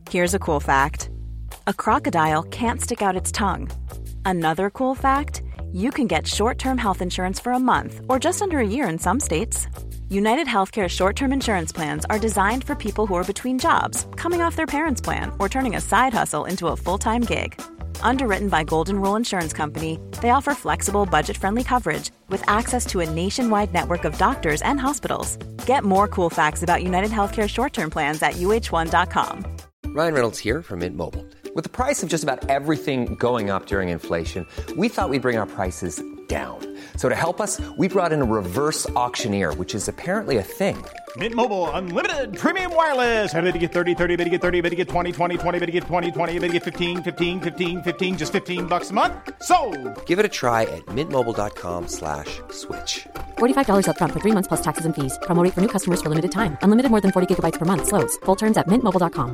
Here's a cool fact. A crocodile can't stick out its tongue. Another cool fact, you can get short-term health insurance for a month or just under a year in some states. United Healthcare short-term insurance plans are designed for people who are between jobs, coming off their parents' plan, or turning a side hustle into a full-time gig. Underwritten by Golden Rule Insurance Company, they offer flexible, budget-friendly coverage with access to a nationwide network of doctors and hospitals. Get more cool facts about United Healthcare short-term plans at uh1.com. Ryan Reynolds here from Mint Mobile. With the price of just about everything going up during inflation, we thought we'd bring our prices down. So to help us, we brought in a reverse auctioneer, which is apparently a thing. Mint Mobile Unlimited Premium Wireless. How to get 30, 30, bit to get 30, bit to get 20, 20, 20, bit to get 20, 20, bit to get 15, 15, 15, 15, just $15 a month? Sold! Give it a try at mintmobile.com/switch. $45 up front for 3 months plus taxes and fees. Promo rate for new customers for limited time. Unlimited more than 40 gigabytes per month. Slows full terms at mintmobile.com.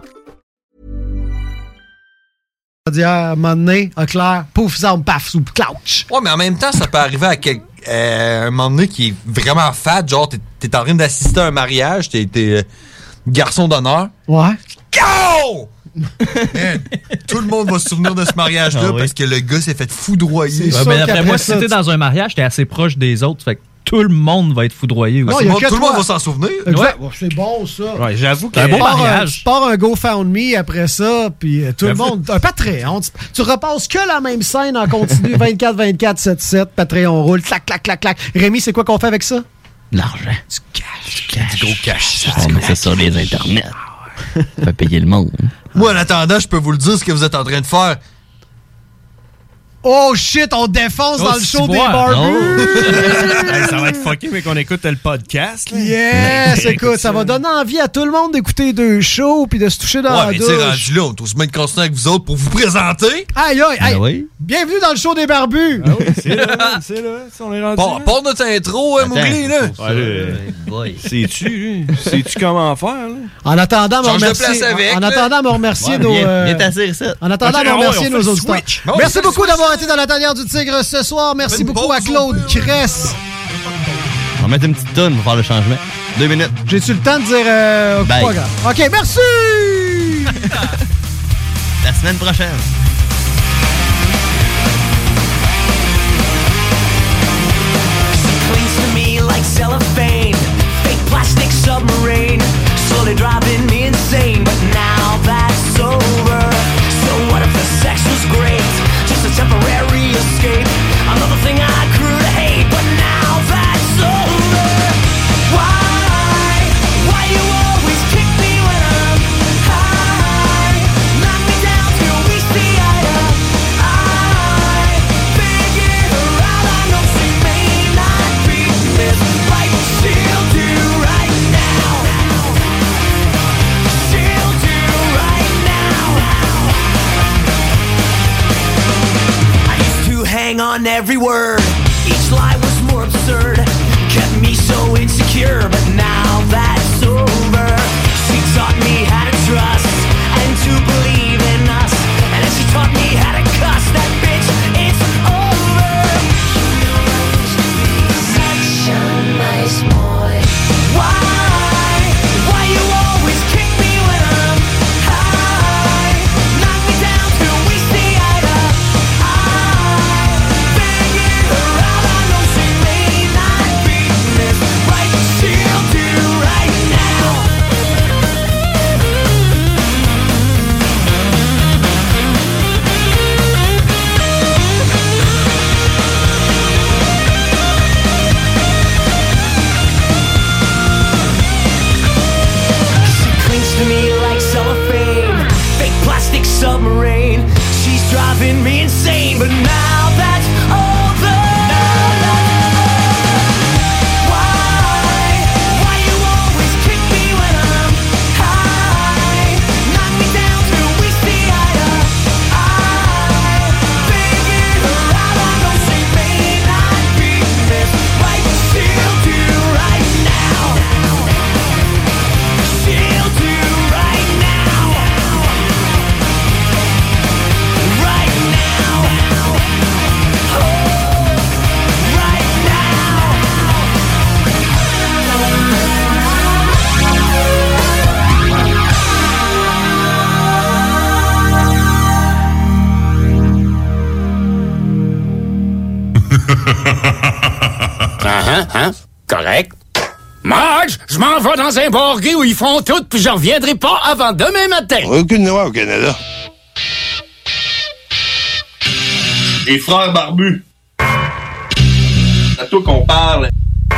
À un moment donné, un clair, pouf, ça, paf, sous clouch. Ouais, mais en même temps, ça peut arriver à un moment donné qui est vraiment fat, genre t'es en train d'assister à un mariage, t'es garçon d'honneur. Ouais. Go! Man, tout le monde va se souvenir de ce mariage-là parce que le gars s'est fait foudroyer. Ouais, mais d'après moi, si t'es dans un mariage, t'es assez proche des autres, fait que tout le monde va être foudroyé. Non, tout le monde va s'en souvenir. Ouais. Oh, c'est bon, ça. Ouais, j'avoue que un bon mariage. Tu pars un GoFundMe après ça, puis tout le monde... Un Patreon. Tu repasses que la même scène en continu, 24-24, 7-7, Patreon roule, clac, clac, clac, clac. Rémi, c'est quoi qu'on fait avec ça? L'argent. Du cash. Du gros cash. On met ça sur les internets. Ça fait payer le monde. Moi, en attendant, je peux vous le dire ce que vous êtes en train de faire. Oh shit, on défonce dans le show des barbus! Hey, ça va être fucké, mais qu'on écoute le podcast. Là. Yes! Écoute, ça va donner envie à tout le monde d'écouter deux shows puis de se toucher dans la douche. Ouais, mais rendu là, on est aussi bien de continuer avec vous autres pour vous présenter. Aïe, aïe, aïe! Oui. Bienvenue dans le show des barbus! Ah oui, c'est là, on est rendu là. Pas notre intro, hein, Mougli, là. Sais-tu comment faire, là? En attendant, me remercier nos... En attendant, me remercier nos auditeurs. Merci beaucoup d'avoir été dans la tanière du tigre ce soir. Merci beaucoup à Claude Cress. On va mettre une petite toune pour faire le changement. 2 minutes. J'ai-tu le temps de dire pas grave? OK, merci! La semaine prochaine. Clings to me like cellophane, fake plastic submarine, slowly driving me insane. But now that's over. So what if the sex was great? Just a temporary escape. Another thing I grew to hate. But now that's over. Why you always kick me when I'm high? Knock me down till we see eye to eye. Figure out I know she may not be this like she'll do right now. She'll do right now. I used to hang on every word. Each lie was more absurd. Kept me so insecure, but now that's over. She taught me how to trust and to believe in us. And then she taught me how to cuss. That bitch, it's over. Such a nice boy. Why you always kick me when I'm high? Knock me down till we see eye to eye. Figure out I know she may not be this right, but she'll do right now. She clings to me like cellophane, fake plastic submarine. She's driving me insane, but now that's over. Why you always kick me when I'm high? Knock me down till we see eye to eye. Figure out I know she may not be this right, but she'll do right now. She'll do right now. Right now. Hein? Correct. Marge, je m'en vais dans un bar gay où ils font tout, puis je reviendrai pas avant demain matin. Aucune loi au Canada. Les frères barbus. C'est à toi qu'on parle.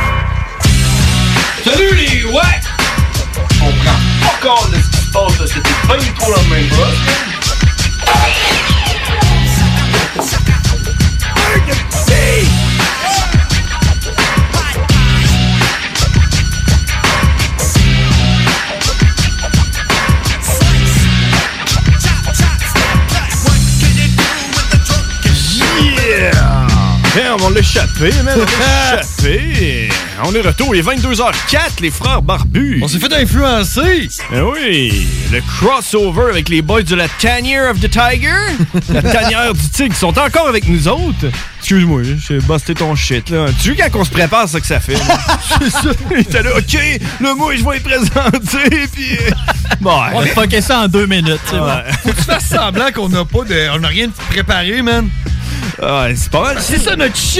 Salut les ouais! On prend pas compte de ce qui se passe là, c'était pas du tout la même chose. On l'a échappé, man. On l'a échappé. On est retour. Il est 22h04, les frères barbus. On s'est fait influencer. Eh oui. Le crossover avec les boys de la Tanière of the Tiger. La Tanière du Tigre sont encore avec nous autres. Excuse-moi, j'ai busté ton shit, là. Tu vois quand on se prépare, c'est ça que ça fait. C'est ça. Il était là, OK, là, moi, je vais être présenté, puis... Bon, on va fucker ça en 2 minutes, tu sais. Faut que tu fasses semblant qu'on n'a pas de... On n'a rien de préparé, man. Ah, c'est pas mal. C'est ça notre shit!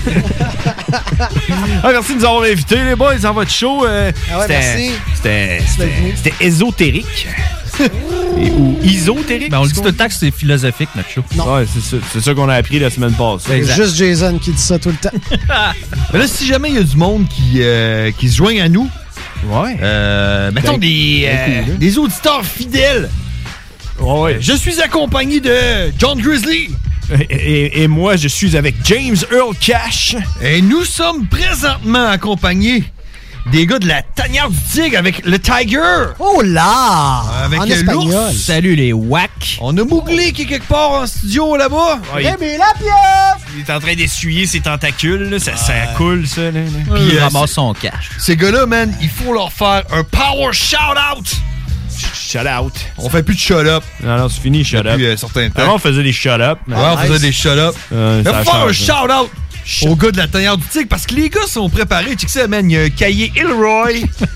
Merci de nous avoir invités, les boys, dans votre show. Merci. C'était ésotérique. Ou isotérique. Ben, on le dit tout le temps que c'est philosophique, notre show. Non. Ouais, c'est ça qu'on a appris la semaine passée. C'est juste Jason qui dit ça tout le temps. Mais là, si jamais il y a du monde qui se joigne à nous, mettons des auditeurs fidèles. Ouais. Je suis accompagné de John Grizzly. Et moi, je suis avec James Earl Cash. Et nous sommes présentement accompagnés des gars de la Tanière du Tigre avec le Tiger. Oh là! Avec en espagnol. l'ours. Salut les wack. On a Mowgli qui est quelque part en studio là-bas. Ouais, la pièce! il est en train d'essuyer ses tentacules. Là. Ça coule, ça. Là. Puis il Puis, ramasse son cash. Ces gars-là, man, il faut leur faire un power shout-out. Shut out. On fait plus de shut-up. Non, c'est fini, shut up. Depuis un certain temps. Avant, on faisait des shut-up. Ouais, on faisait des shut-up. Ça Faut faire un change, shout-out aux gars de la Tanière du Tigre parce que les gars sont préparés. Tu sais, man, il y a un cahier Ilroy.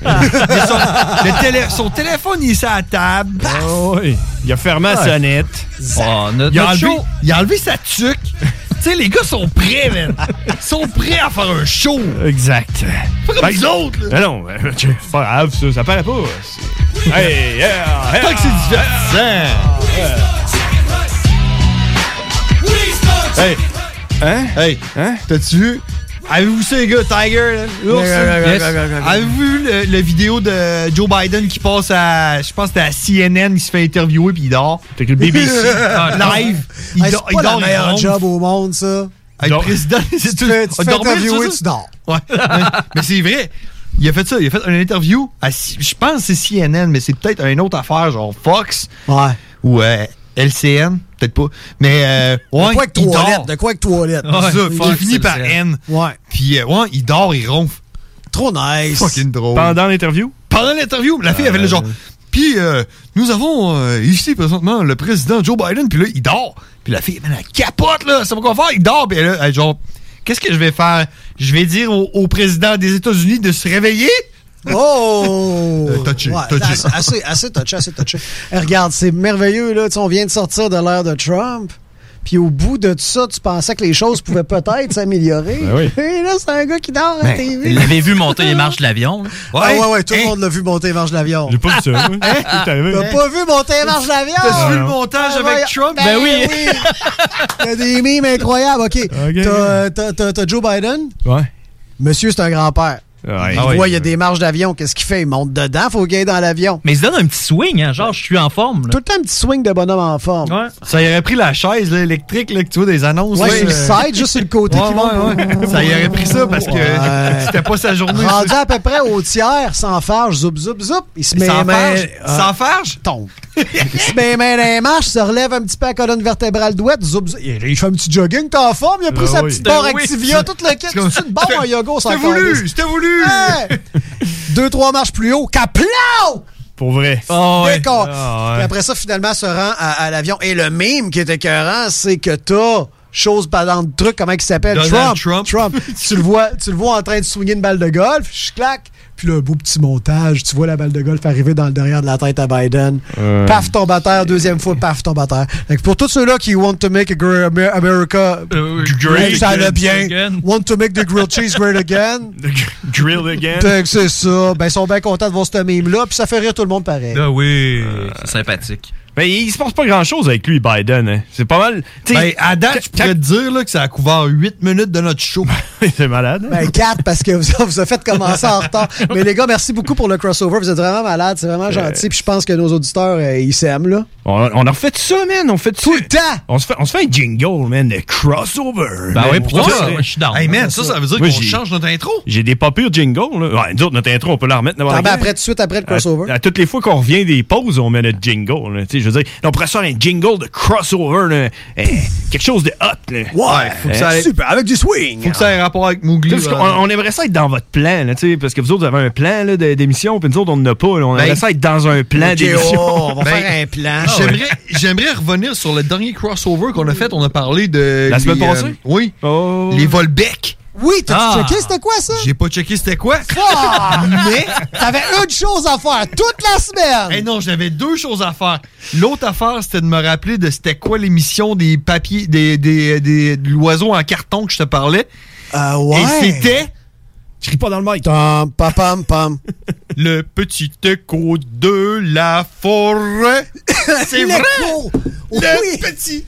Son téléphone, il est sur la table. Oh, oui. Il a fermé la sonnette. Oh, Il a enlevé sa tuque. Tu sais, les gars sont prêts, man. Ils sont prêts à faire un show. Exact. Pas comme les autres, là. Non, c'est pas grave, ça paraît pas. Hey, yeah! Tant que c'est divertissant. Hey! Hein? Hey! Hein? T'as-tu vu? Avez-vous vu ça, les gars, Tiger? Avez-vous vu la vidéo de Joe Biden qui passe à... Je pense que c'était à CNN, il se fait interviewer puis il dort. T'as que le BBC. Live. C'est pas le meilleur job au monde, ça. Le président, c'est tout. Tu te fais interviewer, tu dors. Ouais. Mais c'est vrai. Il a fait ça. Il a fait une interview à... Je pense que c'est CNN, mais c'est peut-être une autre affaire, genre Fox. Ouais. Ou LCN. Peut-être pas. Mais, ouais. De quoi avec toilette? De quoi avec toilette? Ouais, ça, il finit par N. Ouais. Puis, ouais, il dort, il ronfle. Trop nice. Fucking drôle. Pendant l'interview? Pendant l'interview, la fille avait le genre. Puis, nous avons ici présentement le président Joe Biden, puis là, il dort. Puis la fille, elle capote, là. Ça va quoi faire? Il dort. Puis là, elle, genre, qu'est-ce que je vais faire? Je vais dire au président des États-Unis de se réveiller? Oh! Touché, Ouais, touché. Assez touché. Regarde, c'est merveilleux, là. Tu sais, on vient de sortir de l'ère de Trump. Puis au bout de tout ça, tu pensais que les choses pouvaient peut-être s'améliorer. Ben oui. Et là, c'est un gars qui dort à la TV. Vous l'avez vu monter les marches de l'avion, là? Ouais, tout le monde l'a vu monter les marches de l'avion. J'ai pas vu ça, moi. T'as pas vu monter les marches de l'avion? T'as vu le montage avec Trump? Ben oui. Il y a des mimes incroyables. OK. T'as Joe Biden. Ouais. Monsieur, c'est un grand-père. Ouais. Il voit, il y a des marches d'avion. Qu'est-ce qu'il fait? Il monte dedans, faut qu'il aille dans l'avion. Mais il se donne un petit swing, hein? Genre, je suis en forme. Là. Tout le temps un petit swing de bonhomme en forme. Ouais. Ça y aurait pris la chaise là, électrique là, que tu vois des annonces. Ouais, là, sur le side, juste sur le côté qui monte. Ouais. Ça y aurait pris ça parce que c'était pas sa journée. Rendu à peu près au tiers, sans farge, zoup, zoup, zoup. Il se met Sans les mains... farge? Sans farge? Tombe. Il se met les mains dans les marches, se relève un petit peu la colonne vertébrale douette, zoup, zoup. Il fait un petit jogging, t'es en forme, il a pris sa petite barre Activia, tout le kit. C'est une barre en yoga, ça. C'était voulu! 2-3 marches plus haut, caplau! Pour vrai. D'accord. Puis après ça, finalement, se rend à l'avion. Et le meme qui est écœurant, c'est que t'as... chose pendant de truc, comment il s'appelle? Donald Trump. tu le vois en train de swinguer une balle de golf, je claque. Puis là, un beau petit montage. Tu vois la balle de golf arriver dans le derrière de la tête à Biden. Paf, tombe à terre. Deuxième fois, paf, tombe à terre. Fait que pour tous ceux-là qui want to make America great, ça allait bien. Again. Want to make the grilled cheese great again. Grilled again. Fait que c'est ça. Ben, ils sont bien contents de voir ce meme-là. Puis ça fait rire tout le monde pareil. Ah oui, c'est sympathique. Mais il se passe pas grand-chose avec lui, Biden. Hein. C'est pas mal... Ben, à date, je pourrais te dire là, que ça a couvert 8 minutes de notre show. C'est malade. Ben, 4, parce que vous a fait commencer en retard. Mais les gars, merci beaucoup pour le crossover. Vous êtes vraiment malades. C'est vraiment gentil. Puis je pense que nos auditeurs, ils s'aiment, là. On a refait ça, man. On fait tout le temps. On se fait un jingle, man, de crossover. Ben oui, pour ça, je suis down. Hey, man, ça veut dire qu'on change notre intro. J'ai des pas pires jingles, là. Ouais, nous autres, notre intro, on peut la remettre. Après, tout de suite après le crossover. À toutes les fois qu'on revient des pauses, on met notre jingle, là. Tu sais, je veux dire, on pourrait faire un jingle de crossover, là. Quelque chose de hot, là. Ouais, faut que ça ait... super, avec du swing. Faut que ça ait rapport avec Mowgli. On aimerait ça être dans votre plan, là, tu sais, parce que vous autres, vous avez un plan là, d'émission, puis nous autres, on n'en a pas. Là. On aimerait ça être dans un plan d'émission. On va faire un plan. J'aimerais revenir sur le dernier crossover qu'on a fait. On a parlé de... La semaine passée? Oui. Les Volbec. Oui, t'as checké c'était quoi ça? J'ai pas checké c'était quoi. Mais t'avais une chose à faire toute la semaine. Non, j'avais 2 choses à faire. L'autre affaire, c'était de me rappeler de c'était quoi l'émission des papiers, de l'oiseau en carton que je te parlais. Ouais. Et c'était... Je crie pas dans le mic. Pam, pam. Le petit écho de la forêt. C'est vrai. Le petit...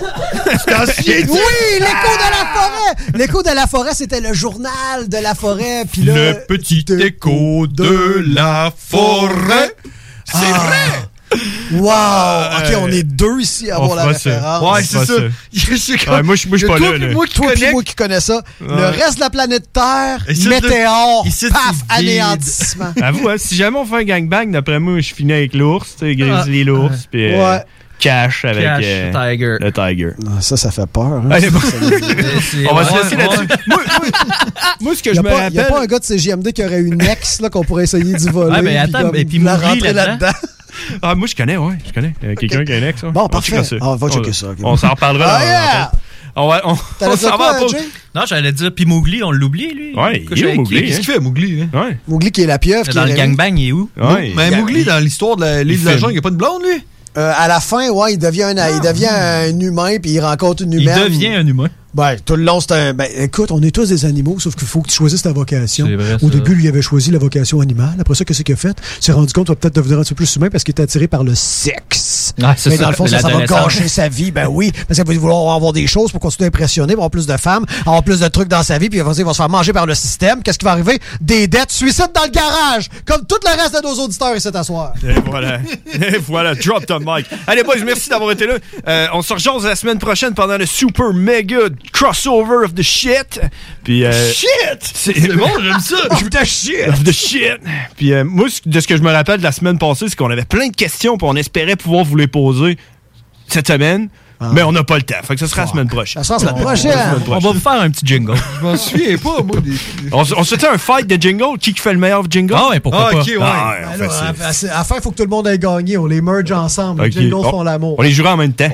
Oui, l'écho de la forêt. L'écho de la forêt, c'était le journal de la forêt. Puis là, le petit écho de la forêt. C'est vrai. Wow! OK, on est 2 ici à avoir la référence. Ouais, c'est ça. Moi, je suis pas là. Moi qui connais ça. Le reste de la planète Terre, météore, paf, anéantissement. Avoue, si jamais on fait un gangbang, d'après moi, je finis avec l'ours, tu sais, Grizzly l'ours, puis... Cash avec Tiger. Le Tiger. Ça fait peur. Hein? On va se laisser là-dessus. Moi, ce que je me rappelle... Il n'y a pas un gars de CJMD qui aurait une ex là, qu'on pourrait essayer d'y voler. Ah, mais attends, et puis Mowgli là-dedans. Ah, moi, je connais. Quelqu'un qui a une ex. Bon, parfait. On va checker ça. On s'en reparlera. On s'en va pas. Non, j'allais dire, puis Mowgli, on l'oublie, lui. Ouais, il est Mowgli. Qu'est-ce qu'il fait, Mowgli? Mowgli qui est la pieuvre. Dans le gangbang, il est où? Mais Mowgli, dans l'histoire de l'île de la jungle, il n'y a pas de blonde, lui? À la fin, il devient un humain, puis il rencontre une humaine. Il devient un humain. Ben, tout le long, c'est un... Ben, écoute, on est tous des animaux, sauf qu'il faut que tu choisisses ta vocation. C'est vrai, Au début, lui, il avait choisi la vocation animale. Après ça, qu'est-ce qu'il a fait? Il s'est rendu compte qu'il va peut-être devenir un peu plus humain parce qu'il est attiré par le sexe. Ah, c'est mais ça, dans le fond, ça va gâcher sa vie. Ben oui, parce qu'il va vouloir avoir des choses pour continuer à impressionner, avoir plus de femmes, avoir plus de trucs dans sa vie, puis il va se faire manger par le système. Qu'est-ce qui va arriver? Des dettes, suicide dans le garage, comme tout le reste de nos auditeurs ici à soir. Et voilà, drop the mic. Allez, boys, merci d'avoir été là. On se rejoint la semaine prochaine pendant le super méga crossover of the shit. Puis shit! C'est bon, j'aime ça. Of the shit. Of the shit. Puis moi, de ce que je me rappelle de la semaine passée, c'est qu'on avait plein de questions, puis on espérait pouvoir vous les poser cette semaine. Mais on n'a pas le temps. Fait que ce sera la semaine prochaine. Ça sera la semaine prochaine. On va vous faire un petit jingle. Je m'en souviens pas, moi. On se fait un fight de jingle. Qui fait le meilleur jingle? Ah, ouais, pourquoi pas? OK, ouais. À la fin, il faut que tout le monde ait gagné. On les merge ensemble. Les jingles font l'amour. On les jouera en même temps.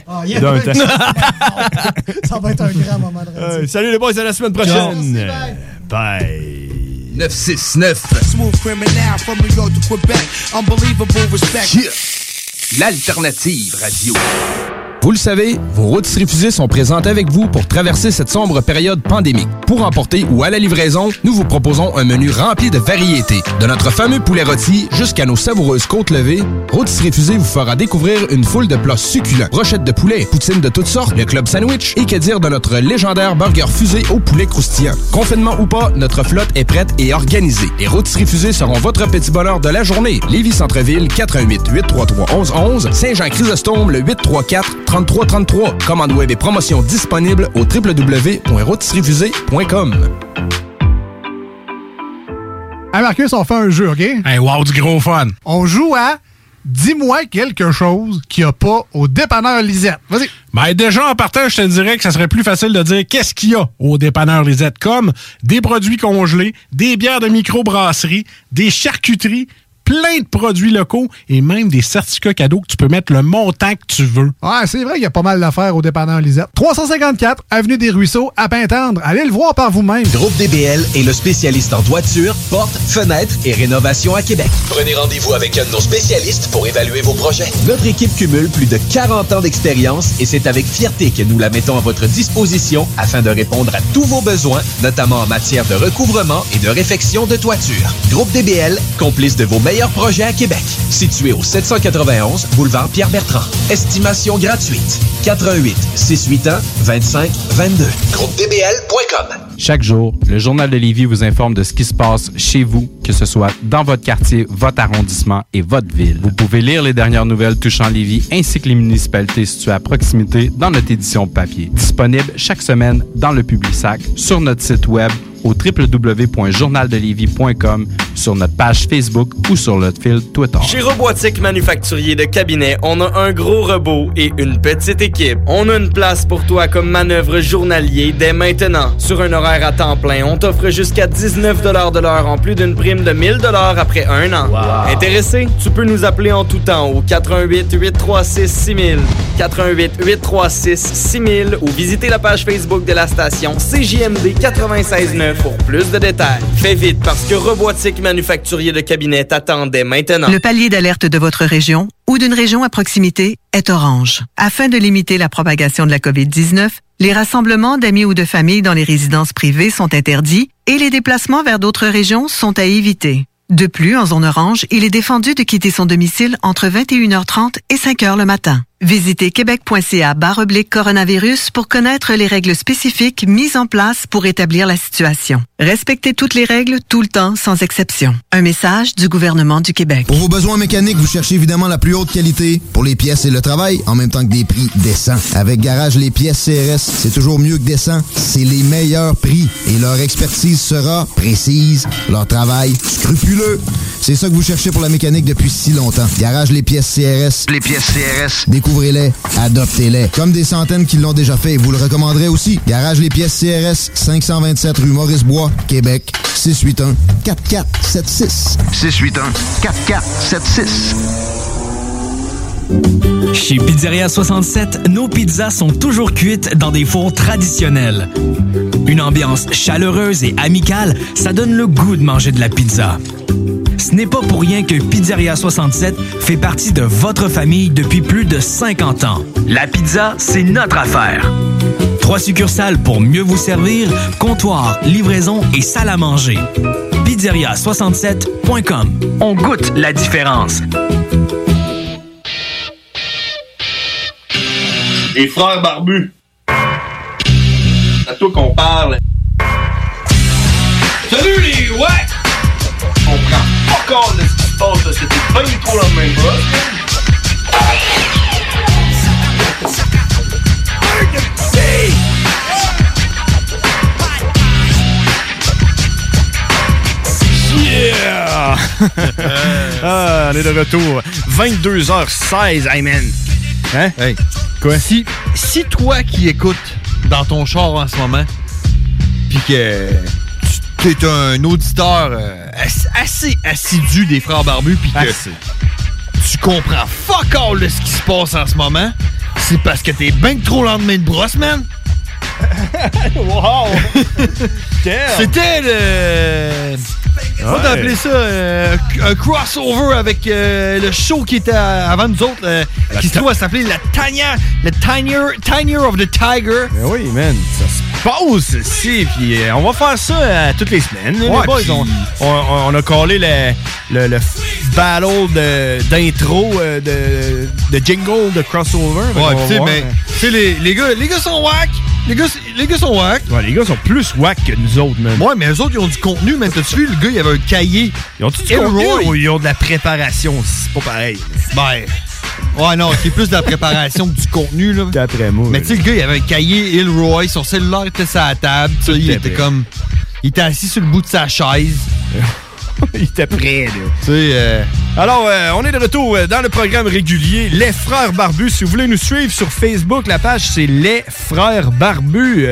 Ça va être un grand moment de radio. Salut les boys, à la semaine prochaine. Bye. 969. Smooth criminal from New York to Quebec. Unbelievable respect. L'alternative radio. Vous le savez, vos rôtisseries fusées sont présentes avec vous pour traverser cette sombre période pandémique. Pour emporter ou à la livraison, nous vous proposons un menu rempli de variétés. De notre fameux poulet rôti jusqu'à nos savoureuses côtes levées, Rôtisseries fusées vous fera découvrir une foule de plats succulents. Brochettes de poulet, poutines de toutes sortes, le club sandwich et que dire de notre légendaire burger fusé au poulet croustillant. Confinement ou pas, notre flotte est prête et organisée. Les Rôtisseries fusées seront votre petit bonheur de la journée. Lévis Centreville, 418-833-1111. Saint-Jean-Chrysostome, le 834-3333. Commande web et promotion disponible au www.rôtisseriefusée.com. Hey Marcus, on fait un jeu, OK? Hey, wow, du gros fun! On joue à Dis-moi quelque chose qu'il n'y a pas au dépanneur Lisette. Vas-y. Ben déjà, en partant, je te dirais que ça serait plus facile de dire qu'est-ce qu'il y a au dépanneur Lisette, comme des produits congelés, des bières de microbrasserie, des charcuteries, plein de produits locaux et même des certificats cadeaux que tu peux mettre le montant que tu veux. Ouais, c'est vrai qu'il y a pas mal d'affaires au dépanneur Lisette. 354 Avenue des Ruisseaux, à Pintendre. Allez le voir par vous-même. Groupe DBL est le spécialiste en toiture, portes, fenêtres et rénovation à Québec. Prenez rendez-vous avec un de nos spécialistes pour évaluer vos projets. Notre équipe cumule plus de 40 ans d'expérience et c'est avec fierté que nous la mettons à votre disposition afin de répondre à tous vos besoins, notamment en matière de recouvrement et de réfection de toiture. Groupe DBL, complice de vos meilleurs projets à Québec. Situé au 791 boulevard Pierre-Bertrand. Estimation gratuite. 88 681 25 22. GroupeDBL.com. Chaque jour, le Journal de Lévis vous informe de ce qui se passe chez vous, que ce soit dans votre quartier, votre arrondissement et votre ville. Vous pouvez lire les dernières nouvelles touchant Lévis ainsi que les municipalités situées à proximité dans notre édition papier. Disponible chaque semaine dans le Publisac, sur notre site web au www.journaldelévis.com, sur notre page Facebook ou sur notre fil Twitter. Chez Robotique Manufacturier de Cabinet, on a un gros robot et une petite équipe. On a une place pour toi comme manœuvre journalier dès maintenant. Sur un horaire à temps plein, on t'offre jusqu'à 19 $ de l'heure en plus d'une prime de 1000 $ après un an. Wow. Intéressé? Tu peux nous appeler en tout temps au 88 836 6000, 88 836 6000 ou visiter la page Facebook de la station CJMD 96.9 pour plus de détails. Fais vite parce que Robotique Manufacturier de Cabinet t'attendait maintenant. Le palier d'alerte de votre région ou d'une région à proximité est orange. Afin de limiter la propagation de la COVID-19, les rassemblements d'amis ou de familles dans les résidences privées sont interdits et les déplacements vers d'autres régions sont à éviter. De plus, en zone orange, il est défendu de quitter son domicile entre 21h30 et 5h le matin. Visitez québec.ca/coronavirus pour connaître les règles spécifiques mises en place pour établir la situation. Respectez toutes les règles tout le temps, sans exception. Un message du gouvernement du Québec. Pour vos besoins mécaniques, vous cherchez évidemment la plus haute qualité pour les pièces et le travail, en même temps que des prix décents. Avec Garage Les Pièces CRS, c'est toujours mieux que décent. C'est les meilleurs prix et leur expertise sera précise, leur travail scrupuleux. C'est ça que vous cherchez pour la mécanique depuis si longtemps. Garage Les Pièces CRS. Les pièces CRS. Découvrez-les, adoptez-les. Comme des centaines qui l'ont déjà fait, vous le recommanderez aussi. Garage Les Pièces CRS, 527 rue Maurice-Bois, Québec, 681-4476. 681-4476. Chez Pizzeria 67, nos pizzas sont toujours cuites dans des fours traditionnels. Une ambiance chaleureuse et amicale, ça donne le goût de manger de la pizza. Ce n'est pas pour rien que Pizzeria 67 fait partie de votre famille depuis plus de 50 ans. La pizza, c'est notre affaire. 3 succursales pour mieux vous servir, comptoir, livraison et salle à manger. Pizzeria67.com. On goûte la différence. Les frères barbus. C'est à toi qu'on parle. Salut les ouais! On prend pas compte de ce qui se passe, là. C'était pas du tout la même chose. Yeah! Ah, on est de retour. 22h16, hey man. Hein? Hey. Quoi? Si toi qui écoutes dans ton char en ce moment, pis que t'es un auditeur assez assidu des Frères Barbus, pis que tu comprends fuck all de ce qui se passe en ce moment, c'est parce que t'es ben trop lendemain de brosse, man. Wow! C'était le... On va appeler ça un crossover avec le show qui était avant nous autres, qui se trouve à s'appeler le Tinier of the Tiger. Ben oui, man, ça se passe ici, puis on va faire ça toutes les semaines. Ouais, les boys, on a collé le battle d'intro de jingle de crossover. Ouais, tu sais, mais les gars sont whack. Les gars sont whack. Ouais, les gars sont plus whack que nous autres, man. Ouais, mais eux autres, ils ont du contenu, man. T'as-tu vu, le gars, il avait un cahier. Ils ont du contenu ou ils ont de la préparation? C'est pas pareil. Ben... Ouais, non, c'est plus de la préparation que du contenu, là. D'après moi. Mais tu sais, le gars, il avait un cahier Ilroy, son cellulaire était sur la table. Tu sais, il était comme... Il était assis sur le bout de sa chaise. Il était prêt, là. Tu sais... Alors, on est de retour dans le programme régulier Les Frères Barbus. Si vous voulez nous suivre sur Facebook, la page, c'est Les Frères Barbus.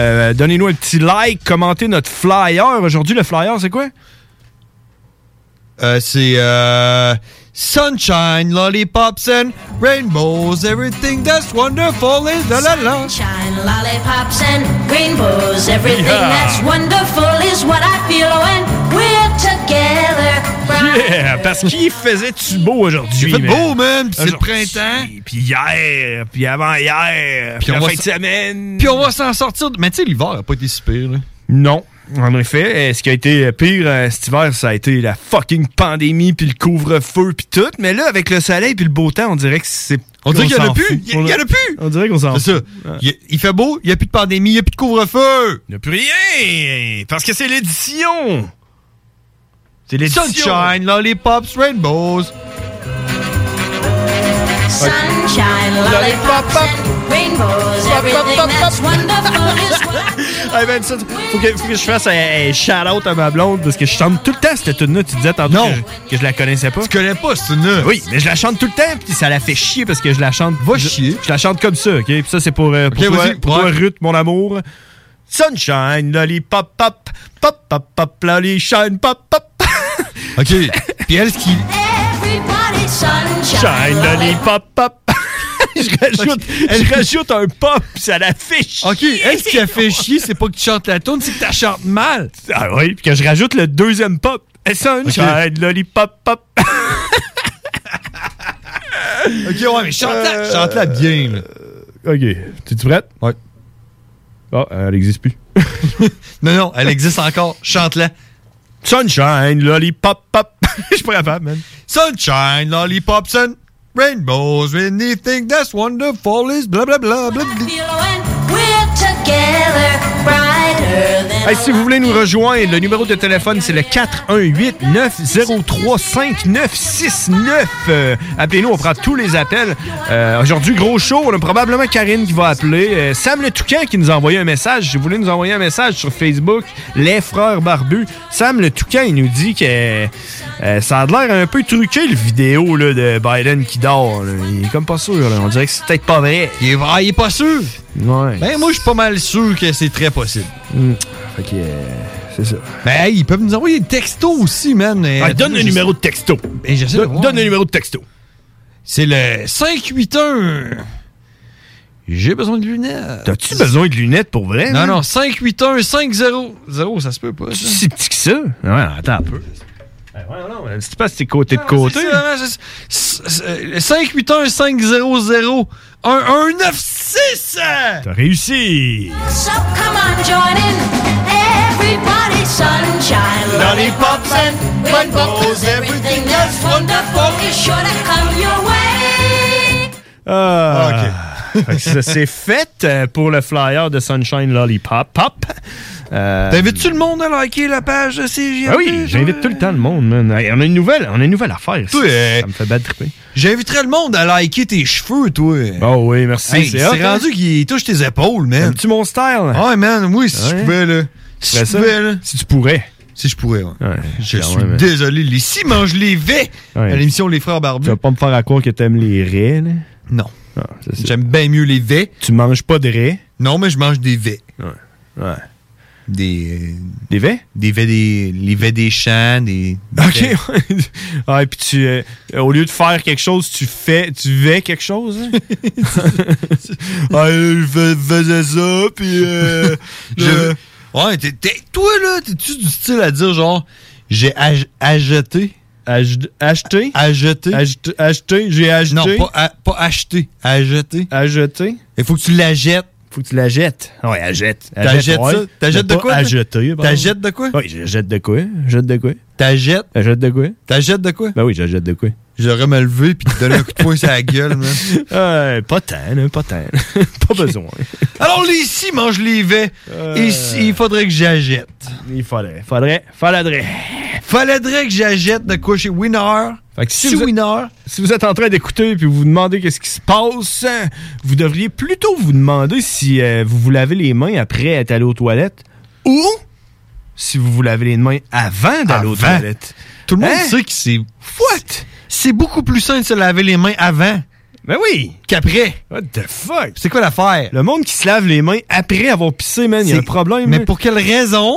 Donnez-nous un petit like, commentez notre flyer. Aujourd'hui, le flyer, c'est quoi? C'est Sunshine, lollipops and rainbows, everything that's wonderful is la la la. Sunshine, lollipops and rainbows, everything that's wonderful is what I feel when we're together. Yeah, parce qu'il faisait-tu beau aujourd'hui? Il fait beau, man, pis c'est le printemps. Puis hier, puis avant-hier, puis la fin de semaine. Puis on va s'en sortir. Mais tu sais, l'hiver a pas été si pire, là. Non. En effet, ce qui a été pire cet hiver, ça a été la fucking pandémie, puis le couvre-feu, puis tout. Mais là, avec le soleil puis le beau temps, on dirait que c'est... On dirait qu'il y en a plus. Il y en a plus. On dirait qu'on s'en fout. C'est ça. Il fait beau, il n'y a plus de pandémie, il n'y a plus de couvre-feu. Il n'y a plus rien. Parce que c'est l'édition. C'est l'édition. Sunshine, lollipops, rainbows. Sunshine, lollipops and rainbows, everything that's wonderful is what Hey ben, ça, faut que je fasse un shout-out à ma blonde parce que je chante tout le temps cette tune-là. Tu disais tantôt que je la connaissais pas. Tu connais pas cette tune-là? Oui, mais je la chante tout le temps puis ça la fait chier parce que je la chante. Va chier. Je la chante comme ça, OK? Puis ça, c'est pour toi, Ruth, mon amour. Sunshine, lollipop, pop, pop, pop, pop, lollishine, pop, pop. OK. Puis elle, ce qui... everybody sunshine, Shine, lollipop, pop. Je rajoute un pop, pis ça la fait chier. OK, est-ce qui a fait chier, c'est pas que tu chantes la tourne, c'est que tu chantes mal. Ah oui, puis que je rajoute le deuxième pop. Sunshine, lollipop, pop. OK, ouais, mais chante-la bien, là. OK, t'es-tu prête? Ouais. Ah, elle existe plus. Non, elle existe encore. Chante-la. Sunshine, lollipop, pop. Je suis pas capable, man. Sunshine, lollipops and rainbows, anything that's wonderful is blah blah blah blah. Hey, si vous voulez nous rejoindre, le numéro de téléphone, c'est le 418-903-5969. Appelez-nous, on prend tous les appels. Aujourd'hui, gros show, on a probablement Karine qui va appeler. Sam le Toucan qui nous a envoyé un message. Si vous voulez nous envoyer un message sur Facebook, Les Frères Barbus. Sam le Toucan, il nous dit que ça a l'air un peu truqué, le vidéo là, de Biden qui dort. Là. Il est comme pas sûr. Là. On dirait que c'est peut-être pas vrai. Il est pas sûr. Ouais. Ben, moi, je suis pas mal sûr que c'est très possible. Fait que, c'est ça. Ben, hey, ils peuvent nous envoyer des textos aussi, man. Donne le numéro de texto. Ben, donne le numéro de texto. C'est le 581. J'ai besoin de lunettes. T'as-tu besoin de lunettes pour vrai? Non, 581-500. Ça se peut pas. Ça. C'est si petit que ça? Ouais, attends un peu. Non, c'est pas c'est côté de côté. 581-500-1196. T'as réussi. So come on, join in. Everybody sunshine, lollipops and rainbows, everything that's wonderful is sure to come your way. OK. Fait que ça, c'est fait pour le flyer de Sunshine Lollipop Pop. T'invites-tu le monde à liker la page de CJMD? Ah oui, j'invite tout le temps le monde, man. Hey, on a une nouvelle affaire. Toi, ça me fait bad tripper. J'inviterais le monde à liker tes cheveux, toi. Oh oui, merci. Hey, c'est rendu qu'il touche tes épaules, man. Aimes-tu mon style? Ouais, man, oui, si je pouvais, là. Si tu pourrais. Si je pourrais, ouais. Je suis désolé. Les scies mangent les vets à l'émission Les Frères Barbus. Tu vas pas me faire à croire que t'aimes les raies, là? Non. J'aime bien mieux les vets. Tu manges pas de raies? Non, mais je mange des vets. Ouais. Des vets? Les vets des champs, des OK. Et puis tu au lieu de faire quelque chose, tu vets quelque chose. Hein? Je faisais ça, puis ouais, toi là, t'es-tu du style à dire genre j'ai acheté? Acheté? J'ai acheté. Non, pas acheté. Acheté. Il faut que tu la jettes. Faut que tu la jettes. Ouais, elle jette. T'achètes ça? T'achètes de quoi? T'achètes de quoi? Oui, j'achète de quoi? J'achète de quoi? T'achètes? J'achète de quoi? T'achètes de quoi? Ben oui, j'achète de quoi? J'aurais me lever puis te donner un coup de poing sur la gueule, man. Pas tant. Pas besoin. Alors, les scies mangent les vets. Et il faudrait que j'achète. Il faudrait que j'achète de quoi chez Winner. Fait que si vous êtes en train d'écouter et vous vous demandez qu'est-ce qui se passe, vous devriez plutôt vous demander si vous vous lavez les mains après être allé aux toilettes ou si vous vous lavez les mains avant d'aller aux toilettes. Tout le monde sait que c'est... What? C'est beaucoup plus simple de se laver les mains avant. Ben oui! Qu'après. What the fuck? C'est quoi l'affaire? Le monde qui se lave les mains après avoir pissé, man, il y a un problème. Mais pour quelle raison?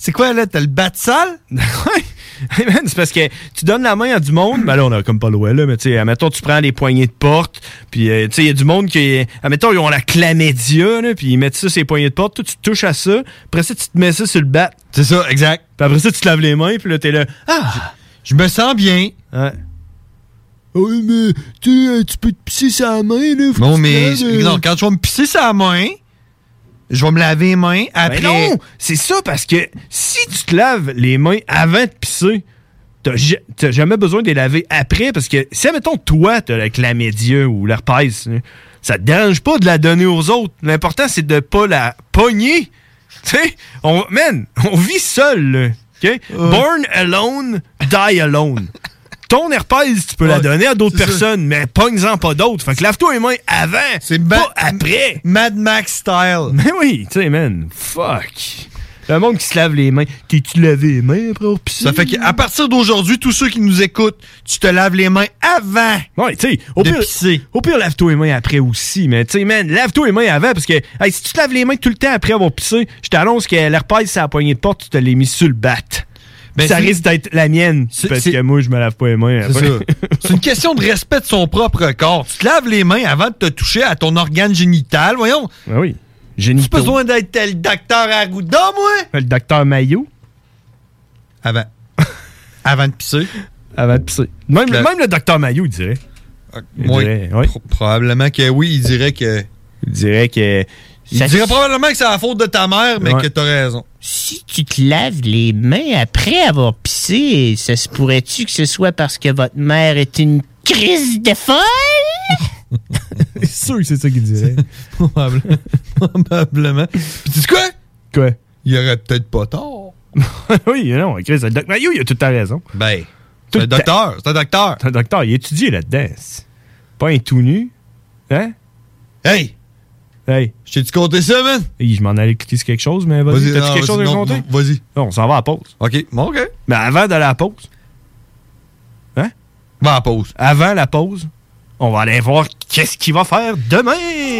C'est quoi, là? T'as le bat sale? Hey man, c'est parce que tu donnes la main à du monde. Ben là, on a comme pas le droit, là, mais tu sais, admettons, tu prends les poignées de porte, puis tu sais, il y a du monde qui, admettons, ils ont la chlamydia, là, puis ils mettent ça sur les poignées de porte, toi, tu touches à ça, après ça, tu te mets ça sur le bat. C'est ça, exact. Puis après ça, tu te laves les mains, puis là, t'es là, je me sens bien. Ouais. Oui, mais tu peux te pisser sur la main, là. Non, mais non, quand tu vas me pisser sur la main, je vais me laver les mains après. Mais non, c'est ça, parce que si tu te laves les mains avant de pisser, t'as jamais besoin de les laver après, parce que si, admettons, toi, t'as la chlamydia ou l'herpès, ça te dérange pas de la donner aux autres. L'important, c'est de pas la pogner. Tu sais, on vit seul, là. Okay? Born alone, die alone. Ton herpès, tu peux la donner à d'autres personnes, mais pogne-en pas d'autres. Fait que lave-toi les mains avant, pas après. Mad Max style. Mais oui, tu sais, man, fuck. Le monde qui se lave les mains. T'es-tu lavé les mains après avoir pissé? Ça fait qu'à partir d'aujourd'hui, tous ceux qui nous écoutent, tu te laves les mains avant. Ouais, tu sais, au pire, lave-toi les mains après aussi. Mais tu sais, man, lave-toi les mains avant, parce que hey, si tu te laves les mains tout le temps après avoir pissé, je t'annonce que l'herpès, c'est la poignée de porte, tu te l'as mis sur le bat. Ben ça risque d'être la mienne, parce que moi, je me lave pas les mains. C'est ça. C'est une question de respect de son propre corps. Tu te laves les mains avant de te toucher à ton organe génital, voyons. Ben oui. J'ai besoin d'être le docteur Arruda, moi? Le docteur Maillot? Avant. Avant de pisser? Avant de pisser. Même le docteur Maillot, il dirait. Probablement que oui, il dirait que... Il dirait probablement que c'est la faute de ta mère, mais que t'as raison. Si tu te laves les mains après avoir pissé, ça se pourrait-tu que ce soit parce que votre mère est une crise de folle? C'est sûr que c'est ça qu'il dirait. Probablement. Puis tu sais quoi? Quoi? Il aurait peut-être pas tort. Oui, non, Chris, le docteur Maillot, il a toute ta raison. Ben, c'est un docteur. C'est un docteur. C'est un docteur. Il a étudié là-dedans. Pas un tout nu. Hein? Hey! Je t'ai-tu compté ça, man? Je m'en allais cliquer sur quelque chose, mais vas-y. T'as-tu quelque chose à compter? Vas-y. Non, on s'en va à la pause. OK. Bon, OK. Mais avant d'aller à la pause. Hein? Va à la pause. Avant la pause, on va aller voir qu'est-ce qu'il va faire demain.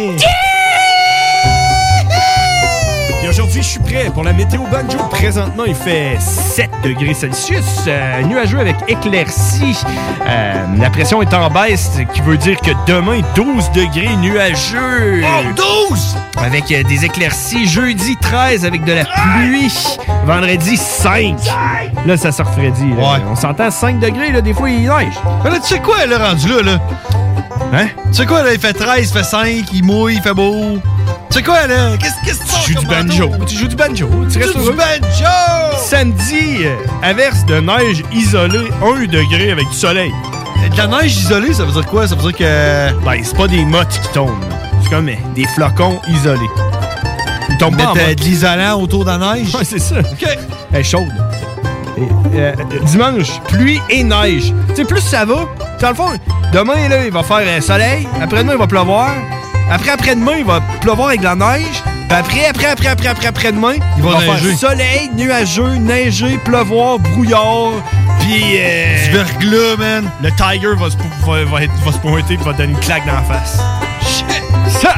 Et aujourd'hui, je suis prêt pour la météo banjo. Présentement, il fait 7 degrés Celsius, nuageux avec éclaircies. La pression est en baisse, ce qui veut dire que demain, 12 degrés nuageux. Oh, 12! Avec des éclaircies. Jeudi, 13 avec de la pluie. Vendredi, 5. Là, ça se refroidit. Ouais. On s'entend 5 degrés, là, des fois, il neige. Mais là, tu sais quoi, là, rendu là? Hein? Tu sais quoi, là, il fait 13, il fait 5, il mouille, il fait beau. Tu sais quoi, là? Qu'est-ce que tu joues du banjo? Tu joues du banjo. Tu restes du banjo! Samedi, averse de neige isolée, 1 degré avec du soleil. De la neige isolée, ça veut dire quoi? Ça veut dire que... Ben, c'est pas des mottes qui tombent. C'est comme des flocons isolés. Ils tombent pas en de l'isolant autour de la neige? Ouais, c'est ça. OK. Elle est chaude. Dimanche, pluie et neige. Tu sais, plus ça va, dans le fond, demain, là, il va faire soleil. Après-demain, il va pleuvoir. Après-demain, il va pleuvoir avec de la neige. Puis après-demain, il va faire soleil, nuageux, neiger, pleuvoir, brouillard. Puis... du verglas, man. Le Tiger va se pointer et va te donner une claque dans la face. Shit! Ça!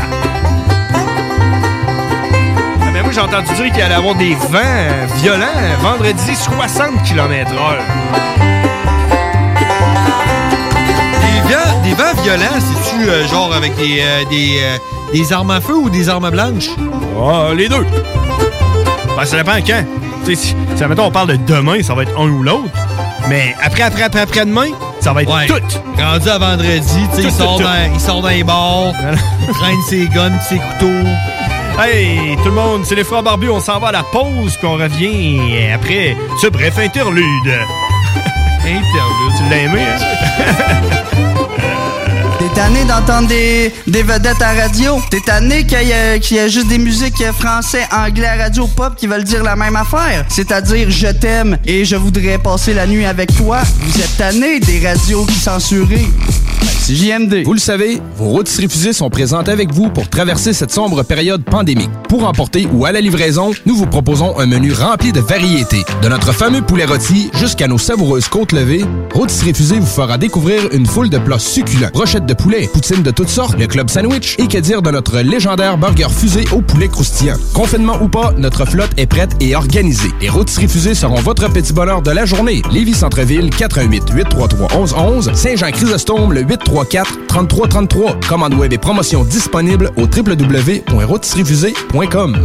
Mais moi, j'ai entendu dire qu'il allait y avoir des vents violents. Vendredi, 60 km/h. Des vents violents, c'est-tu genre avec des armes à feu ou des armes blanches? Ah, les deux. Ben, ça dépend quand. Si mettons, on parle de demain, ça va être un ou l'autre. Mais après-demain, ça va être tout. Rendu à vendredi, il sort dans les bars, il traîne ses guns, ses couteaux. Hey, tout le monde, c'est les frères barbus, on s'en va à la pause, puis on revient après ce bref interlude. Interlude, tu l'as aimé, hein? T'es tanné d'entendre des vedettes à radio? T'es tanné qu'il y ait juste des musiques français, anglais à radio pop qui veulent dire la même affaire? C'est-à-dire je t'aime et je voudrais passer la nuit avec toi. Vous êtes tanné des radios qui censurent. CJMD. Vous le savez, vos rôtisseries fusées sont présentes avec vous pour traverser cette sombre période pandémique. Pour emporter ou à la livraison, nous vous proposons un menu rempli de variétés. De notre fameux poulet rôti jusqu'à nos savoureuses côtes levées, Rôtisseries fusées vous fera découvrir une foule de plats succulents. Brochettes de poulet, poutines de toutes sortes, le club sandwich et que dire de notre légendaire burger fusé au poulet croustillant. Confinement ou pas, notre flotte est prête et organisée. Les Rôtisseries fusées seront votre petit bonheur de la journée. Lévis Centreville, 418 833 1111, Saint-Jean-Chrysostome, le 834-3333. Commande web et promotion disponible au www.rôtisseriesfusées.com.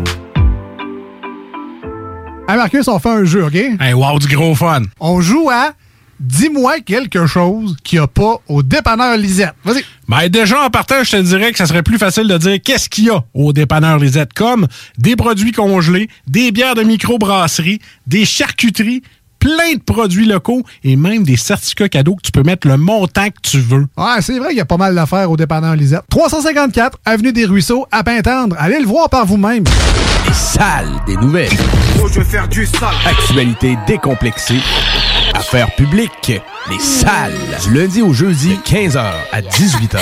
Hey Marcus, on fait un jeu, OK? Hey, wow, du gros fun. On joue à Dis-moi quelque chose qu'il n'y a pas au dépanneur Lisette. Vas-y. Ben déjà, en partant, je te dirais que ça serait plus facile de dire qu'est-ce qu'il y a au dépanneur Lisette, comme des produits congelés, des bières de microbrasserie, des charcuteries, plein de produits locaux et même des certificats cadeaux que tu peux mettre le montant que tu veux. Ouais, c'est vrai qu'il y a pas mal d'affaires au dépanneur Lisette. 354 Avenue des Ruisseaux, à Pintendre. Allez le voir par vous-même. Les salles des nouvelles. Oh, je vais faire du sale. Actualité décomplexée. Affaires publiques. Les salles. Du lundi au jeudi, 15h à 18h.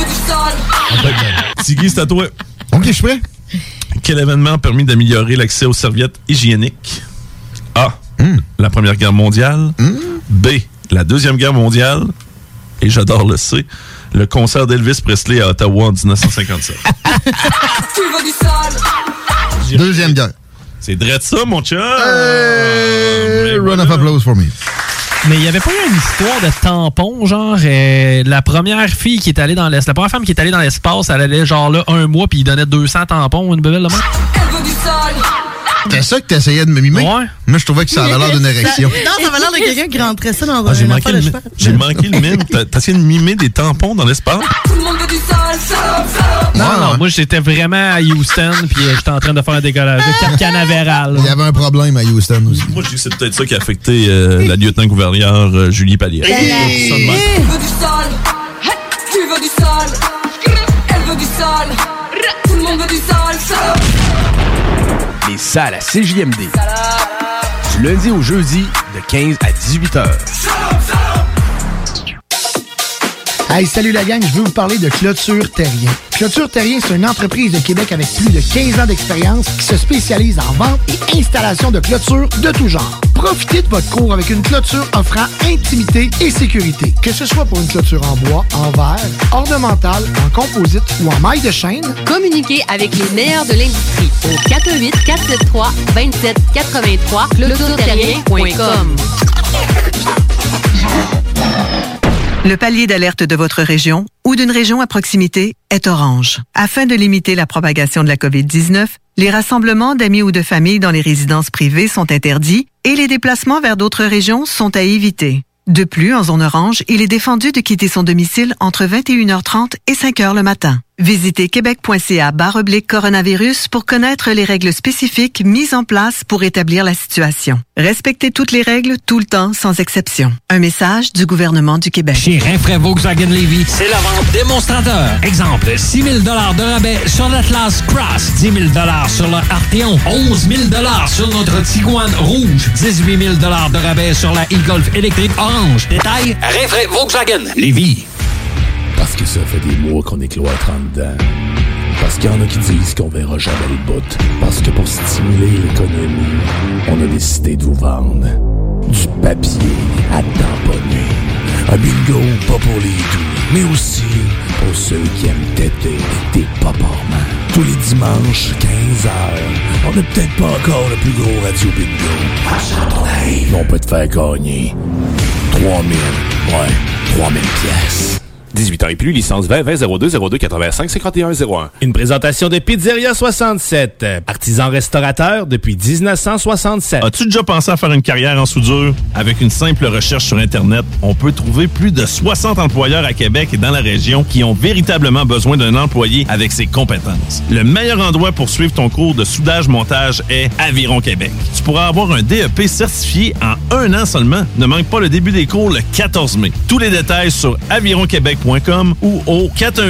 Tiggy, c'est à toi. OK, je suis prêt. Quel événement a permis d'améliorer l'accès aux serviettes hygiéniques? A. La Première Guerre mondiale. B. La Deuxième Guerre mondiale. Et j'adore le C. Le concert d'Elvis Presley à Ottawa en 1957. Deuxième guerre. C'est drette ça, mon chum! Run of applause for me. Mais il n'y avait pas eu une histoire de tampon, genre la première fille qui est allée dans l'espace, la première femme qui est allée dans l'espace, elle allait genre là 1 mois puis il donnait 200 tampons, une bébelle de main. C'était ça que t'essayais de me mimer? Ouais. Moi, je trouvais que ça avait l'air d'une érection. Non, ça avait l'air de quelqu'un qui rentrait ça dans un j'ai affaire de cheval. J'ai manqué le mime. T'as essayé de mimer des tampons dans l'espace? Tout le monde veut du sale. Non, moi j'étais vraiment à Houston puis j'étais en train de faire un décollage de Cap Canaveral. Il y avait un problème à Houston aussi. Moi, je dis que c'est peut-être ça qui a affecté la lieutenant-gouverneure Julie Pallier. Tu veux du sale. Tu veux du sale. Elle veut du sale. Tout le monde veut du sale. Les salles à CJMD. Du lundi au jeudi, de 15 à 18h. Hey, salut la gang, je veux vous parler de Clôture Terrien. Clôture Terrien, c'est une entreprise de Québec avec plus de 15 ans d'expérience qui se spécialise en vente et installation de clôtures de tout genre. Profitez de votre cour avec une clôture offrant intimité et sécurité. Que ce soit pour une clôture en bois, en verre, ornementale, en composite ou en maille de chaîne, communiquez avec les meilleurs de l'industrie au 418-473-2783 clôtureterrien.com. Le palier d'alerte de votre région ou d'une région à proximité est orange. Afin de limiter la propagation de la COVID-19, les rassemblements d'amis ou de familles dans les résidences privées sont interdits et les déplacements vers d'autres régions sont à éviter. De plus, en zone orange, il est défendu de quitter son domicile entre 21h30 et 5h le matin. Visitez québec.ca/coronavirus pour connaître les règles spécifiques mises en place pour établir la situation. Respectez toutes les règles tout le temps, sans exception. Un message du gouvernement du Québec. Chez Rinfraie Volkswagen Lévis, c'est la vente démonstrateur. Exemple, 6 000 $ de rabais sur l'Atlas Cross, 10 000 $ sur le Arteon, 11 000 $ sur notre Tiguan Rouge, 18 000 $ de rabais sur la e-Golf électrique orange. Détail, Rinfraie Volkswagen Lévis. Parce que ça fait des mois qu'on est cloître en dedans. Parce qu'il y en a qui disent qu'on verra jamais le bout. Parce que pour stimuler l'économie, on a décidé de vous vendre du papier à tamponner. Un bingo pas pour les doux, mais aussi pour ceux qui aiment têter des paparmans. Tous les dimanches, 15h, on n'est peut-être pas encore le plus gros radio bingo. Mais on peut te faire gagner 3000 pièces. 18 ans et plus, licence 20 02 02 85 51 01. Une présentation de Pizzeria 67, artisan restaurateur depuis 1967. As-tu déjà pensé à faire une carrière en soudure? Avec une simple recherche sur Internet, on peut trouver plus de 60 employeurs à Québec et dans la région qui ont véritablement besoin d'un employé avec ses compétences. Le meilleur endroit pour suivre ton cours de soudage-montage est Aviron Québec. Tu pourras avoir un DEP certifié en 1 an seulement. Ne manque pas le début des cours le 14 mai. Tous les détails sur avironquebec.com ou au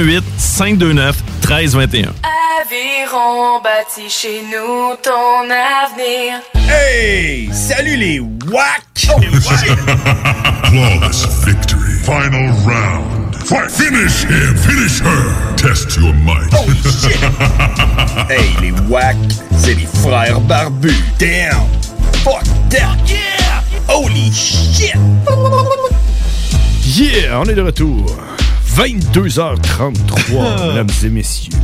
418-529-1321. Aviron bâtit chez nous ton avenir. Hey! Salut les WAC! Flawless victory. Final round. Finish him, finish her. Test your might. Oh shit! Hey, les wack, c'est les frères barbus. Damn! Fuck that! Yeah! Holy shit! Yeah, on est de retour. 22h33, mesdames et messieurs.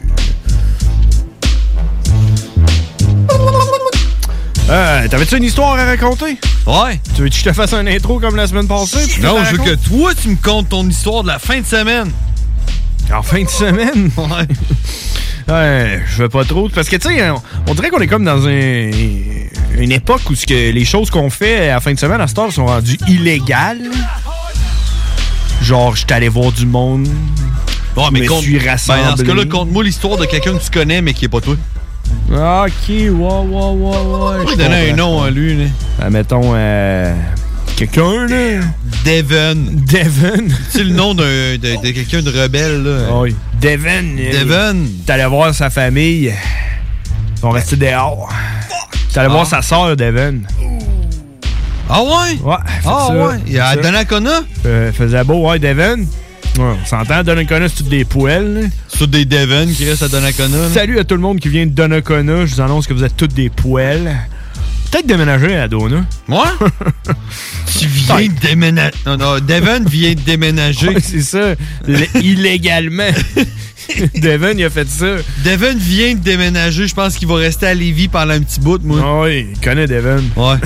T'avais-tu une histoire à raconter? Ouais. Tu veux que je te fasse un intro comme la semaine passée? Non, je veux que toi, tu me contes ton histoire de la fin de semaine. En fin de semaine? Ouais. Ouais, je veux pas trop. Parce que, tu sais, on dirait qu'on est comme dans une époque où les choses qu'on fait à la fin de semaine à cette heure sont rendues illégales. Genre, je suis allé voir du monde. Ouais, mais je me suis rassemblé. Ben, dans ce cas-là, conte-moi l'histoire de quelqu'un que tu connais, mais qui est pas toi. Ok, ouais. Je vais donner un nom à lui, là. Mettons, quelqu'un, là. Devon. C'est le nom de quelqu'un de rebelle, là. Oui. Devon. T'allais voir sa famille. Ils sont restés dehors. T'allais voir sa soeur, Devon. Ah ouais? Ouais. Ouais. Il y a Donnacona? Faisait beau, ouais, Devon. Ouais, on s'entend, Donnacona, c'est toutes des poêles. C'est toutes des Devon qui restent à Donnacona. Salut à tout le monde qui vient de Donnacona. Je vous annonce que vous êtes toutes des poêles. Peut-être déménager à Donna. Moi? Tu viens de déménager. Non, Devon vient de déménager. Ouais, c'est ça. Illégalement. Devon, il a fait ça. Devon vient de déménager. Je pense qu'il va rester à Lévis pendant un petit bout, moi. Ah oui, il connaît Devon. Ouais.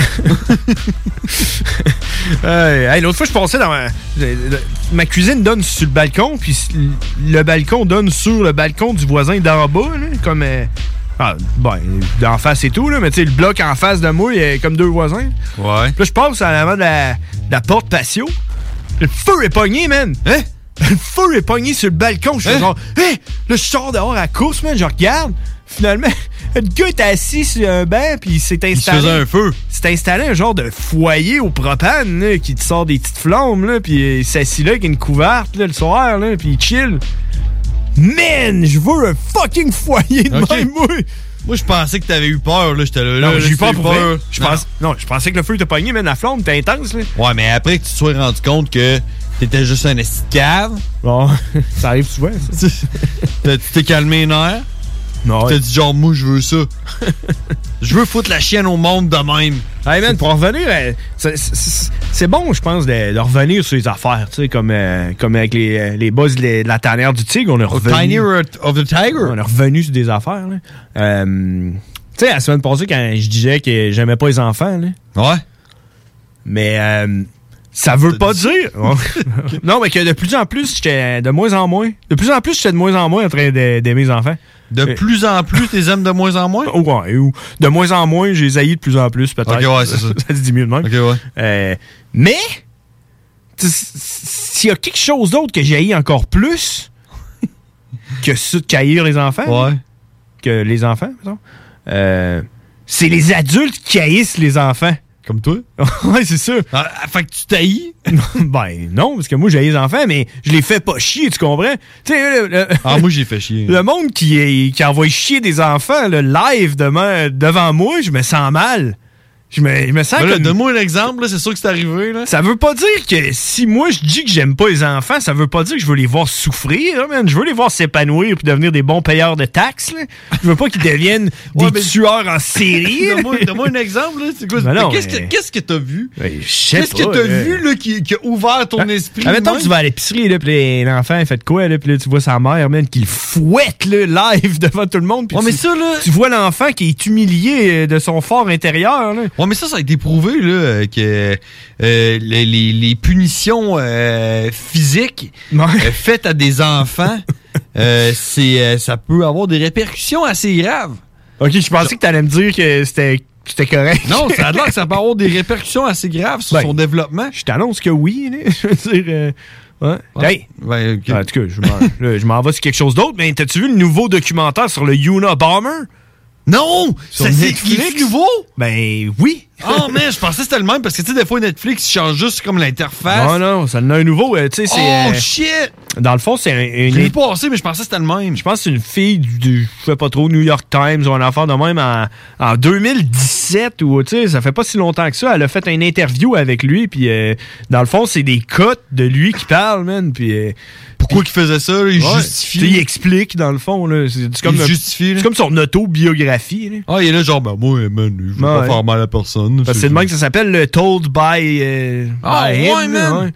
Hey, l'autre fois, je passais dans ma cuisine donne sur le balcon, puis le balcon donne sur le balcon du voisin d'en bas, là, comme... d'en face et tout, là, mais tu sais, le bloc en face de moi, il y a comme deux voisins. Ouais. Puis là, je passe à l'avant de la porte patio. Le feu est pogné, man. Hein? Le feu est pogné sur le balcon. Je fais genre, là, je sors dehors à la course, man. Je regarde. Finalement, le gars était assis sur un banc, puis il s'est installé. Il faisait un feu. Il s'est installé un genre de foyer au propane, là, qui te sort des petites flammes, là, puis il s'assit là avec une couverte, là, le soir, là, puis il chill. Man, je veux un fucking foyer de même, moi. Moi, je pensais que t'avais eu peur, là. J'étais là. Non, j'ai eu peur pour peur. Je pensais que le feu était pogné, mais la flamme était intense, là. Ouais, mais après que tu te sois rendu compte que t'étais juste un esti de cave. Bon, ça arrive souvent, ça. Tu t'es calmé les nerfs. Non. T'as dit genre, moi, je veux ça. Je veux foutre la chienne au monde de même. Hey man, pour revenir, c'est bon, je pense, de revenir sur les affaires, tu sais, comme avec les boss de la tanière du tigre, on est revenu. Tanière of the Tiger? On est revenu sur des affaires, là. Tu sais, la semaine passée, quand je disais que j'aimais pas les enfants, là. Ouais. Mais ça veut pas dire... Non, mais que de plus en plus, j'étais de moins en moins. De plus en plus, j'étais de moins en moins en train d'aimer les enfants. De plus en plus, t'es aimes de moins en moins? Ouais, ou de moins en moins, j'ai haï de plus en plus, peut-être. Ok, ouais, c'est ça. Ça se dit mieux de même. Ok, ouais. Mais, s'il y a quelque chose d'autre que j'ai haï encore plus qu'haïr les enfants, ouais. Que les enfants, c'est les adultes qui haïssent les enfants. Comme toi? Ouais, c'est ça. Fait que tu t'haïs? Ben non, parce que moi, j'ai les enfants, mais je les fais pas chier, tu comprends? Tu sais, moi, j'ai fait chier. Le monde qui envoie chier des enfants live devant moi, je me sens mal. Je me sens comme... Donne-moi un exemple, là, c'est sûr que c'est arrivé. Là. Ça veut pas dire que si moi je dis que j'aime pas les enfants, ça veut pas dire que je veux les voir souffrir, là, man. Je veux les voir s'épanouir puis devenir des bons payeurs de taxes. Là. Je veux pas qu'ils deviennent des tueurs en série. Donne-moi un exemple. Là. C'est quoi? Qu'est-ce que t'as vu? Qu'est-ce que t'as vu là, qui a ouvert ton esprit? Mettons que tu vas à l'épicerie, là, puis l'enfant il fait de quoi, là, puis là, tu vois sa mère, man, qui le fouette là, live devant tout le monde. Mais ça, là... Tu vois l'enfant qui est humilié de son fort intérieur. Là. Ouais, mais ça a été prouvé là, que les punitions physiques faites à des enfants, ça peut avoir des répercussions assez graves. Ok, je pensais que tu allais me dire que c'était correct. Non, ça a l'air que ça peut avoir des répercussions assez graves sur son développement. Je t'annonce que oui. Là. Je veux dire... Ouais. Hey! Okay. En tout cas, je m'en vais sur quelque chose d'autre, mais t'as-tu vu le nouveau documentaire sur le Unabomber? Non! Sur Netflix? C'est nouveau? Ben oui. Oh, man, je pensais que c'était le même parce que, tu sais, des fois, Netflix change juste comme l'interface. Non, ça en a un nouveau. Tu sais, c'est. Oh, shit! Dans le fond, c'est Je l'ai passé, mais je pensais que c'était le même. Je pense que c'est une fille du, je sais pas trop, New York Times ou un affaire de même en 2017 ou, tu sais, ça fait pas si longtemps que ça. Elle a fait une interview avec lui, puis dans le fond, c'est des cuts de lui qui parle, man, puis... Pourquoi qu'il faisait ça? Là? Il justifie. Il explique, dans le fond. Là. C'est comme, c'est comme son autobiographie. Là. Ah, il est là, genre, ben moi, man, je veux pas faire mal à personne. C'est le même que ça s'appelle le Told by him. Ouais, man.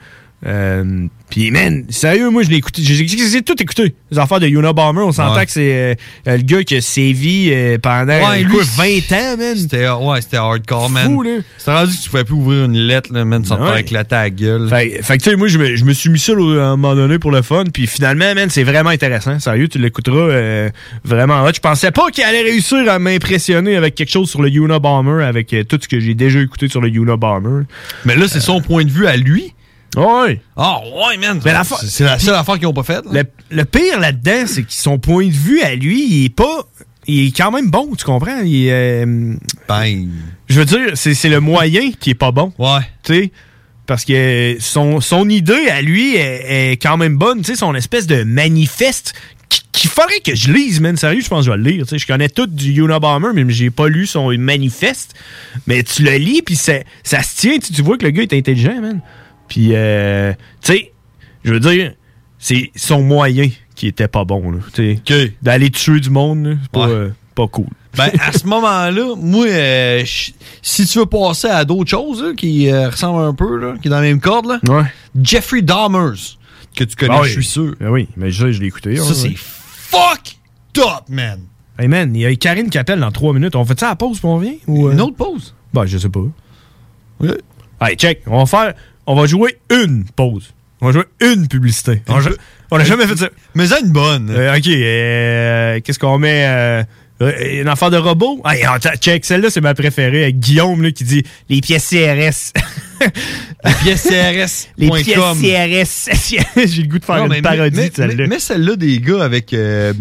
Puis, man, sérieux, moi, je l'ai écouté. J'ai tout écouté. Les affaires de Unabomber, on s'entend que c'est le gars qui a sévi pendant 20 ans, man. C'était hardcore, man. Fou, là. C'était rendu que tu pouvais plus ouvrir une lettre, là, man, sans te faire éclater la gueule. Fait que, tu sais, moi, je me suis mis ça à un moment donné pour le fun. Puis finalement, man, c'est vraiment intéressant. Sérieux, tu l'écouteras vraiment hot. Je pensais pas qu'il allait réussir à m'impressionner avec quelque chose sur le Unabomber, avec tout ce que j'ai déjà écouté sur le Unabomber. Mais là, c'est son point de vue à lui. Ouais. Ah, ouais, man. Mais c'est la seule affaire qu'ils n'ont pas faite. Le pire là-dedans, c'est que son point de vue à lui, il est quand même bon, tu comprends? Je veux dire, c'est le moyen qui est pas bon. Ouais. Tu sais? Parce que son idée à lui est quand même bonne. Tu sais, son espèce de manifeste qu'il faudrait que je lise, man. Sérieux, je pense que je vais le lire. Tu sais, je connais tout du Unabomber, mais j'ai pas lu son manifeste. Mais tu le lis, puis ça se tient. Tu vois que le gars est intelligent, man. Puis, tu sais, je veux dire, c'est son moyen qui était pas bon, là. Tu sais, d'aller tuer du monde, là, c'est pas cool. Ben, à ce moment-là, moi, si tu veux passer à d'autres choses là, qui ressemblent un peu, là, qui est dans la même corde, là, Jeffrey Dahmer, que tu connais, je suis sûr. Ben oui, mais je l'ai écouté. Ça, c'est fucked up, man. Hey, man, il y a Karine qui appelle dans 3 minutes. On fait ça à la pause, puis on revient? Ou, Une autre pause? Ben, je sais pas. Oui. Allez, check. On va jouer une pause. On va jouer une publicité. On n'a jamais fait ça. Mais ça, une bonne. OK. Qu'est-ce qu'on met? Une affaire de robot? Check. Celle-là, c'est ma préférée. Avec Guillaume là, qui dit les pièces CRS. Les pièces CRS. Les pièces CRS. J'ai le goût de faire une parodie de celle-là. Mais celle-là des gars avec le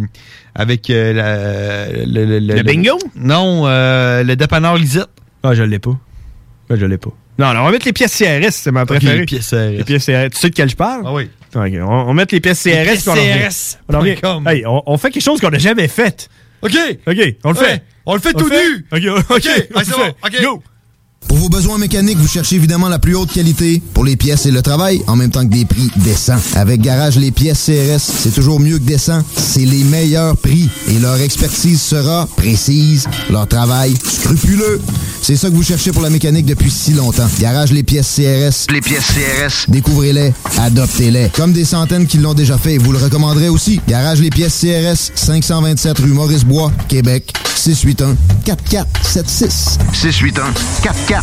bingo? Non, le dépanneur Lisette. Ah, je l'ai pas. Non, on va mettre les pièces CRS, c'est ma préférée. Les pièces CRS. Les pièces CRS. Tu sais de quel je parle? Ah oui. Okay, on va mettre les pièces CRS. Les pièces CRS. Hey, on fait quelque chose qu'on n'a jamais fait. OK, on le fait. On le fait tout nu. OK. C'est bon. OK. Go. Pour vos besoins mécaniques, vous cherchez évidemment la plus haute qualité pour les pièces et le travail, en même temps que des prix décents. Avec Garage Les Pièces CRS, c'est toujours mieux que décent. C'est les meilleurs prix et leur expertise sera précise, leur travail scrupuleux. C'est ça que vous cherchez pour la mécanique depuis si longtemps. Garage Les Pièces CRS. Les pièces CRS. Découvrez-les, adoptez-les. Comme des centaines qui l'ont déjà fait, vous le recommanderez aussi. Garage Les Pièces CRS, 527 rue Maurice-Bois, Québec, 681-4476. 681-4476.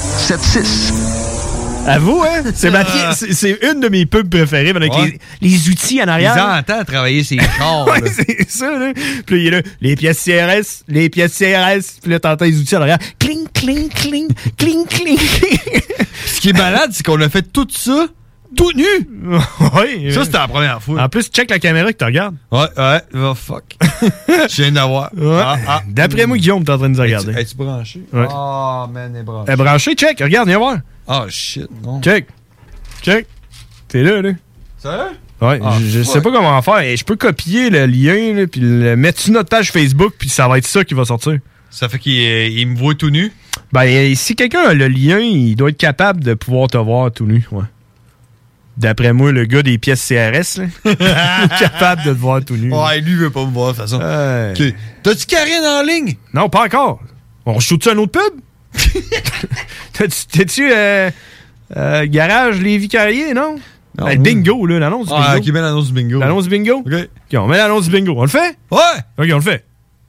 À vous, hein? C'est une de mes pubs préférées, avec les outils en arrière. Ils entendent travailler ses chars. Ouais, c'est ça, là. Puis là, il est là, les pièces CRS. Puis là, t'entends les outils en arrière. Cling, cling, cling, cling, cling. Ce qui est malade, c'est qu'on a fait tout ça tout nu. Oui. Ça, c'était la première fois. En plus, check la caméra que tu regardes. Ouais. Oh, fuck. Je viens d'avoir. D'après moi, Guillaume, t'es en train de nous regarder. Es-tu branché? Ouais. Oh, man, elle est branchée. Elle est branchée, check. Regarde, viens voir. Oh, shit, non. Check. T'es là. Sérieux? Ouais, je sais pas comment faire. Et je peux copier le lien, là, puis le mettre sur notre page Facebook, puis ça va être ça qui va sortir. Ça fait qu'il me voit tout nu? Ben, si quelqu'un a le lien, il doit être capable de pouvoir te voir tout nu, ouais. D'après moi, le gars des pièces CRS, là, il est capable de te voir tout nu. Ouais, lui, il veut pas me voir, de toute façon. Okay. T'as-tu Karine en ligne? Non, pas encore. On shoot-tu un autre pub? T'as-tu Garage Lévis Carrier, non? Le bingo, là, l'annonce du bingo. Ah, qui met l'annonce du bingo. L'annonce du bingo? OK, on met l'annonce du bingo. On le fait? Ouais! OK, on le fait.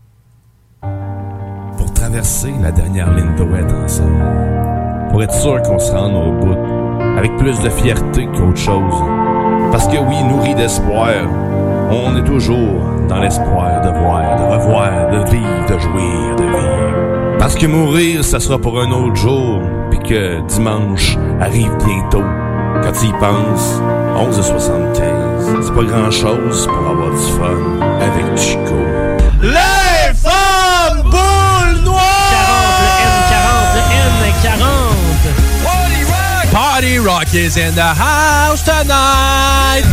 Pour traverser la dernière ligne droite ensemble. Pour être sûr qu'on se rende au bout. Avec plus de fierté qu'autre chose. Parce que oui, nourri d'espoir, on est toujours dans l'espoir de voir, de revoir, de vivre, de jouir, de vivre. Parce que mourir, ça sera pour un autre jour, puis que dimanche arrive bientôt. Quand tu y penses, 11h75, c'est pas grand-chose pour avoir du fun avec Chico. Les femmes boules noires! 40, le N40, le N40. is in the house tonight.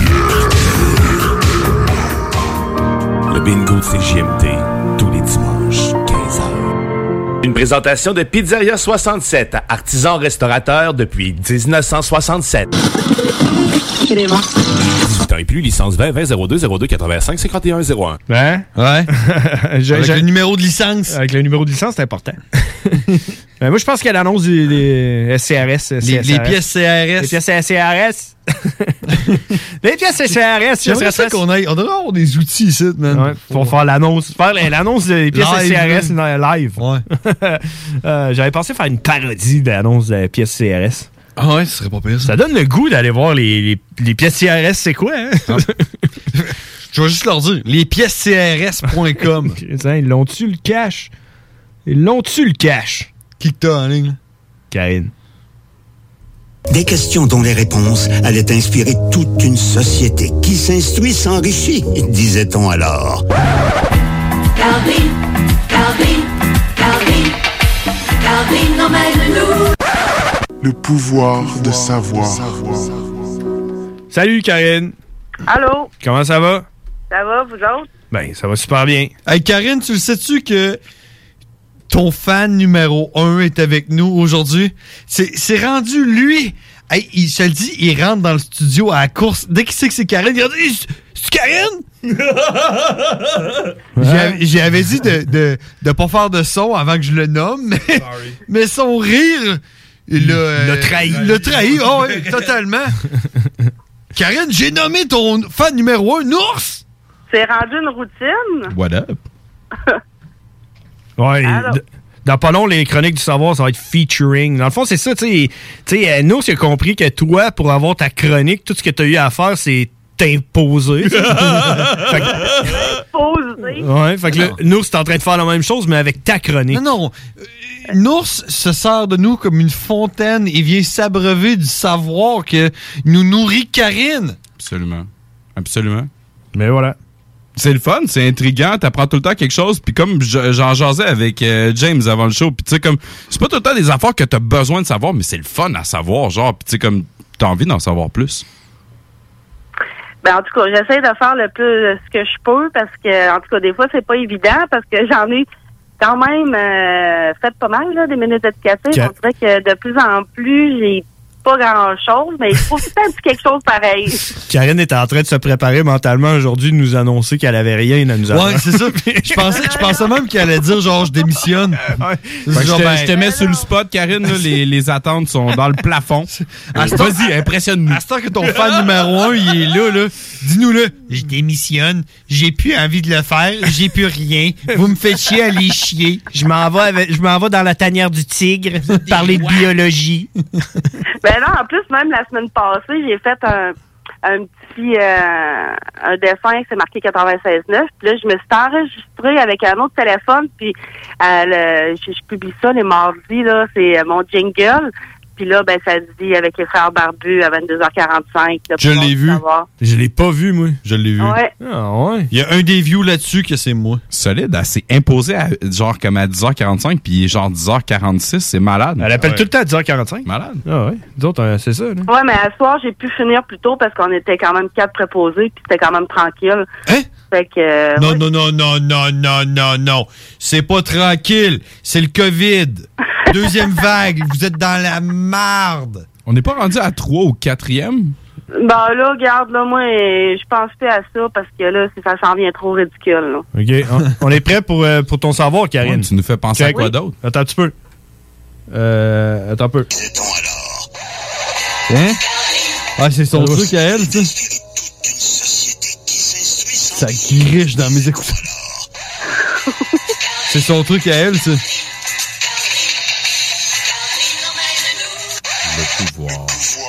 Le bingo de CJMD, tous les dimanches, 15h. Une présentation de Pizzeria 67, artisan restaurateur depuis 1967. 18 ans et plus, licence 20 02 02 85 51 01. Hein? Ouais. Avec le numéro de licence. Avec le numéro de licence, c'est important. Moi, je pense qu'elle annonce des SCRS. Les pièces CRS. Les pièces CRS. Les pièces CRS. J'aimerais ça qu'on aille. On devrait avoir des outils ici, man. Ouais, pour faire l'annonce. Faire l'annonce des pièces CRS live. Ouais. J'avais pensé faire une parodie de l'annonce des pièces CRS. Ah ouais, ce serait pas pire. Ça donne le goût d'aller voir les pièces CRS, c'est quoi, hein? Je vais juste leur dire. Lespiècescrs.com. Ils l'ont-tu le cash? Ils l'ont-tu le cash? Qui que t'as en ligne? Karine. Des questions dont les réponses allaient inspirer toute une société qui s'instruit s'enrichit, disait-on alors. Calvin, Calvin, Calvin, Calvin emmène-nous. Le pouvoir de savoir. Salut Karine. Allô? Comment ça va? Ça va, vous autres? Ben, ça va super bien. Hey Karine, tu le sais-tu que ton fan numéro 1 est avec nous aujourd'hui? C'est rendu lui. Hey, je te le dis, il rentre dans le studio à la course. Dès qu'il sait que c'est Karine, il dit « C'est Karine? » J'avais dit de pas faire de son avant que je le nomme, mais son rire... Le trahi, oh oui, totalement. Karine, j'ai nommé ton fan numéro 1, Nours. C'est rendu une routine? What up? Ouais, dans pas long, les chroniques du savoir, ça va être featuring. Dans le fond, c'est ça, tu sais, Nours, il a compris que toi, pour avoir ta chronique, tout ce que tu as eu à faire, c'est t'imposer. Imposer? Ouais, fait que là, Nours, c'est en train de faire la même chose, mais avec ta chronique. Non. Nours se sert de nous comme une fontaine et vient s'abreuver du savoir que nous nourrit Karine. Absolument. Mais voilà. C'est le fun, c'est intriguant, t'apprends tout le temps quelque chose, puis comme j'en jasais avec James avant le show, puis tu sais, comme, c'est pas tout le temps des affaires que t'as besoin de savoir, mais c'est le fun à savoir, genre, puis tu sais, comme, t'as envie d'en savoir plus. Ben, en tout cas, j'essaie de faire le plus ce que je peux, parce que, en tout cas, des fois, c'est pas évident, parce que j'en ai quand même fait pas mal, là, des minutes éducatives. On dirait que de plus en plus, j'ai pas grand-chose, mais il faut peut-être quelque chose pareil. Karine était en train de se préparer mentalement aujourd'hui de nous annoncer qu'elle avait rien à nous annoncer. Ouais, c'est ça. Je pensais même qu'elle allait dire genre je démissionne. Je te mets sur le spot, Karine, là, les attentes sont dans le plafond. Vas-y, impressionne-nous. À ce temps que ton fan numéro 1, il est là. Dis-nous-le. Je démissionne. J'ai plus envie de le faire. J'ai plus rien. Vous me faites chier à les chier. Je m'en vais dans la tanière du tigre parler de biologie. Ben non, en plus, même la semaine passée, j'ai fait un petit un dessin, c'est marqué 96.9. Puis là, je me suis enregistrée avec un autre téléphone, puis je publie ça les mardis, là, c'est mon jingle. Puis là, ben, ça se dit avec les frères barbus à 22h45. Là, je l'ai vu. Je l'ai pas vu, moi. Je l'ai vu. Ouais. Ah, ouais. Il y a un des views là-dessus que c'est moi. Solide, elle s'est imposée à, genre comme à 10h45, puis genre 10h46, c'est malade. Elle appelle tout le temps à 10h45. Malade. Ah ouais. D'autres, c'est ça. Là. Ouais, mais à ce soir, j'ai pu finir plus tôt parce qu'on était quand même 4 préposés, puis c'était quand même tranquille. Hein? Fait que, Non. C'est pas tranquille. C'est le COVID. Deuxième vague. Vous êtes dans la marde. On n'est pas rendu à 3 ou 4e? Ben là, regarde, là, moi, je pense plus à ça parce que là, ça s'en vient trop ridicule. Là. OK. On est prêt pour ton savoir, Karine. Ouais, tu nous fais penser à quoi d'autre? Attends un petit peu. Attends un peu. Hein? Ah, c'est son truc à elle, tu sais. Ça griche dans mes écouteurs. C'est son truc à elle, tu sais. Le pouvoir.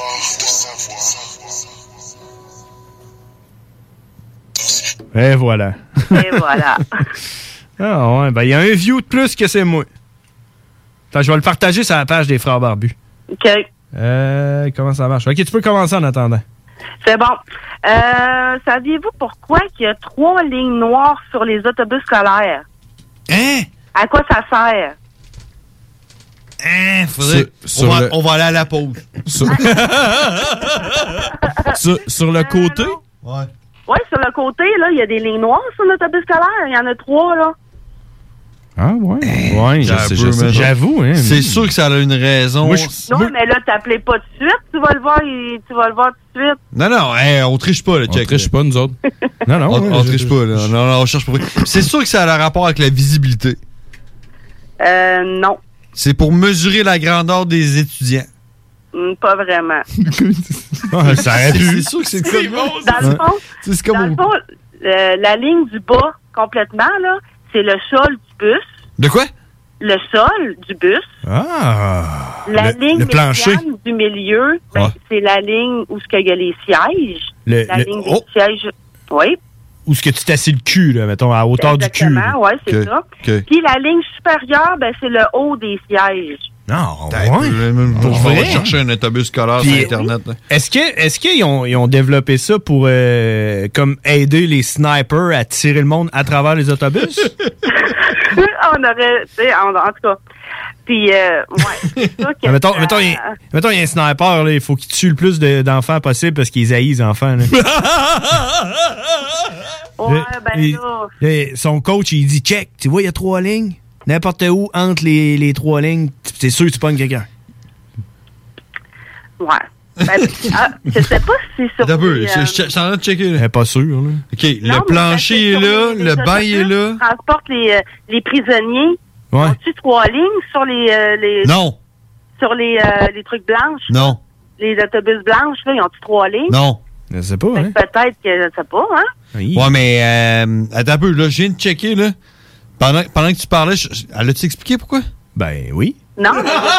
Et voilà. Et voilà. Ah ouais, ben il y a un view de plus que c'est moi. Attends, je vais le partager sur la page des Frères Barbus. OK. Comment ça marche? OK, tu peux commencer en attendant. C'est bon. Saviez-vous pourquoi il y a 3 lignes noires sur les autobus scolaires? Hein? À quoi ça sert? On va aller à la pause. Sur le côté? Ouais. Oui, sur le côté, là, il y a des lignes noires sur l'autobus scolaire. Il y en a 3, là. Ah, ouais. Ouais, j'avoue. Hein, c'est sûr que ça a une raison. Non, mais là, t'appelais pas tout de suite. Tu vas le voir tout de suite. Non, on triche pas, là, check. On triche pas, nous autres. Non, on triche pas, là. Non, on cherche pas. C'est sûr que ça a un rapport avec la visibilité. Non. C'est pour mesurer la grandeur des étudiants. Pas vraiment. Ça aurait pu. C'est sûr que c'est comme Dans le fond, la ligne du bas, complètement, là, c'est le sol du bus. De quoi? Le sol du bus. Ah! La ligne le plancher du milieu, c'est la ligne où il y a les sièges. La ligne des sièges. Oui. Où est-ce que tu t'assis le cul, là, mettons, à hauteur du cul? Exactement, oui, c'est ça. Puis la ligne supérieure, c'est le haut des sièges. Non, on va chercher un autobus scolaire sur Internet. Est-ce qu'ils ont développé ça pour comme aider les snipers à tirer le monde à travers les autobus? On aurait, tu sais, en tout cas. Puis, c'est ça que... mettons, il y a un sniper, là, il faut qu'il tue le plus d'enfants possible parce qu'ils haïssent les enfants. Là. Là, son coach, il dit, check, tu vois, il y a 3 lignes. N'importe où, entre les 3 lignes, c'est sûr que tu pognes quelqu'un. Ouais. Je sais pas si c'est sur... Je suis en train de checker. Elle est pas sûre, là. OK, le plancher est là, le banc est là. Transporte les prisonniers. Ouais. Ont-tu 3 lignes sur les... Non. Sur les trucs blanches? Non. Les autobus blanches, là, ils ont-tu 3 lignes? Non. Je sais pas, hein? Peut-être que je sais pas, hein? Oui. Ouais, mais attends un peu, là, je viens de checker, là. Pendant que tu parlais, elle a-tu expliqué pourquoi? Ben oui. Non.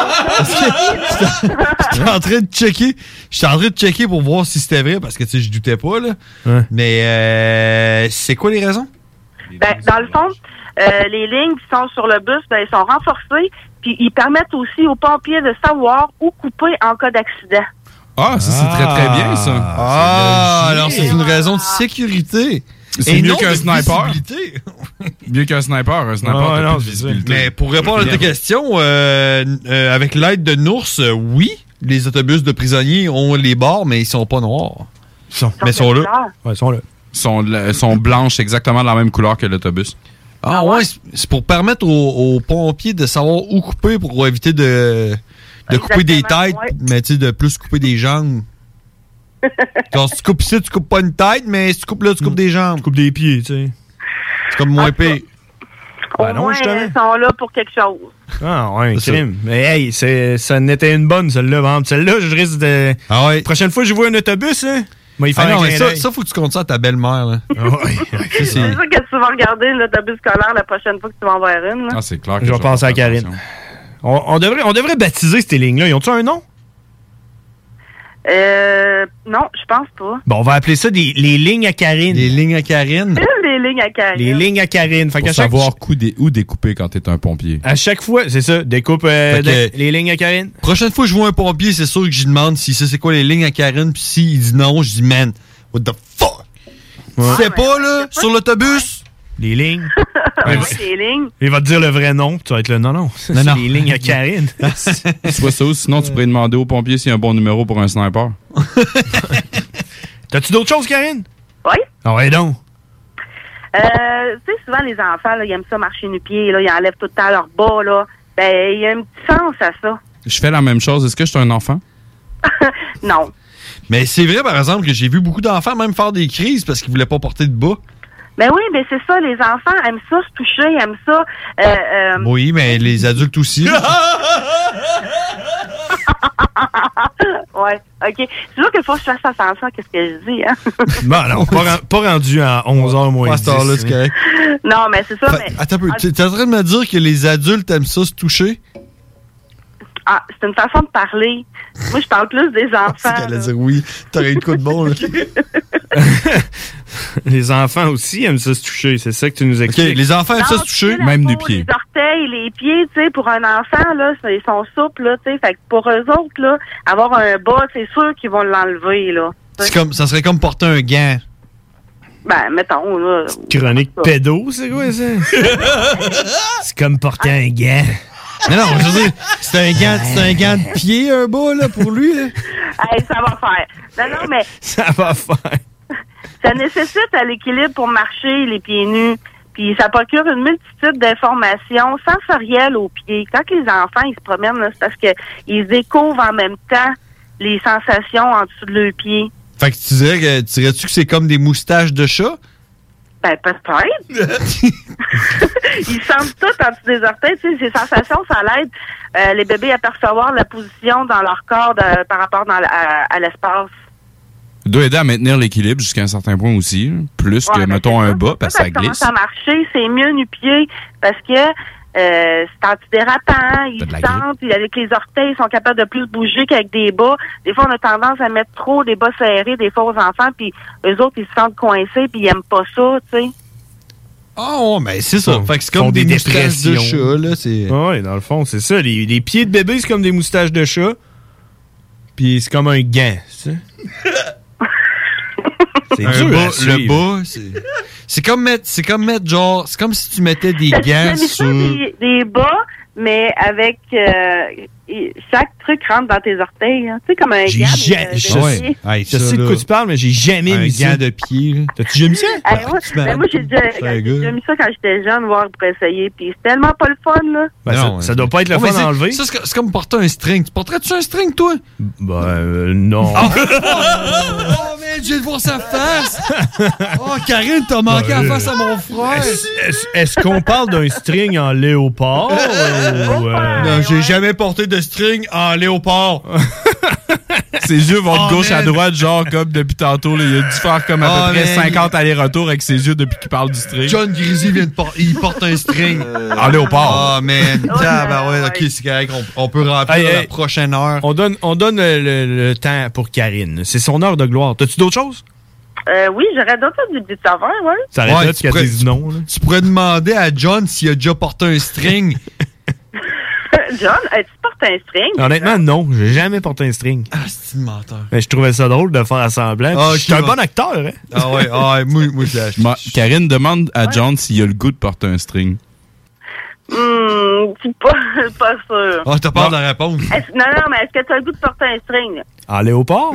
J'étais en train de checker. J'étais en train de checker pour voir si c'était vrai, parce que tu sais, je doutais pas, là. Ouais. Mais c'est quoi les raisons? Dans le fond, les lignes qui sont sur le bus, ils sont renforcées, puis ils permettent aussi aux pompiers de savoir où couper en cas d'accident. Ah, ça, c'est très, très bien, ça. Alors c'est une raison de sécurité. C'est mieux qu'un sniper. Mieux qu'un sniper. Un sniper, t'as plus de visibilité. Mais pour répondre à ta question, avec l'aide de Nours, oui, les autobus de prisonniers ont les bords, mais ils sont pas noirs. Mais ils sont là. Ouais, ils sont là. Ils sont blanches, exactement de la même couleur que l'autobus. Ah ouais, c'est pour permettre aux pompiers de savoir où couper pour éviter de couper des têtes, mais tu sais, de plus couper des jambes. Quand si tu coupes ici, tu coupes pas une tête, mais si tu coupes là, tu coupes des jambes. Tu coupes des pieds, tu sais. C'est comme moins pire. Au moins, ils sont là pour quelque chose. Ah ouais, crime. Mais hey, ça n'était une bonne, celle-là. Celle-là, je risque de... Ah ouais. Prochaine fois que je vois un autobus, hein, il fait non, mais ça, faut que tu comptes ça à ta belle-mère. Là. C'est sûr que tu vas regarder l'autobus scolaire la prochaine fois que tu vas en voir une. Là. Ah, c'est clair que je vais penser à Karine. On devrait baptiser ces lignes-là. Ils ont-tu un nom? Non, je pense pas. Bon, on va appeler ça les lignes à Karine. Les lignes à Karine? Les lignes à Karine. Les lignes à Karine. Faut savoir où découper quand t'es un pompier. À chaque fois, c'est ça, découpe les lignes à Karine. Prochaine fois que je vois un pompier, c'est sûr que j'y demande si c'est quoi les lignes à Karine, puis s'il dit non, je dis man, what the fuck? C'est pas, là, sur l'autobus? Les lignes. Les lignes. Il va te dire le vrai nom, tu vas être là. Non. C'est les lignes à Karine. Soit ça, ou sinon tu pourrais demander au pompier s'il y a un bon numéro pour un sniper. T'as-tu d'autres choses, Karine? Oui. Ah ouais, donc. Tu sais, souvent, les enfants, là, ils aiment ça marcher nu-pieds, là, ils enlèvent tout le temps leur bas, là. Ben, il y a un petit sens à ça. Je fais la même chose. Est-ce que je suis un enfant? Non. Mais c'est vrai, par exemple, que j'ai vu beaucoup d'enfants même faire des crises parce qu'ils voulaient pas porter de bas. Ben oui, mais c'est ça, les enfants aiment ça, se toucher, aiment ça. Oui, mais les adultes aussi. Ouais, OK. C'est sûr qu'il faut que je fasse attention à ce que je dis, hein. Bon, non, pas rendu à 11h moins 10. Là, c'est correct. Non, mais c'est ça. Mais... Attends un peu, t'es en train de me dire que les adultes aiment ça se toucher? Ah, c'est une façon de parler. Moi, je parle plus des enfants. C'est qu'elle allait dire oui. T'aurais eu de coup de bon, là. Les enfants aussi aiment ça se toucher. C'est ça que tu nous expliques. OK, les enfants aiment ça se toucher, même du pied. Les orteils, les pieds, tu sais, pour un enfant, là, ils sont souples, là, tu sais. Fait que pour eux autres, là, avoir un bas, c'est sûr qu'ils vont l'enlever, là. Ça serait comme porter un gant. Ben, mettons, là. Chronique pédo, c'est quoi ça? C'est comme porter un gant. Mais non, je veux dire, c'est un gant de pied, un bas, là, pour lui, là. Hey, ça va faire. Non, mais Ça va faire. ça nécessite à l'équilibre pour marcher les pieds nus. Puis ça procure une multitude d'informations sensorielles aux pieds. Quand les enfants ils se promènent, là, c'est parce qu'ils découvrent en même temps les sensations en dessous de leurs pieds. Fait que tu dirais-tu que c'est comme des moustaches de chat? Ben, peut-être. Ils sentent tout en dessous des orteils. Tu sais, ces sensations, ça l'aide les bébés à percevoir la position dans leur corps par rapport à l'espace. Ça doit aider à maintenir l'équilibre jusqu'à un certain point aussi. Là. Plus que, mettons, un bas, parce que ça glisse. Quand ça marcher, c'est mieux nu-pied parce que c'est antidérapant. Ils sentent, puis avec les orteils, ils sont capables de plus bouger qu'avec des bas. Des fois, on a tendance à mettre trop des bas serrés des fois aux enfants, puis eux autres, ils se sentent coincés, puis ils aiment pas ça, tu sais. Oh, mais c'est ça. Fait que c'est comme des moustaches de chat, là. Oui, dans le fond, c'est ça. Les pieds de bébé, c'est comme des moustaches de chat. Puis c'est comme un gant, tu sais. C'est dur le bas, c'est comme mettre genre, c'est comme si tu mettais des gants sur des bas, mais avec chaque truc rentre dans tes orteils, hein. Tu sais, comme un gant de pied. Je sais de quoi tu parles, mais j'ai jamais mis ça. Un gant de pied. T'as-tu déjà mis ça? Moi, j'ai déjà mis ça quand j'étais jeune, voir pour essayer, puis c'est tellement pas le fun, là. Ben, ça doit pas être le fun à enlever. Ça, c'est comme porter un string. Tu porterais-tu un string, toi? Ben, non. Oh, man, j'ai de voir sa face! Oh, Karine, t'as manqué la face à mon frère! Est-ce qu'on parle d'un string en léopard? Non, j'ai jamais porté de string en léopard. Ses yeux vont de gauche à droite, genre comme depuis tantôt. Là, il a dû faire comme à peu près 50 allers-retours avec ses yeux depuis qu'il parle du string. John Grizzly il porte un string en léopard. Oh man, ok, c'est correct, on peut remplir la prochaine heure. On donne le temps pour Karine. C'est son heure de gloire. T'as-tu d'autres choses? Oui, j'aurais d'autres choses du saveur, ouais. Ça arrête là, tu pourrais dire non. Là. Tu pourrais demander à John s'il a déjà porté un string. John, tu portes un string? Honnêtement, non. J'ai jamais porté un string. Ah, c'est une menteur. Mais je trouvais ça drôle de faire semblant. Je suis un bon acteur, hein? Ah ouais, moi je Karine demande à John s'il a le goût de porter un string. C'est pas sûr. Oh, t'as peur de la réponse. Non, mais est-ce que tu as le goût de porter un string? En léopard?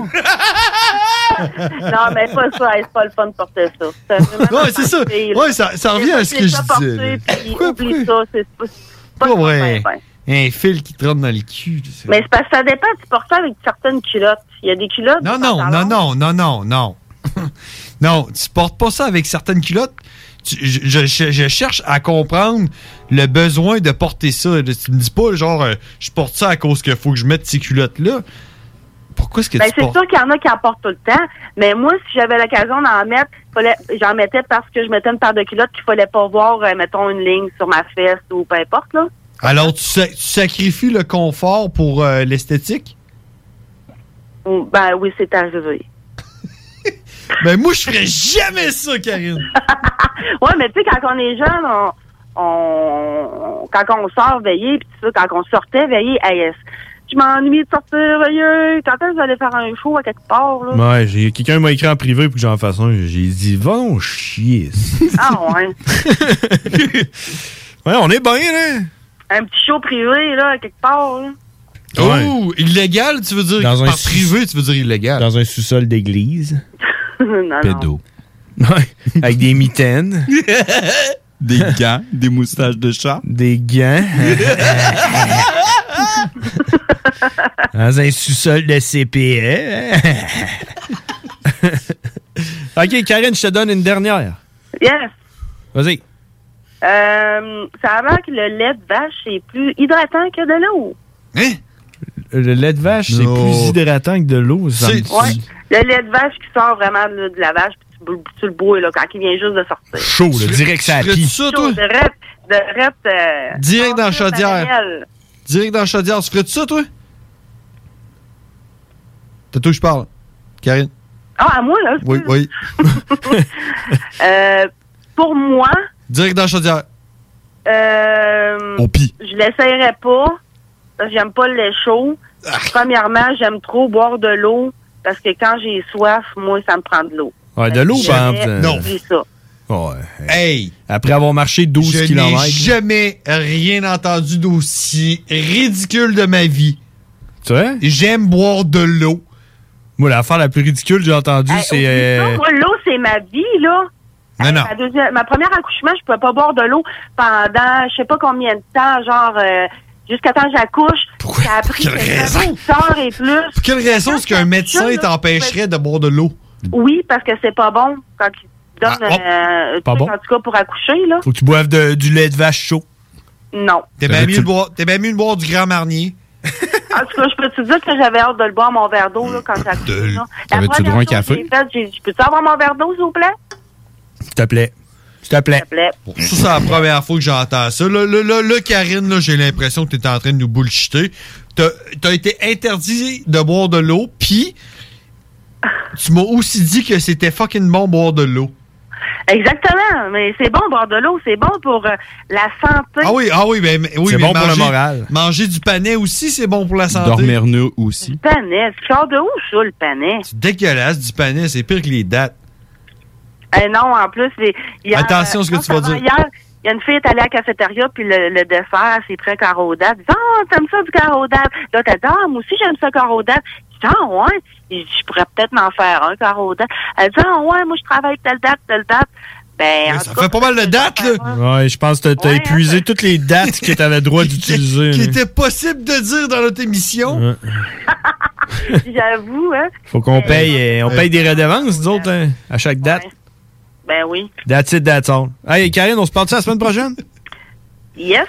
Non, mais pas ça. C'est pas le fun de porter ça. Ouais, c'est ça. Ouais, ça revient à ce que je disais. Oublie ça. C'est pas ouais. Un fil qui te rentre dans le cul. Mais c'est parce que ça dépend. Tu portes ça avec certaines culottes. Il y a des culottes. Non. Non, tu portes pas ça avec certaines culottes. Je cherche à comprendre le besoin de porter ça. Tu me dis pas, genre, je porte ça à cause qu'il faut que je mette ces culottes-là. Pourquoi est-ce que tu portes? C'est sûr qu'il y en a qui en portent tout le temps. Mais moi, si j'avais l'occasion d'en mettre, j'en mettais parce que je mettais une paire de culottes qu'il fallait pas voir, mettons, une ligne sur ma fesse ou peu importe, là. Alors, tu sacrifies le confort pour l'esthétique? Ben oui, c'est arrivé. Ben moi, je ferais jamais ça, Karine! Ouais, mais tu sais, quand on est jeune, quand on sort veiller, puis tout ça, quand on sortait veiller, je m'ennuie de sortir veiller. Quand est-ce que j'allais faire un show à quelque part, là? Ouais, quelqu'un m'a écrit en privé pour que j'en fasse un. J'ai dit, va donc chier. Ah ouais. Ouais, on est bien, là. Un petit show privé, là, à quelque part, là. Oh, illégal, tu veux dire? Par privé, tu veux dire illégal? Dans un sous-sol d'église. Non. Pédo. Ouais, avec des mitaines. Des gants, des moustaches de chat. Des gants. Dans un sous-sol de CPE. OK, Karine, je te donne une dernière. Yes. Vas-y. Ça a l'air que le lait de vache est plus hydratant que de l'eau. Hein? Le lait de vache, c'est plus hydratant que de l'eau. Ouais. Le lait de vache qui sort vraiment de la vache, puis tu le bois là, quand il vient juste de sortir. Chaud, là, direct ça pie. Ça, toi? Direct dans la chaudière. Direct dans la chaudière. Tu ferais-tu ça, toi? T'as tout, je parle. Karine. Ah, à moi, là? Oui. Pour moi... Direct dans la chaudière. Au pis. Je l'essayerais pas, parce que j'aime pas le lait chaud. Premièrement, j'aime trop boire de l'eau, parce que quand j'ai soif, moi, ça me prend de l'eau. Ouais, de l'eau, par exemple. Non. Ça. Ouais. Hey! Après avoir marché 12 Je km. n'ai jamais rien entendu d'aussi ridicule de ma vie. Tu vois? J'aime boire de l'eau. Moi, l'affaire la plus ridicule que j'ai entendue, c'est... Moi, l'eau, c'est ma vie, là. Non. Ma première accouchement, je pouvais pas boire de l'eau pendant je sais pas combien de temps, genre jusqu'à temps que j'accouche. Ça a pris 1 heure et plus. Pour quelle raison est-ce qu'un médecin t'empêcherait de boire de l'eau? Oui, parce que c'est pas bon quand il donne pas bon? en tout cas pour accoucher, là. Faut que tu boives du lait de vache chaud. Non. T'es bien mieux de boire du Grand Marnier. En tout cas, je peux te dire que j'avais hâte de le boire, mon verre d'eau, là, quand j'ai accouché. T'avais-tu droit à un café? Je peux-tu avoir mon verre d'eau, s'il vous plaît? S'il te plaît. S'il te plaît. Ça, c'est la première fois que j'entends ça. Là, Karine, là, j'ai l'impression que t'es en train de nous bullshiter. T'as été interdit de boire de l'eau, puis tu m'as aussi dit que c'était fucking bon boire de l'eau. Exactement, mais c'est bon boire de l'eau, c'est bon pour la santé. Ah oui, c'est bon pour le moral. Manger du panais aussi, c'est bon pour la santé. Dormir nu aussi. Du panais, tu sors de où ça, le panais? C'est dégueulasse, du panais, c'est pire que les dattes. Non, en plus, attention à ce que tu vas dire. Hier, il y a une fille qui est allée à la cafétéria, puis le dessert, c'est prêt carreau date. Elle dit, oh, t'aimes ça du carreau date? Là, t'as dit, ah, moi aussi, j'aime ça carreau date. Je dis, ah, ouais. Je pourrais peut-être m'en faire un carreau date. Elle dit, ah, ouais, moi, je travaille telle date. Ben, ça fait pas mal de dates, là. Ouais, je pense que t'as épuisé toutes les dates que t'avais droit d'utiliser. Qui était possible de dire dans notre émission. J'avoue, hein. Faut qu'on paye, on paye des redevances, nous autres, hein, à chaque date. Ben oui. That's it, that's all. Hey, Karine, on se parle ça la semaine prochaine? Yes.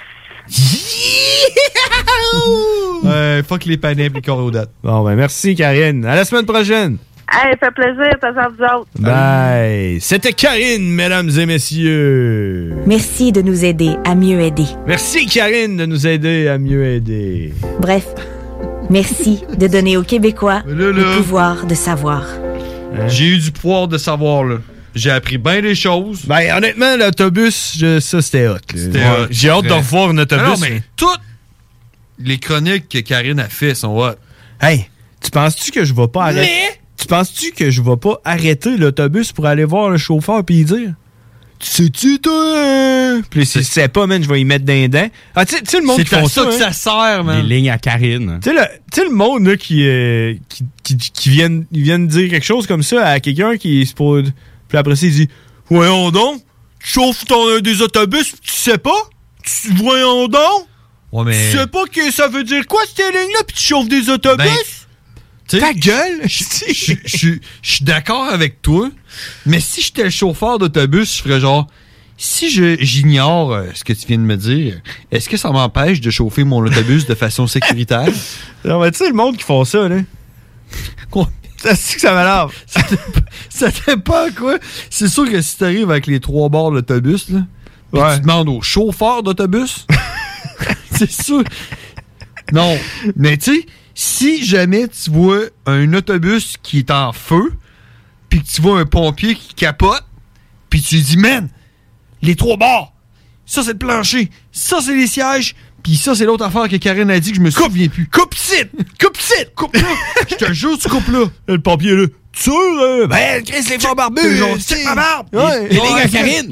Fuck les panais et les corrodates. Bon, ben merci, Karine. À la semaine prochaine. Hey, fait plaisir, ça sent vous autres. Bye. C'était Karine, mesdames et messieurs. Merci de nous aider à mieux aider. Merci, Karine, de nous aider à mieux aider. Bref, merci de donner aux Québécois le pouvoir de savoir. Hein? J'ai eu du pouvoir de savoir, là. J'ai appris bien des choses. Ben, honnêtement, l'autobus, ça, c'était hot. J'ai hâte de revoir un autobus. Non, mais toutes les chroniques que Karine a fait sont hot. Hey, tu penses-tu que je vais pas arrêter? Tu penses-tu que je vais pas arrêter l'autobus pour aller voir le chauffeur pis y dire? Tu sais-tu, toi? Puis si tu sais pas, man, je vais y mettre d'un dent. Ah, tu sais, le monde qui font ça. C'est ça que ça sert, man. Les lignes à Karine. Tu sais, le monde, là, qui viennent dire quelque chose comme ça à quelqu'un qui se pose. Puis après ça, il dit, voyons donc, tu chauffes des autobus pis tu sais pas? Voyons donc! Ouais, mais... Tu sais pas que ça veut dire quoi, cette ligne-là, pis tu chauffes des autobus? Ta gueule! Je suis d'accord avec toi, mais si j'étais le chauffeur d'autobus, je ferais genre, si j'ignore ce que tu viens de me dire, est-ce que ça m'empêche de chauffer mon autobus de façon sécuritaire? Non, mais tu sais, le monde qui font ça, là. Quoi? C'est que ça m'énerve. Ça dépend, quoi? C'est sûr que si t'arrives avec les 3 bords de l'autobus, là, pis tu demandes au chauffeur d'autobus, c'est sûr. Non, mais tu sais, si jamais tu vois un autobus qui est en feu, puis que tu vois un pompier qui capote, puis tu lui dis, man, les 3 bords, ça c'est le plancher, ça c'est les sièges, puis ça c'est l'autre affaire que Karine a dit que je me souviens plus. Coupe-site! Coupe-là! Je te jure, tu coupes là. Le pompier là, tu sûr? Ben, Chris, les forts barbus! C'est ma barbe! Ouais, les lignes à Karine!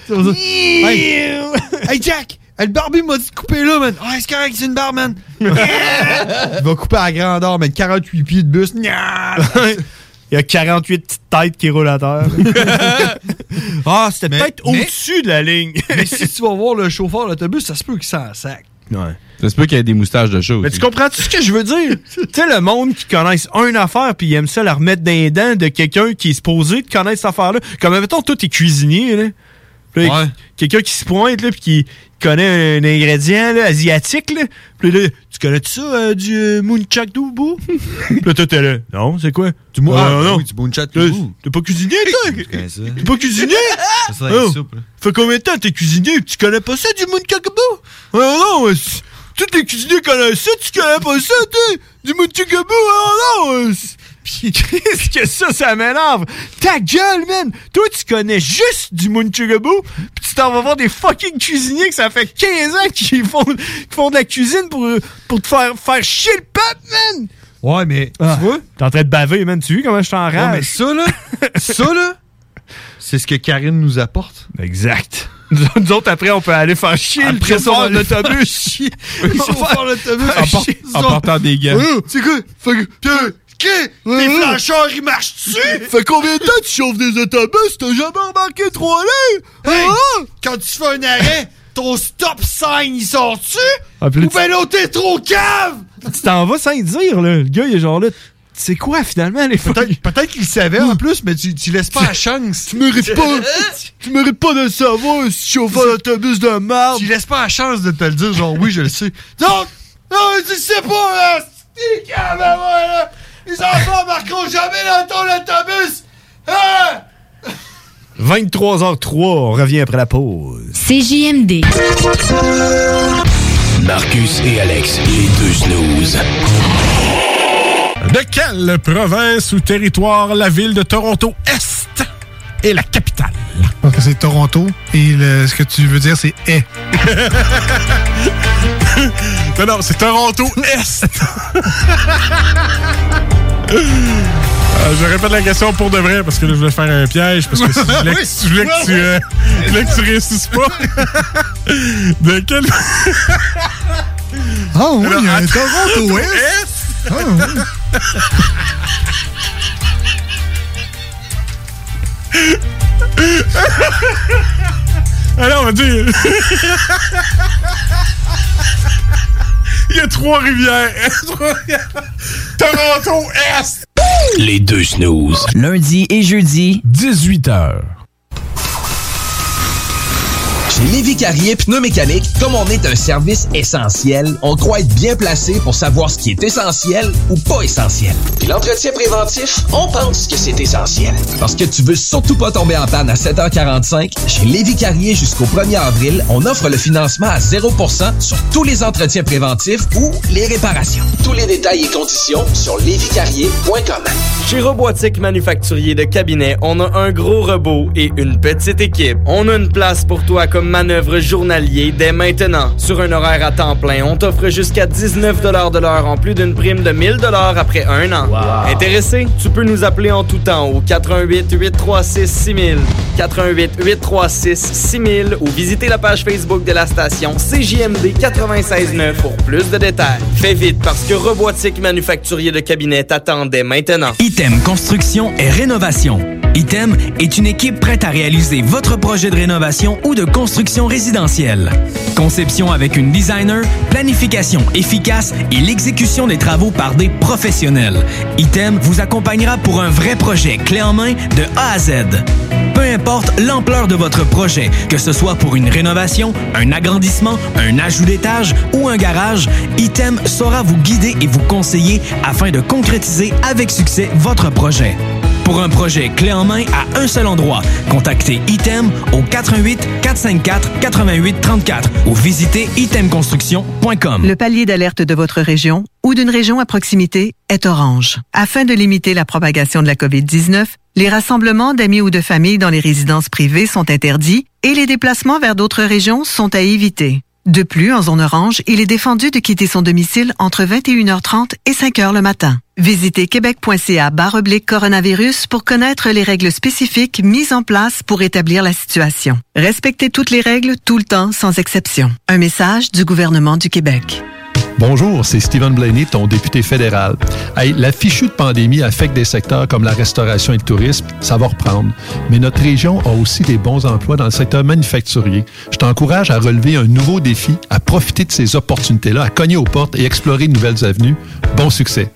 Hey Jack! Le barbu m'a dit de couper là, man. Ah, c'est correct, c'est une barbe, man. Il va couper à la grandeur, man. 48 pieds de bus. Il y a 48 petites têtes qui roulent à terre. Ah, c'était peut-être au-dessus de la ligne. Mais si tu vas voir le chauffeur de l'autobus, ça se peut qu'il s'en sac. Ouais. Ça se peut qu'il y ait des moustaches de choses. Mais tu comprends-tu ce que je veux dire? Tu sais, le monde qui connaisse une affaire puis il aime ça la remettre dans les dents de quelqu'un qui est supposé de connaître cette affaire-là. Comme, mettons, toi, t'es cuisinier, là. Puis, quelqu'un qui se pointe, là, puis qui connaît un ingrédient là, asiatique, là. Puis là, tu connais-tu ça, du Munchak Dubu? Puis là, toi, t'es là. Non, c'est quoi? Du Munchak Dubu. T'es pas cuisinier, toi? T'es pas cuisinier? Ça serait une soupe, là. Fait combien de temps t'es cuisinier? Tu connais pas ça, du Munchak Dubu? Non, tous les cuisiniers connaissent ça, tu connais pas ça, toi? Du Munchak Dubu? Non! Pis qu'est-ce que ça m'énerve? Ta gueule, man! Toi, tu connais juste du Munchagabu, pis tu t'en vas voir des fucking cuisiniers que ça fait 15 ans qui font de la cuisine pour te faire chier le peuple, man! Ouais, mais tu vois? T'es en train de baver, man. Tu vois comment je t'en rage? Ouais, mais ça, là, c'est ce que Karine nous apporte. Exact. Nous autres, après, on peut aller faire chier après le chauffeur d'autobus. Le chauffeur d'autobus. En portant des gants. C'est quoi? Tes flancheurs, ils marchent-tu? Fait combien de temps tu chauffes des autobus? T'as jamais remarqué 3 lignes? Hey, quand tu fais un arrêt, ton stop sign, il sort-tu? Ou ben l'autre, t'es trop cave? Tu t'en vas sans y dire, là. Le gars, il est genre là. C'est quoi, finalement, les Peut-être qu'il le savait, en plus, mais tu laisses pas la chance. Tu mérites pas de le savoir, si chauffeur d'autobus de merde. Tu laisses pas la chance de te le dire, genre, oui, je le sais. Non, tu le sais pas, là. C'est cave, là. Les enfants marqueront jamais dans ton autobus. Ah! 23h03, on revient après la pause. CJMD. Marcus et Alex, les deux snooze. De quelle province ou territoire la ville de Toronto-Est est la capitale? Donc c'est Toronto et ce que tu veux dire c'est est. Non, c'est Toronto-Est. Je répète la question pour de vrai parce que là, je voulais faire un piège parce que si je voulais que tu réussisses pas. De quelle... Ah oui, il y a un Toronto-Est. Ah oui. Alors, on va dire... Il y a Trois-Rivières. Toronto-Est. Les deux snooze. Lundi et jeudi, 18h. Chez Lévis Carrier Pneumécanique, comme on est un service essentiel, on croit être bien placé pour savoir ce qui est essentiel ou pas essentiel. Puis l'entretien préventif, on pense que c'est essentiel. Parce que tu veux surtout pas tomber en panne à 7h45, chez Lévis Carrier jusqu'au 1er avril, on offre le financement à 0% sur tous les entretiens préventifs ou les réparations. Tous les détails et conditions sur léviscarrier.com. Chez Robotique Manufacturier de Cabinet, on a un gros robot et une petite équipe. On a une place pour toi comme manœuvre journalier dès maintenant. Sur un horaire à temps plein, on t'offre jusqu'à 19 $ de l'heure en plus d'une prime de 1 000 $ après 1 an. Wow. Intéressé? Tu peux nous appeler en tout temps au 88 836 6000, 88 836 6000 ou visiter la page Facebook de la station CJMD 96.9 pour plus de détails. Fais vite parce que Robotique Manufacturier de Cabinet t'attend dès maintenant. Item Construction et Rénovation. Item est une équipe prête à réaliser votre projet de rénovation ou de construction résidentielle. Conception avec une designer, planification efficace et l'exécution des travaux par des professionnels. Item vous accompagnera pour un vrai projet clé en main de A à Z. Peu importe l'ampleur de votre projet, que ce soit pour une rénovation, un agrandissement, un ajout d'étage ou un garage, Item saura vous guider et vous conseiller afin de concrétiser avec succès votre projet. Pour un projet clé en main à un seul endroit, contactez Item au 88 454 88 34 ou visitez itemconstruction.com. Le palier d'alerte de votre région ou d'une région à proximité est orange. Afin de limiter la propagation de la COVID-19, les rassemblements d'amis ou de familles dans les résidences privées sont interdits et les déplacements vers d'autres régions sont à éviter. De plus, en zone orange, il est défendu de quitter son domicile entre 21h30 et 5h le matin. Visitez québec.ca/coronavirus pour connaître les règles spécifiques mises en place pour établir la situation. Respectez toutes les règles tout le temps, sans exception. Un message du gouvernement du Québec. Bonjour, c'est Stephen Blaney, ton député fédéral. Hey, la fichue de pandémie affecte des secteurs comme la restauration et le tourisme, ça va reprendre. Mais notre région a aussi des bons emplois dans le secteur manufacturier. Je t'encourage à relever un nouveau défi, à profiter de ces opportunités-là, à cogner aux portes et explorer de nouvelles avenues. Bon succès!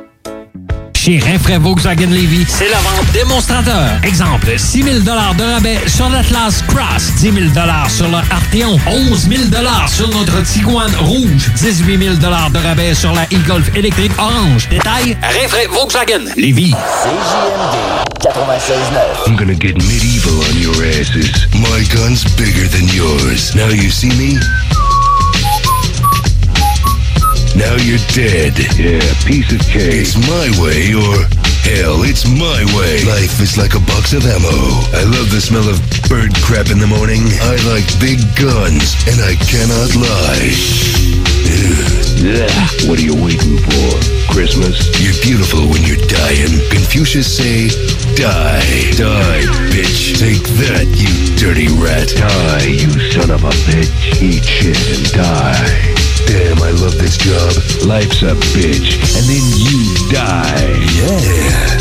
Chez Rinfraie Volkswagen Lévis, c'est la vente démonstrateur. Exemple, 6 000 $ de rabais sur l'Atlas Cross, 10 000 $ sur le Arteon, 11 000 $, sur notre Tiguan Rouge, 18 000 $ de rabais sur la e-Golf électrique orange. Détail, Rinfraie Volkswagen Lévis. CJMD 96.9. I'm gonna get medieval on your asses. My gun's bigger than yours. Now you see me? Now you're dead. Yeah, piece of cake. It's my way or hell, it's my way. Life is like a box of ammo. I love the smell of bird crap in the morning. I like big guns, and I cannot lie. Ugh, what are you waiting for? Christmas? You're beautiful when you're dying. Confucius say, die. Die, bitch. Take that, you dirty rat. Die, you son of a bitch. Eat shit and die. Damn, I love this job. Life's a bitch. And then you die. Yeah.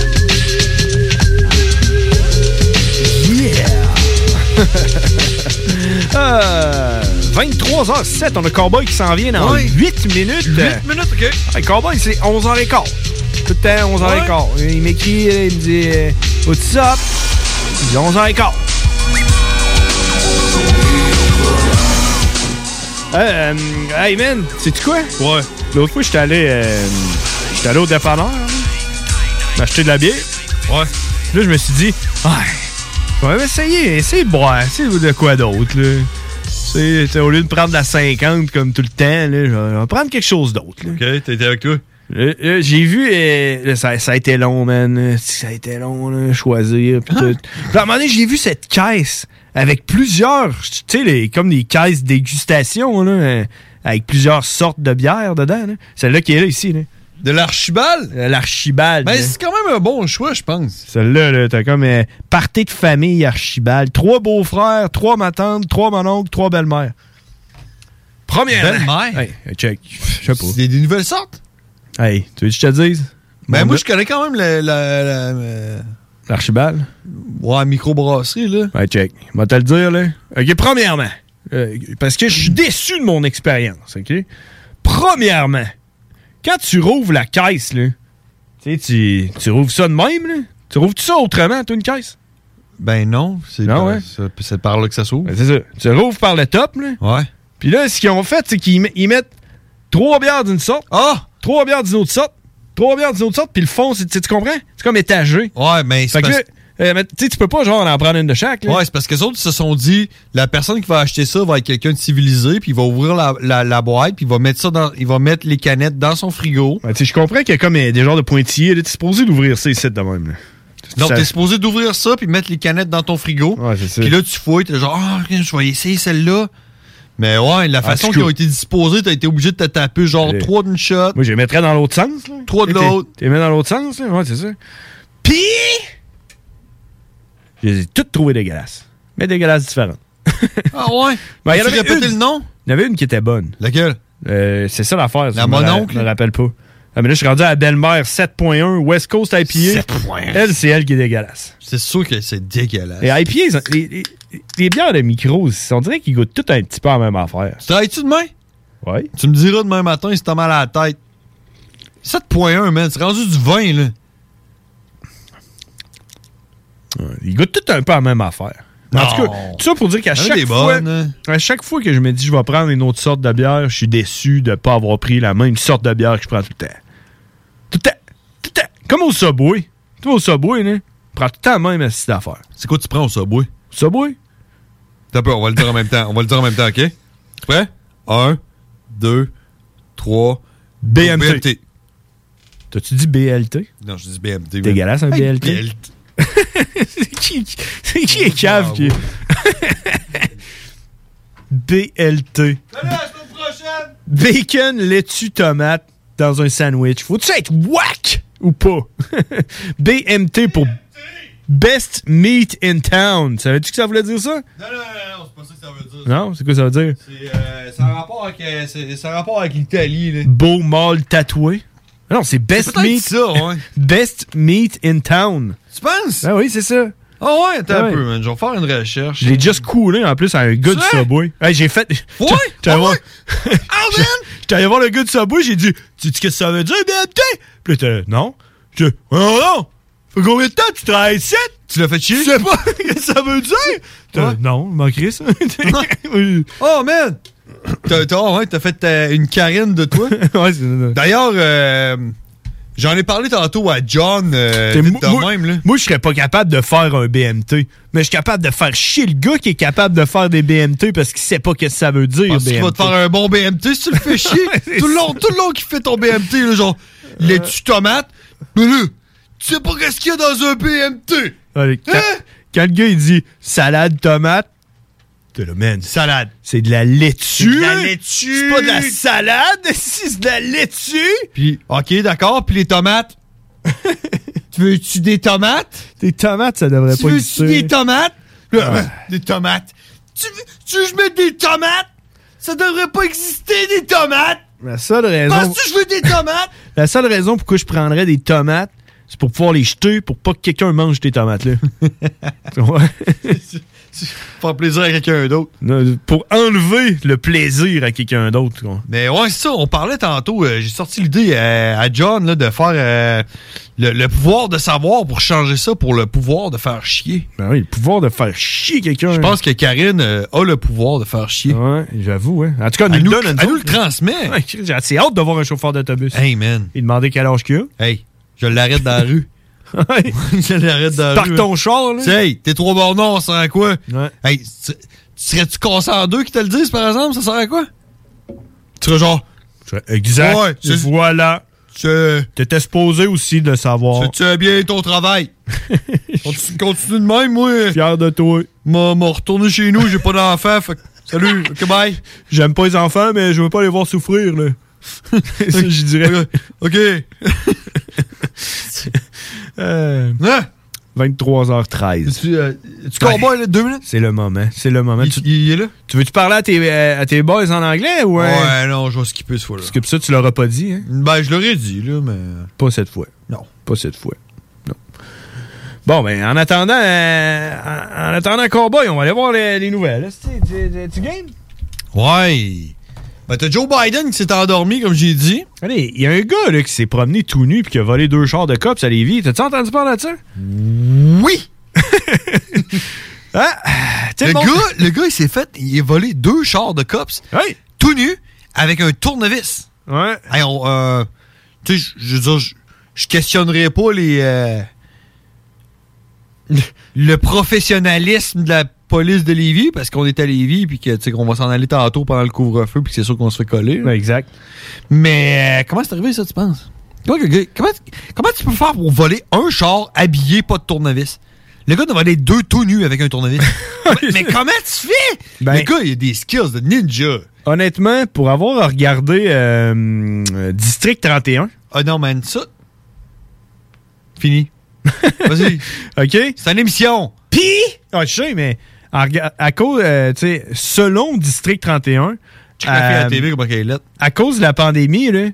Yeah! 23h07, on a Cowboy qui s'en vient dans 8 minutes. 8 minutes, OK. Hey, Cowboy, c'est 11h15. Tout le temps, 11h15. Il m'écrit, il me dit what's up? Il dit 11h15. Hey man, sais-tu quoi? Ouais. L'autre fois, j'étais allé au dépanneur m'acheter de la bière. Ouais. Là, je me suis dit, on va essayer de boire, essayer de quoi d'autre, là. Au lieu de prendre la 50 comme tout le temps, là, je vais prendre quelque chose d'autre. OK, t'as été avec toi? J'ai vu, ça a été long, man. Ça a été long, là, choisir. Puis tout. Puis à un moment donné, j'ai vu cette caisse avec plusieurs, tu sais, comme des caisses dégustation, là, avec plusieurs sortes de bières dedans. Là. Celle-là qui est là, ici. Là. De l'Archibald? L'Archibald. Ben, c'est quand même un bon choix, je pense. Celle-là, là, t'as comme party de famille Archibald. 3 beaux-frères, 3 matantes, 3 mononcles, 3 belles-mères. Première. Belle-mère? Hey, check. Je sais pas. C'est des nouvelles sortes? Hey, tu veux que je te dise? Ben, moi, je connais quand même l'Archibald? Ouais, microbrasserie, là. Ouais, check. Je vais te le dire, là. OK, premièrement, parce que je suis déçu de mon expérience, OK? Premièrement, quand tu rouvres la caisse, là, tu rouvres ça de même, là? Tu rouvres ça autrement, toi, une caisse? Ben non, c'est par là que ça s'ouvre. Ben, c'est ça. Tu rouvres par le top, là. Ouais. Puis là, ce qu'ils ont fait, c'est qu'ils mettent 3 bières d'une sorte. 3 bières d'une autre sorte. 3 bières d'une autre sorte, puis le fond, tu comprends? C'est comme étagé. Ouais, mais c'est parce que tu peux pas genre en prendre une de chaque. Là. Ouais, c'est parce que les autres se sont dit, la personne qui va acheter ça va être quelqu'un de civilisé, puis il va ouvrir la boîte, puis il va mettre les canettes dans son frigo. Ouais, je comprends qu'il y a comme des genres de pointillés. T'es supposé d'ouvrir ça ici de même. Là. Donc, t'es supposé d'ouvrir ça, puis mettre les canettes dans ton frigo. Ouais, c'est ça. Puis là, tu fouilles, t'es genre, je vais essayer celle-là. Mais ouais, la façon qu'ils ont été disposés, t'as été obligé de te taper genre 3 d'une shot. Moi, je les mettrais dans l'autre sens. 3 de l'autre. Tu les mets dans l'autre sens, là? Ouais, c'est ça. Pis je les ai toutes trouvées dégueulasses. Mais dégueulasses différentes. Ah ouais? Ben, tu répéter le nom? Il y en avait une qui était bonne. Laquelle? C'est ça l'affaire. La mononcle? Je me rappelle pas. Ah, mais là, je suis rendu à la Belle-Mère 7.1, West Coast IPA. 7.1. Elle, c'est elle qui est dégueulasse. C'est sûr que c'est dégueulasse. Les IPA, les bières de micro, on dirait qu'ils goûtent tout un petit peu la même affaire. Tu travailles-tu demain? Oui. Tu me diras demain matin si t'as mal à la tête. 7.1, man. C'est rendu du vin, là. Ils goûtent tout un peu la même affaire. En tout cas, tout ça pour dire qu'à chaque fois que je me dis je vais prendre une autre sorte de bière, je suis déçu de ne pas avoir pris la même sorte de bière que je prends tout le temps. Tout le temps. Comme au Subway. Tu vois, au Subway, là, prends tout le temps la même astuce d'affaires. C'est quoi tu prends au Subway? Subway? T'as peur, on va le dire en même temps. OK? Tu prêt? 1, 2, 3. BMT. T'as-tu dit BLT? Non, je dis BMT. Dégueulasse, un BLT. C'est qui est cave qui BLT. Bacon, laitue, tomate dans un sandwich. Faut-tu être whack ou pas? BMT pour Best Meat in Town. Savais-tu que ça voulait dire ça? Non, c'est pas ça que ça veut dire. Non, c'est quoi ça veut dire? C'est un rapport avec l'Italie, là. Beau mâle tatoué. Non, c'est Best Meat. Ça, ouais. Best Meat in Town. Tu penses? Ah oui, c'est ça. Ah ouais, attends un peu, man. Je vais faire une recherche. Je l'ai juste coulé en plus à un gars du Subway. Hey, j'ai fait. Ouais? Ah man! J'étais allé voir le gars du Subway, j'ai dit, tu sais ce que ça veut dire, BMT? Puis là, non. Je dis, non. Fait combien de temps tu travailles ici? Tu l'as fait chier? Je sais pas ce que ça veut dire. Non, il manquerait ça. Oh, man! T'as fait une carine de toi? Ouais, c'est D'ailleurs, j'en ai parlé tantôt à John. Moi, je serais pas capable de faire un BMT. Mais je suis capable de faire chier le gars qui est capable de faire des BMT parce qu'il sait pas ce que ça veut dire. Parce qu'il va te faire un bon BMT si tu le fais chier. tout le long qu'il fait ton BMT, là, genre, laitue tomate. Mais là, tu sais pas qu'est-ce qu'il y a dans un BMT. Allez, quand le gars il dit salade tomate, T'es là, man. Salade. C'est de la laitue. C'est de la laitue. C'est pas de la salade, c'est de la laitue. Puis, OK, d'accord. Puis les tomates. Tu veux-tu des tomates? Des tomates, ça devrait pas exister. Tu veux-tu des tomates? Des tomates. Tu veux que je mette des tomates? Ça devrait pas exister, des tomates. La seule raison... Penses-tu que je veux des tomates? La seule raison pourquoi je prendrais des tomates, c'est pour pouvoir les jeter, pour pas que quelqu'un mange tes tomates, là. Faire plaisir à quelqu'un d'autre. Pour enlever le plaisir à quelqu'un d'autre. Quoi. Mais ouais, c'est ça. On parlait tantôt. J'ai sorti l'idée à John là, de faire le pouvoir de savoir pour changer ça pour le pouvoir de faire chier. Ben oui, le pouvoir de faire chier quelqu'un. Je pense que Karine a le pouvoir de faire chier. Ouais, j'avoue. Hein. En tout cas, elle nous le transmet. Ouais, j'ai assez hâte de voir un chauffeur d'autobus. Hey, man. Il demandait quel âge qu'il a. Hey, je l'arrête dans la rue. Je l'arrête dans la rue. Par ton char, là. Hey, t'es trop bon non, ça sert à quoi? Ouais. Hey, serais-tu cassé en deux qui te le disent, par exemple? Ça sert à quoi? Tu serais genre... Exact. Ouais, voilà. T'étais supposé aussi de le savoir. Fais-tu bien ton travail? Continue de même, moi. Fier de toi. M'a retourné chez nous, j'ai pas d'enfants. Fait... Salut, ok, bye. J'aime pas les enfants, mais je veux pas les voir souffrir, là. Ça, je dirais. OK. 23h13. Tu combats, là, 2 minutes? C'est le moment. C'est le moment. Il est là? Tu veux-tu parler à tes boys en anglais ou... Ouais, non, je vais skipper ce fois-là. Skip ça, tu l'auras pas dit, hein? Ben, je l'aurais dit, là, mais... Pas cette fois. Non. Pas cette fois. Non. Bon, ben, en attendant Cowboy, on va aller voir les nouvelles. Tu game? Ouais. Ben, t'as Joe Biden qui s'est endormi, comme j'ai dit. Allez, il y a un gars là, qui s'est promené tout nu puis qui a volé 2 chars de cops à Lévis. T'as-tu entendu parler de ça? Oui! Hein? Le gars, il a volé 2 chars de cops tout nu avec un tournevis. Ouais. Hey, tu sais, je veux dire, je questionnerai pas le professionnalisme de la police de Lévis, parce qu'on est à Lévis puis que, tu sais, qu'on va s'en aller tantôt pendant le couvre-feu puis que c'est sûr qu'on se fait coller. Ouais, exact. Mais comment c'est arrivé ça, tu penses? Comment tu peux faire pour voler un char habillé, pas de tournevis? Le gars doit voler 2 tout nus avec un tournevis. mais comment tu fais? Ben, le gars, il a des skills de ninja. Honnêtement, pour avoir regardé District 31... Ah non, man, ça... Fini. Vas-y. OK? C'est une émission. Pis... Ah, je sais, mais à cause... tu sais, selon District 31... Check la fille à la TV, comment qu'elle est là. À cause de la pandémie, là,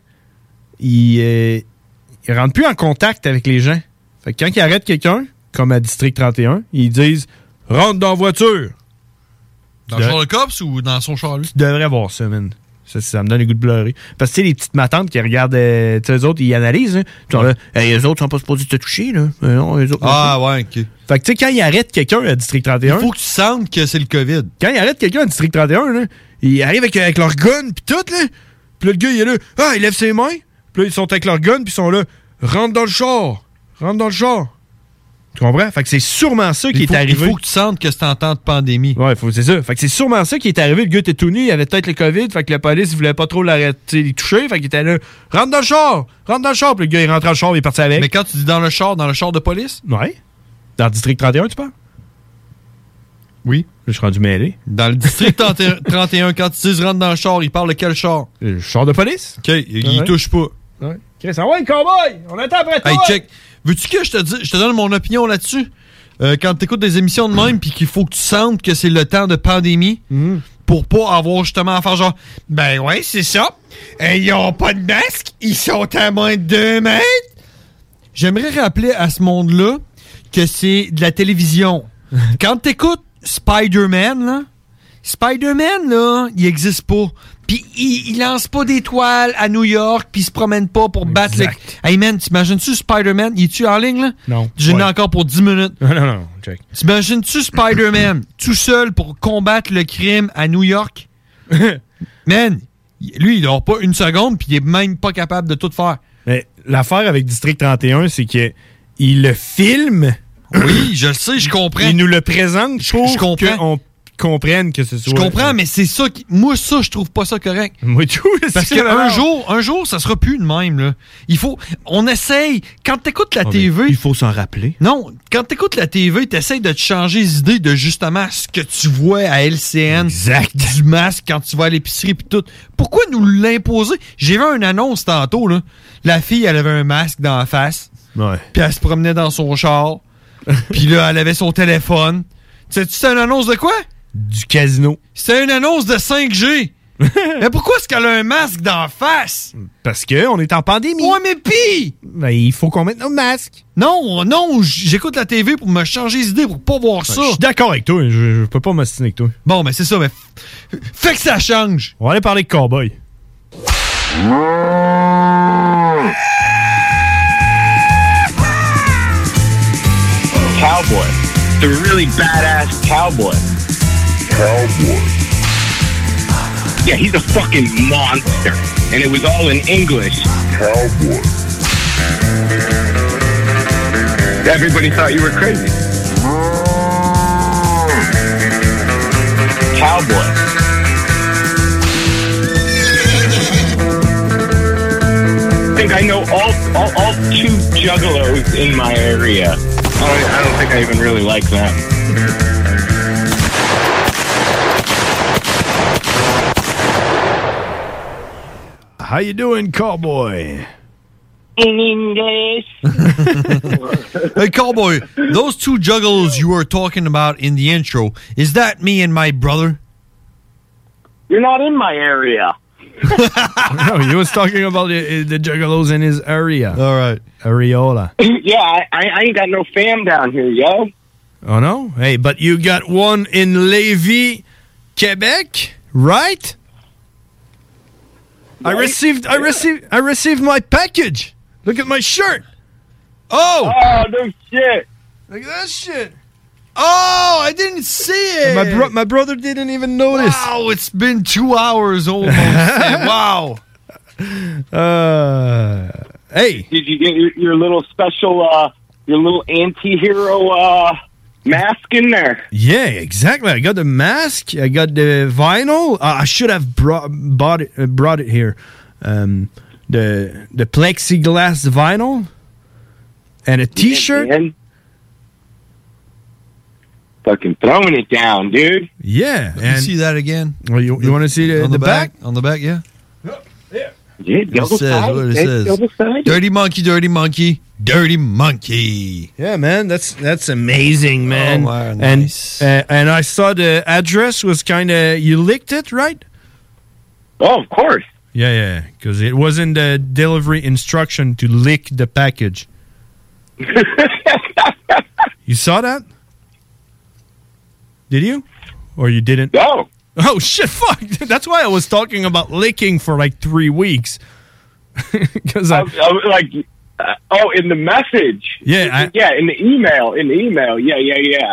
il rentre plus en contact avec les gens. Fait que quand il arrête quelqu'un, comme à District 31, ils disent « Rentre dans la voiture! » Dans le char de cops ou dans son char, lui? Tu devrais voir ça, man. Ça me donne le goût de pleurer. Parce que, tu sais, les petites matantes qui regardent, tu sais, eux autres, ils analysent, hein. Genre là, hey, eux autres sont pas supposés te toucher, là. Non, eux autres, ouais, OK. Fait que, tu sais, quand ils arrêtent quelqu'un à District 31... Il faut que tu sentes que c'est le COVID. Quand ils arrêtent quelqu'un à District 31, là, ils arrivent avec leur gun, pis tout, là. Pis là, le gars, il est là. Ah, il lève ses mains. Pis là, ils sont avec leur gun, pis ils sont là. Rentre dans le char. Rentre dans le char. Tu comprends? Fait que c'est sûrement ça qui est arrivé. Il faut que tu sentes que c'est en temps de pandémie. Ouais, c'est ça. Fait que c'est sûrement ça qui est arrivé. Le gars était tout nu, il avait peut-être le COVID, fait que la police, il voulait pas trop l'arrêter, les toucher, fait qu'il était là. Rentre dans le char! Rentre dans le char! Puis le gars, il rentre dans le char, il est parti avec. Mais quand tu dis dans le char de police? Ouais. Dans le district 31, tu parles? Oui. Je suis rendu mêlé. Dans le district 31, quand tu dis rentre dans le char, il parle de quel char? Le char de police. OK, il touche pas. Ouais. Chris, ouais, cowboy! On attend après toi! Hey, check! Veux-tu que je te donne mon opinion là-dessus? Quand tu écoutes des émissions de même puis qu'il faut que tu sentes que c'est le temps de pandémie pour pas avoir justement à faire genre ben ouais, c'est ça. Ils ont pas de masque, ils sont à moins de 2 mètres. J'aimerais rappeler à ce monde-là que c'est de la télévision. Quand t'écoutes Spider-Man, là, il existe pas. Puis il lance pas d'étoiles à New York, puis il se promène pas pour battre les... Hey man, t'imagines-tu Spider-Man? Il est-tu en ligne, là? Non. J'en ai encore pour 10 minutes. Non, check. T'imagines-tu Spider-Man tout seul pour combattre le crime à New York? Man, lui, il dort pas une seconde, puis il est même pas capable de tout faire. Mais l'affaire avec District 31, c'est que il le filme. Oui, je le sais, je comprends. Il nous le présente pour comprennent que ce soit... Je comprends, mais c'est ça qui... Moi, ça, je trouve pas ça correct. Moi, tout. Parce qu'un jour, ça sera plus de même, là. Il faut... On essaye... Quand t'écoutes la TV... Il faut s'en rappeler. Non, quand t'écoutes la TV, t'essayes de te changer les idées de justement ce que tu vois à LCN. Exact. Du masque quand tu vas à l'épicerie pis tout. Pourquoi nous l'imposer? J'ai vu une annonce tantôt, là. La fille, elle avait un masque dans la face. Ouais. Puis elle se promenait dans son char. Puis là, elle avait son téléphone. Sais-tu, c'était une annonce de quoi? Du casino. C'était une annonce de 5G. Mais pourquoi est-ce qu'elle a un masque dans la face? Parce qu'on est en pandémie. Ouais, mais pis! Ben, il faut qu'on mette nos masques. Non, j'écoute la TV pour me changer les idées, pour pas voir ça. Je suis d'accord avec toi. Je peux pas m'ostiner avec toi. Bon, ben c'est ça, mais fait que ça change. On va aller parler de cowboy. Cowboy. The really badass cowboy. Cowboy. Yeah, he's a fucking monster. And it was all in English. Cowboy. Everybody thought you were crazy. Cowboy. I think I know all two juggalos in my area. I don't think I even really like them. How you doing, cowboy? In English. Hey, cowboy, those two juggalos you were talking about in the intro, is that me and my brother? You're not in my area. No, he was talking about the juggalos in his area. All right. Areola. Yeah, I ain't got no fam down here, yo. Oh, no? Hey, but you got one in Lévis, Quebec, right? I received my package. Look at my shirt. Oh! Oh, no shit. Look at that shit. Oh, I didn't see it. My brother didn't even notice. Wow, it's been 2 hours almost. Wow. Hey. Did you get your little special, your little anti-hero mask in there? Yeah, exactly. I got the mask. I got the vinyl. I should have brought it here. The plexiglass vinyl and a T-shirt. Man. Fucking throwing it down, dude. Yeah. Can you see that again? Well, you want to see the back? On the back, yeah. Yeah, double side. What it says. Double side. Dirty monkey, dirty monkey, dirty monkey. Yeah, man, that's amazing, man. Oh, wow, nice. And I saw the address was kind of, you licked it, right? Oh, of course. Yeah, because it was in the delivery instruction to lick the package. You saw that? Did you? Or you didn't? No. Oh, shit, fuck. That's why I was talking about licking for like 3 weeks. Because I was like, in the message. Yeah. In the email. Yeah.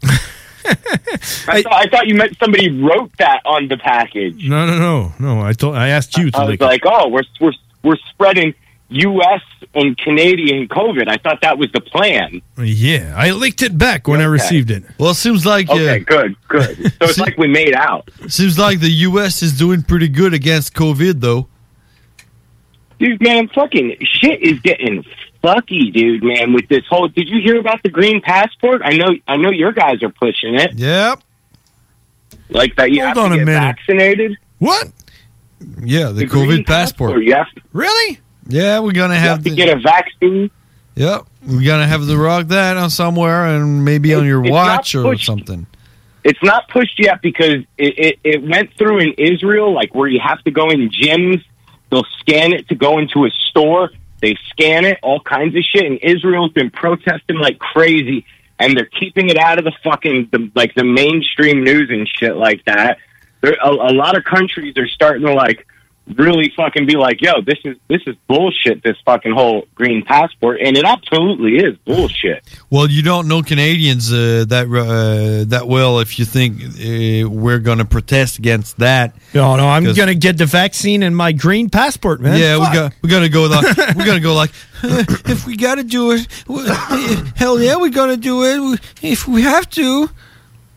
I thought you meant somebody wrote that on the package. No. I asked you to I was lick like, we're spreading U.S. and Canadian COVID. I thought that was the plan. Yeah, I licked it back when I received it. Well, it seems like... Okay, good. So it's like we made out. Seems like the U.S. is doing pretty good against COVID, though. Dude, man, fucking shit is getting fucky, dude, man, with this whole... Did you hear about the green passport? I know your guys are pushing it. Yep. Like that you have to get vaccinated? What? Yeah, the COVID passport. You have to, really? Yeah, we're going to have to get a vaccine. Yep. We're going to have to rock that on somewhere and maybe on your watch or something. It's not pushed yet because it went through in Israel, like where you have to go in gyms. They'll scan it to go into a store. They scan it, all kinds of shit. And Israel's been protesting like crazy. And they're keeping it out of the fucking, the mainstream news and shit like that. A lot of countries are starting to like really fucking be like, yo, this is bullshit, this fucking whole green passport, and it absolutely is bullshit. Well, you don't know Canadians that well if you think we're going to protest against that. No, I'm going to get the vaccine and my green passport, man. Yeah, we're going to go like if we got to do it, hell yeah, we're going to do it if we have to.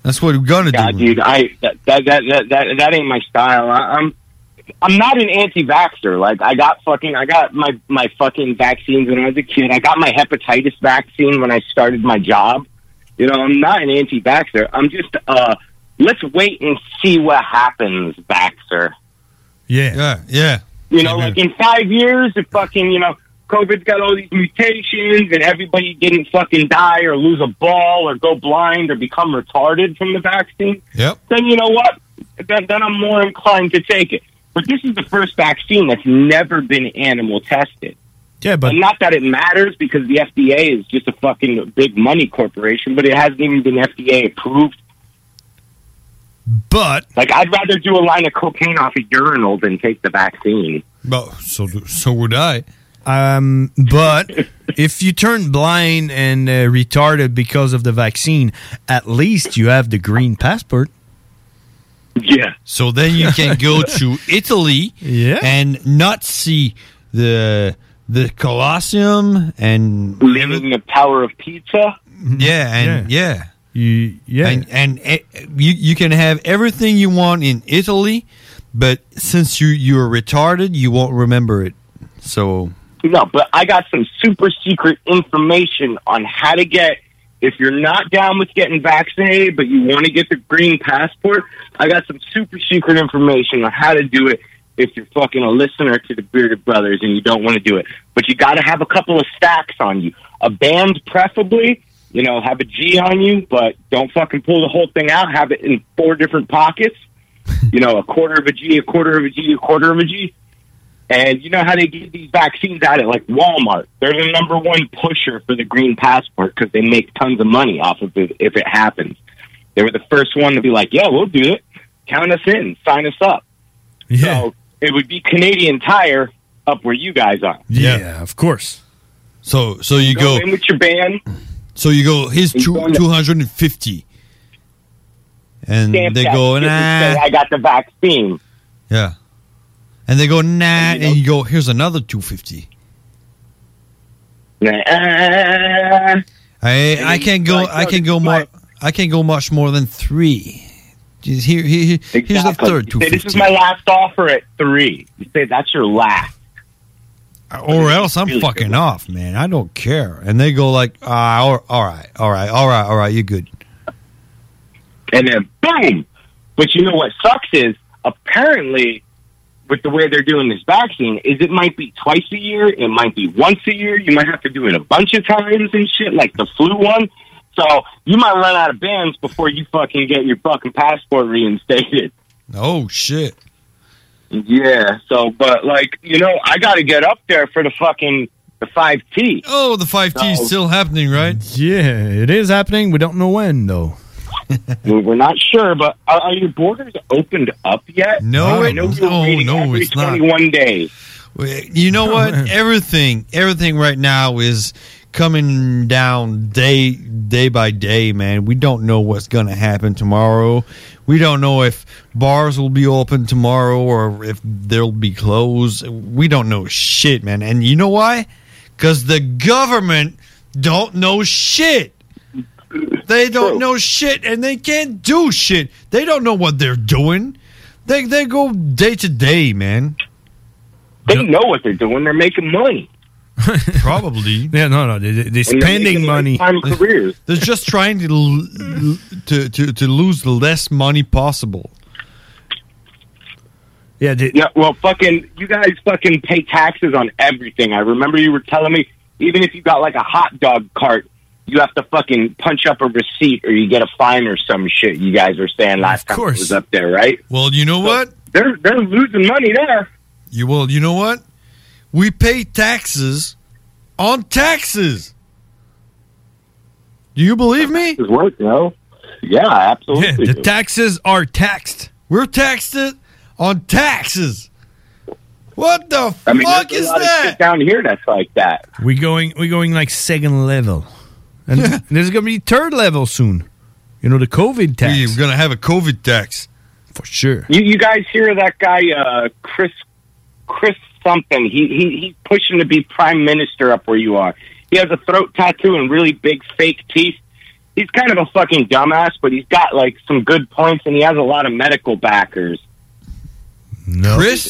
That's what we're gonna do. Dude, that ain't my style. I'm not an anti-vaxxer. Like, I got my fucking vaccines when I was a kid. I got my hepatitis vaccine when I started my job. You know, I'm not an anti-vaxxer. I'm just, let's wait and see what happens, vaxxer. Yeah. You know, like in 5 years, if fucking, you know, COVID's got all these mutations and everybody didn't fucking die or lose a ball or go blind or become retarded from the vaccine, then you know what? Then I'm more inclined to take it. But this is the first vaccine that's never been animal tested. Yeah, but and not that it matters because the FDA is just a fucking big money corporation, but it hasn't even been FDA approved. But like, I'd rather do a line of cocaine off a urinal than take the vaccine. Well, so would I. But if you turn blind and retarded because of the vaccine, at least you have the green passport. Yeah. So then you can go to Italy and not see the Colosseum and living the Tower of Pizza. And you can have everything you want in Italy, but since you're retarded, you won't remember it. So no, but I got some super secret information on how to get. If you're not down with getting vaccinated, but you want to get the green passport, I got some super secret information on how to do it if you're fucking a listener to the Bearded Brothers and you don't want to do it. But you got to have a couple of stacks on you. A band, preferably. You know, have a G on you, but don't fucking pull the whole thing out. Have it in 4 different pockets. You know, a quarter of a G, a quarter of a G, a quarter of a G. And you know how they give these vaccines out at, like, Walmart? They're the number one pusher for the green passport because they make tons of money off of it if it happens. They were the first one to be like, yeah, we'll do it. Count us in. Sign us up. Yeah. So it would be Canadian Tire up where you guys are. Yeah, of course. So you go in with your band. So you go, here's 250. And they go, nah. I got the vaccine. Yeah. And they go, nah, and you go, here's another 250. I can't go much more than 3. Here's the third 250. This is my last offer at 3. You say that's your last. Or else I'm fucking off, man. I don't care. And they go like, all right, you're good. And then boom. But you know what sucks is, apparently, with the way they're doing this vaccine, is it might be twice a year, it might be once a year, you might have to do it a bunch of times and shit, like the flu one. So you might run out of bands before you fucking get your fucking passport reinstated. Oh, shit. Yeah, so, but, like, you know, I got to get up there for the 5T. Oh, the 5T is still happening, right? Yeah, it is happening. We don't know when, though. We're not sure, but are your borders opened up yet? No, it's not. 21 days. You know what? Everything right now is coming down day by day, man. We don't know what's going to happen tomorrow. We don't know if bars will be open tomorrow or if they'll be closed. We don't know shit, man. And you know why? Because the government don't know shit. They don't know shit, and they can't do shit. They don't know what they're doing. They go day to day, man. They know what they're doing. They're making money. Probably. Yeah, no. They're spending money. They're just trying to lose the less money possible. Yeah, well, fucking, you guys fucking pay taxes on everything. I remember you were telling me, even if you got like a hot dog cart, you have to fucking punch up a receipt or you get a fine or some shit. You guys were saying last time I was up there, right? Well, you know what? They're losing money there. You know what? We pay taxes on taxes. Do you believe me? Taxes work, no? Yeah, absolutely. Yeah, the taxes are taxed. We're taxed on taxes. What the fuck is that? Down here, that's like that. We're going like second level. And there's going to be third level soon. You know, the COVID tax. We're going to have a COVID tax. For sure. You guys hear that guy, Chris something? He's pushing to be prime minister up where you are. He has a throat tattoo and really big fake teeth. he's kind of a fucking dumbass, but he's got like some good points, and he has a lot of medical backers. No, Chris,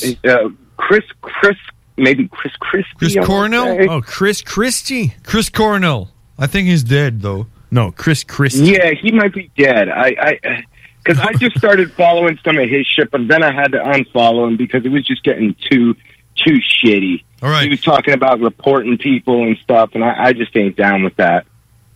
maybe Chris Christie. Chris Cornell. Oh, Chris Christie. Chris Cornell. I think he's dead though. No, Chris Christie. Yeah, he might be dead. Because I just started following some of his shit, but then I had to unfollow him because it was just getting too shitty. All right. He was talking about reporting people and stuff, and I just ain't down with that.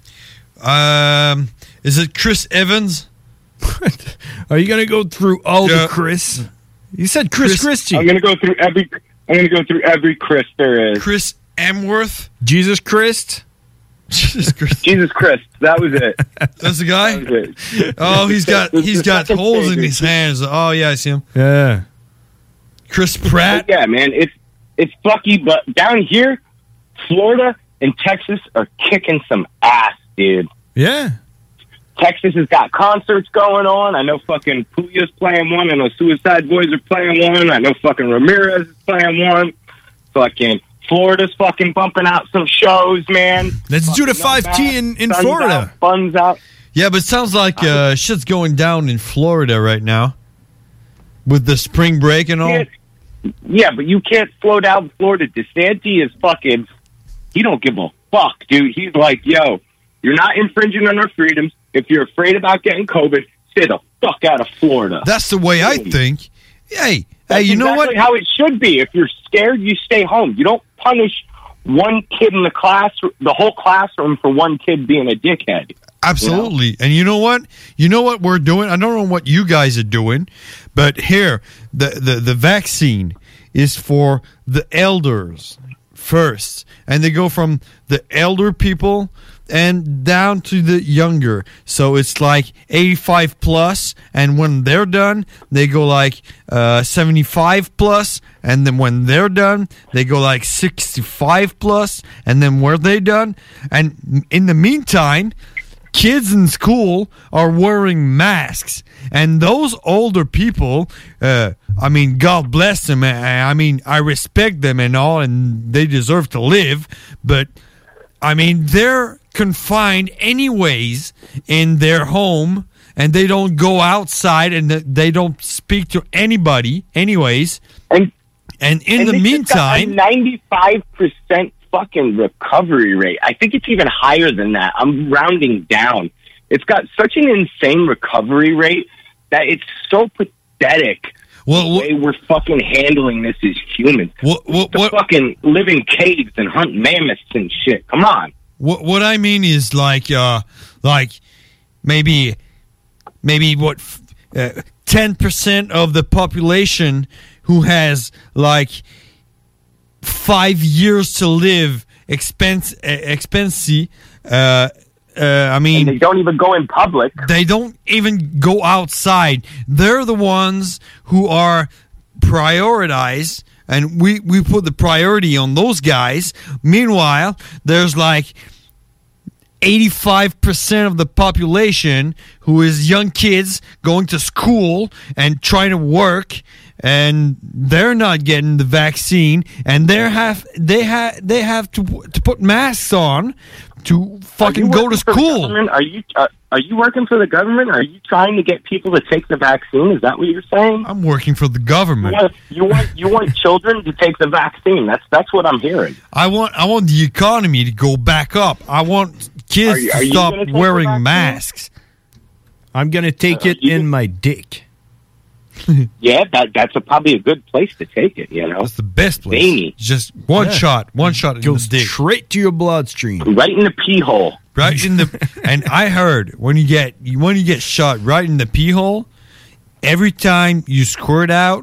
Is it Chris Evans? Are you gonna go through all the Chris? You said Chris Christie. I'm gonna go through every Chris there is. Chris Emworth. Jesus Christ. Jesus Christ. Jesus Christ. That was it. That's the guy? That was it. Oh, he's got holes in his hands. Oh yeah, I see him. Yeah. Chris Pratt. Yeah, man. It's fucky, but down here, Florida and Texas are kicking some ass, dude. Yeah. Texas has got concerts going on. I know fucking Puya's playing one. I know Suicide Boys are playing one. I know fucking Ramirez is playing one. Fucking Florida's fucking bumping out some shows, man. Let's do the 5T in Florida. Fun's out. Yeah, but it sounds like shit's going down in Florida right now with the spring break and all. Yeah, but you can't slow down Florida. DeSantis is fucking... He don't give a fuck, dude. He's like, yo, you're not infringing on our freedoms. If you're afraid about getting COVID, stay the fuck out of Florida. That's the way I think. Hey, you know what? That's how it should be. If you're scared, you stay home. You don't punish one kid in the class, the whole classroom, for one kid being a dickhead. Absolutely. You know? And you know what? You know what we're doing? I don't know what you guys are doing, but here, the vaccine is for the elders first. And they go from the elder people and down to the younger. So it's like 85 plus, and when they're done, they go like 75 plus, and then when they're done, they go like 65 plus, and then when they're done, and in the meantime, kids in school are wearing masks, and those older people, I mean, God bless them. I mean, I respect them and all, and they deserve to live, but I mean, they're confined anyways in their home, and they don't go outside, and they don't speak to anybody anyways. And in the meantime, 95% fucking recovery rate. I think it's even higher than that. I'm rounding down. It's got such an insane recovery rate that it's so pathetic. The way we're fucking handling this as humans. What fucking live in caves and hunt mammoths and shit. Come on. What I mean is like maybe what 10% of the population who has like 5 years to live expensive. I mean, and they don't even go in public. They don't even go outside. They're the ones who are prioritized, and we put the priority on those guys. Meanwhile, there's like 85% of the population who is young kids going to school and trying to work, and they're not getting the vaccine, and they have to put masks on to fucking go to school. Are you working for the government? Are you trying to get people to take the vaccine? Is that what you're saying? I'm working for the government. You want children to take the vaccine. That's what I'm hearing. I want the economy to go back up. I want kids to stop wearing masks. I'm going to take it in my dick. Yeah, that's probably a good place to take it, you know. That's the best place. Veiny. Just one shot in the dick. Straight to your bloodstream. Right in the pee hole. Right in the and I heard when you get shot right in the pee hole, every time you squirt out,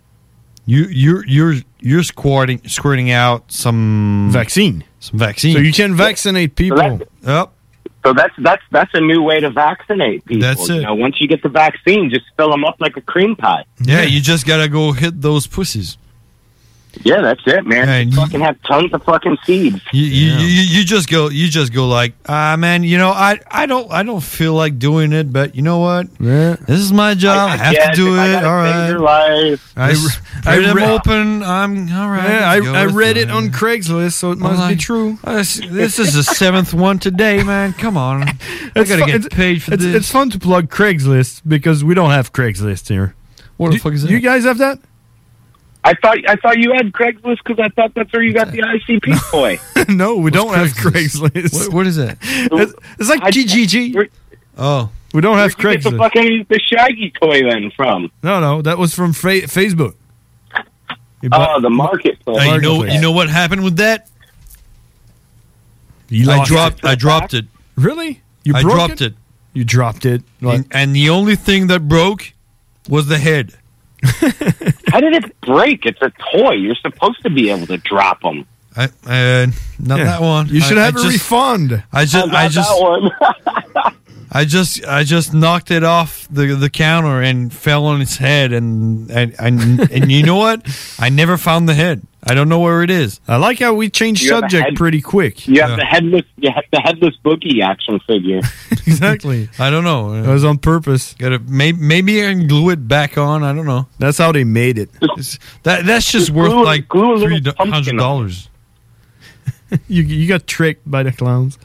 you're squirting out some vaccine. Some vaccine. So you can vaccinate people. So that's a new way to vaccinate people. That's it. You know, once you get the vaccine, just fill them up like a cream pie. Yeah, you just gotta go hit those pussies. Yeah, that's it, man. And You fucking have tons of fucking seeds. You just go like, man, I don't feel like doing it, but you know what? Yeah. This is my job. I have to do it. All right. I read them open. I'm all right. Yeah, I read it on Craigslist, so it must be true. This is the 7th one today, man. Come on. I gotta get paid for this. It's fun to plug Craigslist because we don't have Craigslist here. What the fuck is that? You guys have that? I thought you had Craigslist because I thought that's where you got the ICP toy. No, we don't have Craigslist. What is that? It's like GGG. Oh, we don't have Where'd you Craigslist. get the Shaggy toy then from? No, that was from Facebook. Oh, the marketplace. Hey, you know what happened with that? I dropped it. Really? I dropped it. You dropped it. And the only thing that broke was the head. How did it break? It's a toy. You're supposed to be able to drop them. Not that one. You should have a refund. I just knocked it off the counter and fell on its head, and you know what? I never found the head. I don't know where it is. I like how we changed subject pretty quick. You have the headless boogie action figure. Exactly. I don't know. It was on purpose. Maybe I can glue it back on. I don't know. That's how they made it. That's just worth like $300. You got tricked by the clowns.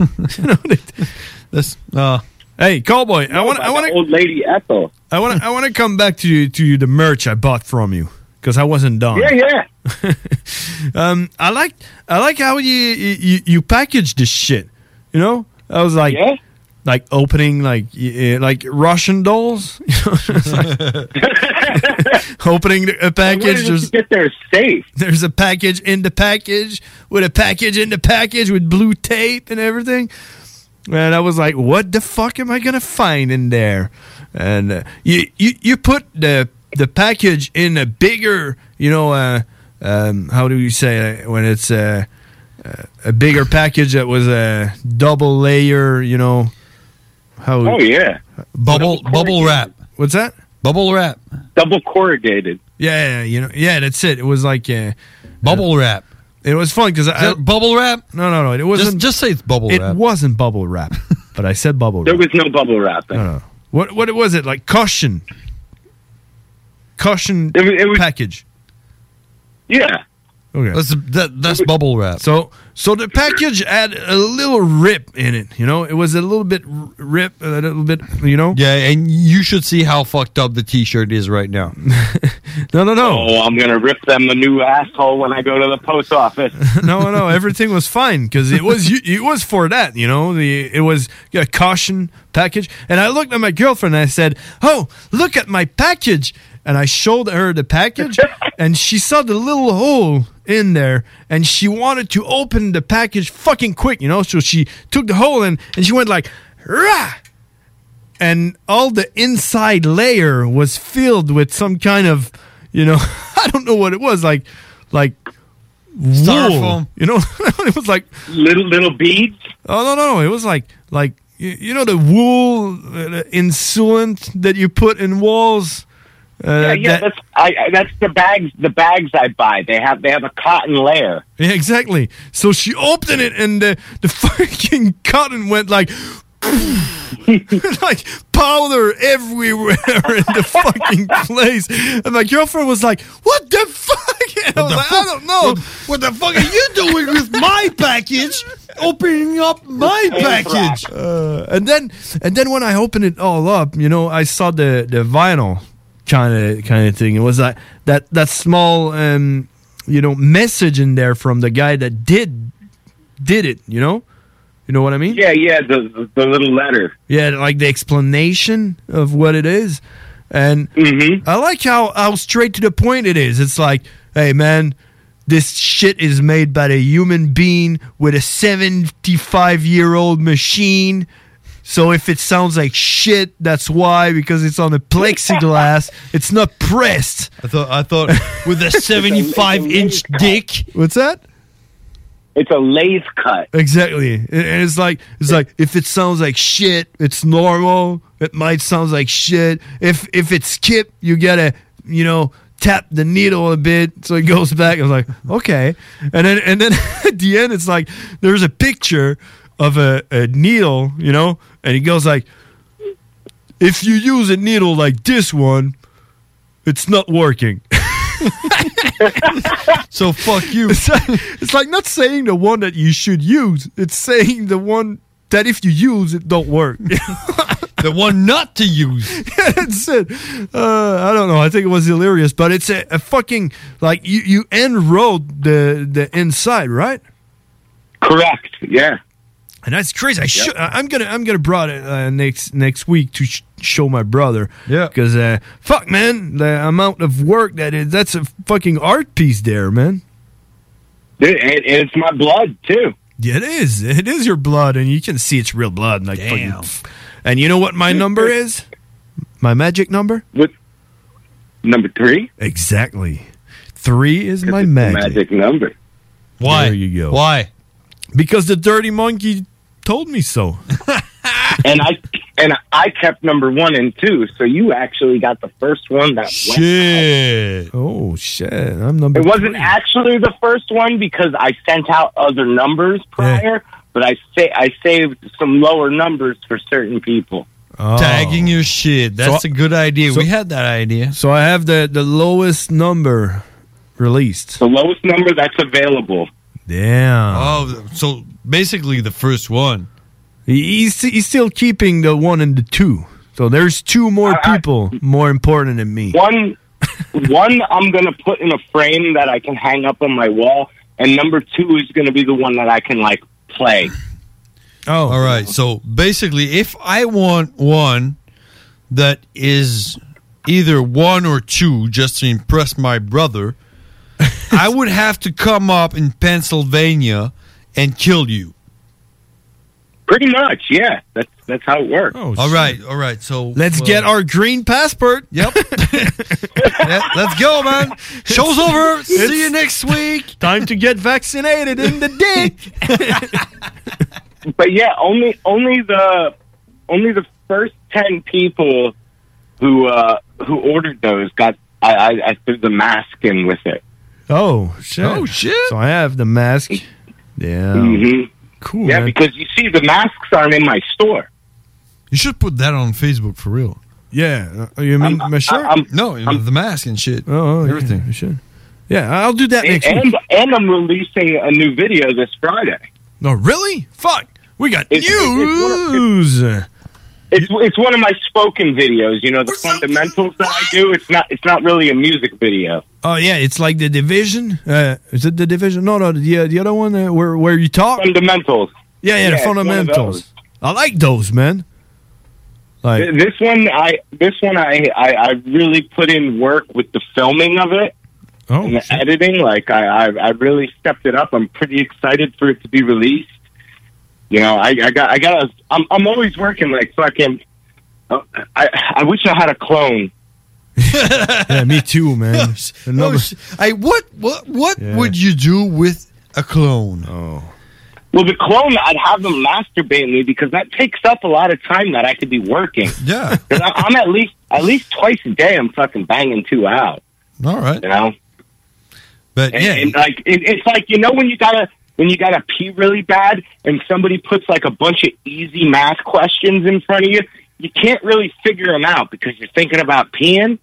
Hey, Cowboy, I want old lady Ethel. I want to come back to the merch I bought from you because I wasn't done. Yeah. I like how you package this shit. You know, I was like, like opening like Russian dolls. Opening a package. Where did you get there safe? There's a package in the package with a package in the package with blue tape and everything. And I was like, what the fuck am I gonna find in there? And you put the package in a bigger, how do you say it when it's a bigger package that was a double layer, Oh yeah, bubble wrap. What's that? Bubble wrap. Double corrugated. Yeah, that's it. It was like bubble wrap. It was fun because bubble wrap. No. It wasn't. Just say it's bubble wrap. It wasn't bubble wrap, but I said bubble wrap. There was no bubble wrap. No. What was it like? Caution it was, package. Yeah. Okay. That's bubble wrap. So the package had a little rip in it. It was a little bit rip, a little bit. Yeah, and you should see how fucked up the T-shirt is right now. No. Oh, I'm gonna rip them a new asshole when I go to the post office. No. Everything was fine because it was for that. It was a caution package, and I looked at my girlfriend and I said, "Oh, look at my package." And I showed her the package, and she saw the little hole in there, and she wanted to open the package fucking quick, So she took the hole in, and she went like, rah! And all the inside layer was filled with some kind of, I don't know what it was, like styrofoam. Wool, it was like little beads. Oh no! It was like the wool insulant that you put in walls. That's the bags. The bags I buy, they have a cotton layer. Yeah, exactly. So she opened it, and the fucking cotton went like like powder everywhere in the fucking place. And my girlfriend was like, "What the fuck?" And I was like, "I don't know. What the fuck are you doing with my package? Opening up my package." And then when I opened it all up, I saw the vinyl. Kind of thing. It was like that small message in there from the guy that did it. You know what I mean? Yeah. The little letter. Yeah, like the explanation of what it is, and I like how straight to the point it is. It's like, hey man, this shit is made by a human being with a 75-year-old machine. So if it sounds like shit, that's why, because it's on a plexiglass. It's not pressed. I thought with a 75-inch dick. What's that? It's a lathe cut. Exactly. And it's like if it sounds like shit, it's normal. It might sound like shit. If it's skip, you gotta tap the needle a bit so it goes back. I was like, okay. And then at the end, it's like there's a picture of a needle, you know, and he goes like, if you use a needle like this one, it's not working. So fuck you. It's like not saying the one that you should use. It's saying the one that if you use it don't work. The one not to use. Yeah, that's it. I don't know. I think it was hilarious, but it's a fucking like you enrolled the inside, right? Correct. Yeah. And that's crazy. I'm gonna brought it next week to show my brother. Yeah. Because fuck, man, the amount of work that's a fucking art piece there, man. It's my blood too. Yeah, it is. It is your blood, and you can see it's real blood. Like, damn. And you know what my number is? My magic number? What? Number 3? Exactly. 3 is my magic number. Why? There you go. Why? Because the dirty monkey told me so. and I kept number 1 and 2, so you actually got the first one that Shit. Oh, shit. I'm number It wasn't 3. actually the first one because I sent out other numbers prior, but I saved some lower numbers for certain people. Oh. Tagging your shit. That's a good idea. We had that idea. So I have the lowest number released. The lowest number that's available. Damn. Oh, so basically the first one. He's still keeping the 1 and the 2. So there's 2 more people more important than me. One I'm going to put in a frame that I can hang up on my wall, and number 2 is going to be the one that I can, like, play. Oh. All right. So basically, if I want one that is either 1 or 2 just to impress my brother, I would have to come up in Pennsylvania and kill you. Pretty much, yeah. That's how it works. Oh, all right. So let's get our green passport. Yep. Let's go, man. Show's over. See you next week. Time to get vaccinated in the dick. But yeah, only the first 10 people who ordered those got I threw the mask in with it. Oh shit! Oh shit! So I have the mask. Yeah. Mm-hmm. Cool. Yeah, man. because you see, the masks aren't in my store. You should put that on Facebook for real. Yeah. You mean my shirt? No, the mask and shit. Oh, everything. Yeah, you should. Yeah, I'll do that next week. And I'm releasing a new video this Friday. No, really? Fuck. We got news. It's one of my spoken videos. You know, the fundamentals that I do. It's not really a music video. Oh yeah, it's like The Division. Is it The Division? No, the other one where you talk. Fundamentals. Yeah, the fundamentals. I like those, man. Like this one, I really put in work with the filming of it and the editing. Like I really stepped it up. I'm pretty excited for it to be released. You know, I'm always working like fucking. I wish I had a clone. Yeah, me too, man. What would you do with a clone? Oh. Well, the clone, I'd have them masturbate me because that takes up a lot of time that I could be working. Yeah. I'm at least twice a day I'm fucking banging 2 out. All right. You know? But and like it's like, you know, when you gotta pee really bad and somebody puts like a bunch of easy math questions in front of you, you can't really figure them out because you're thinking about peeing.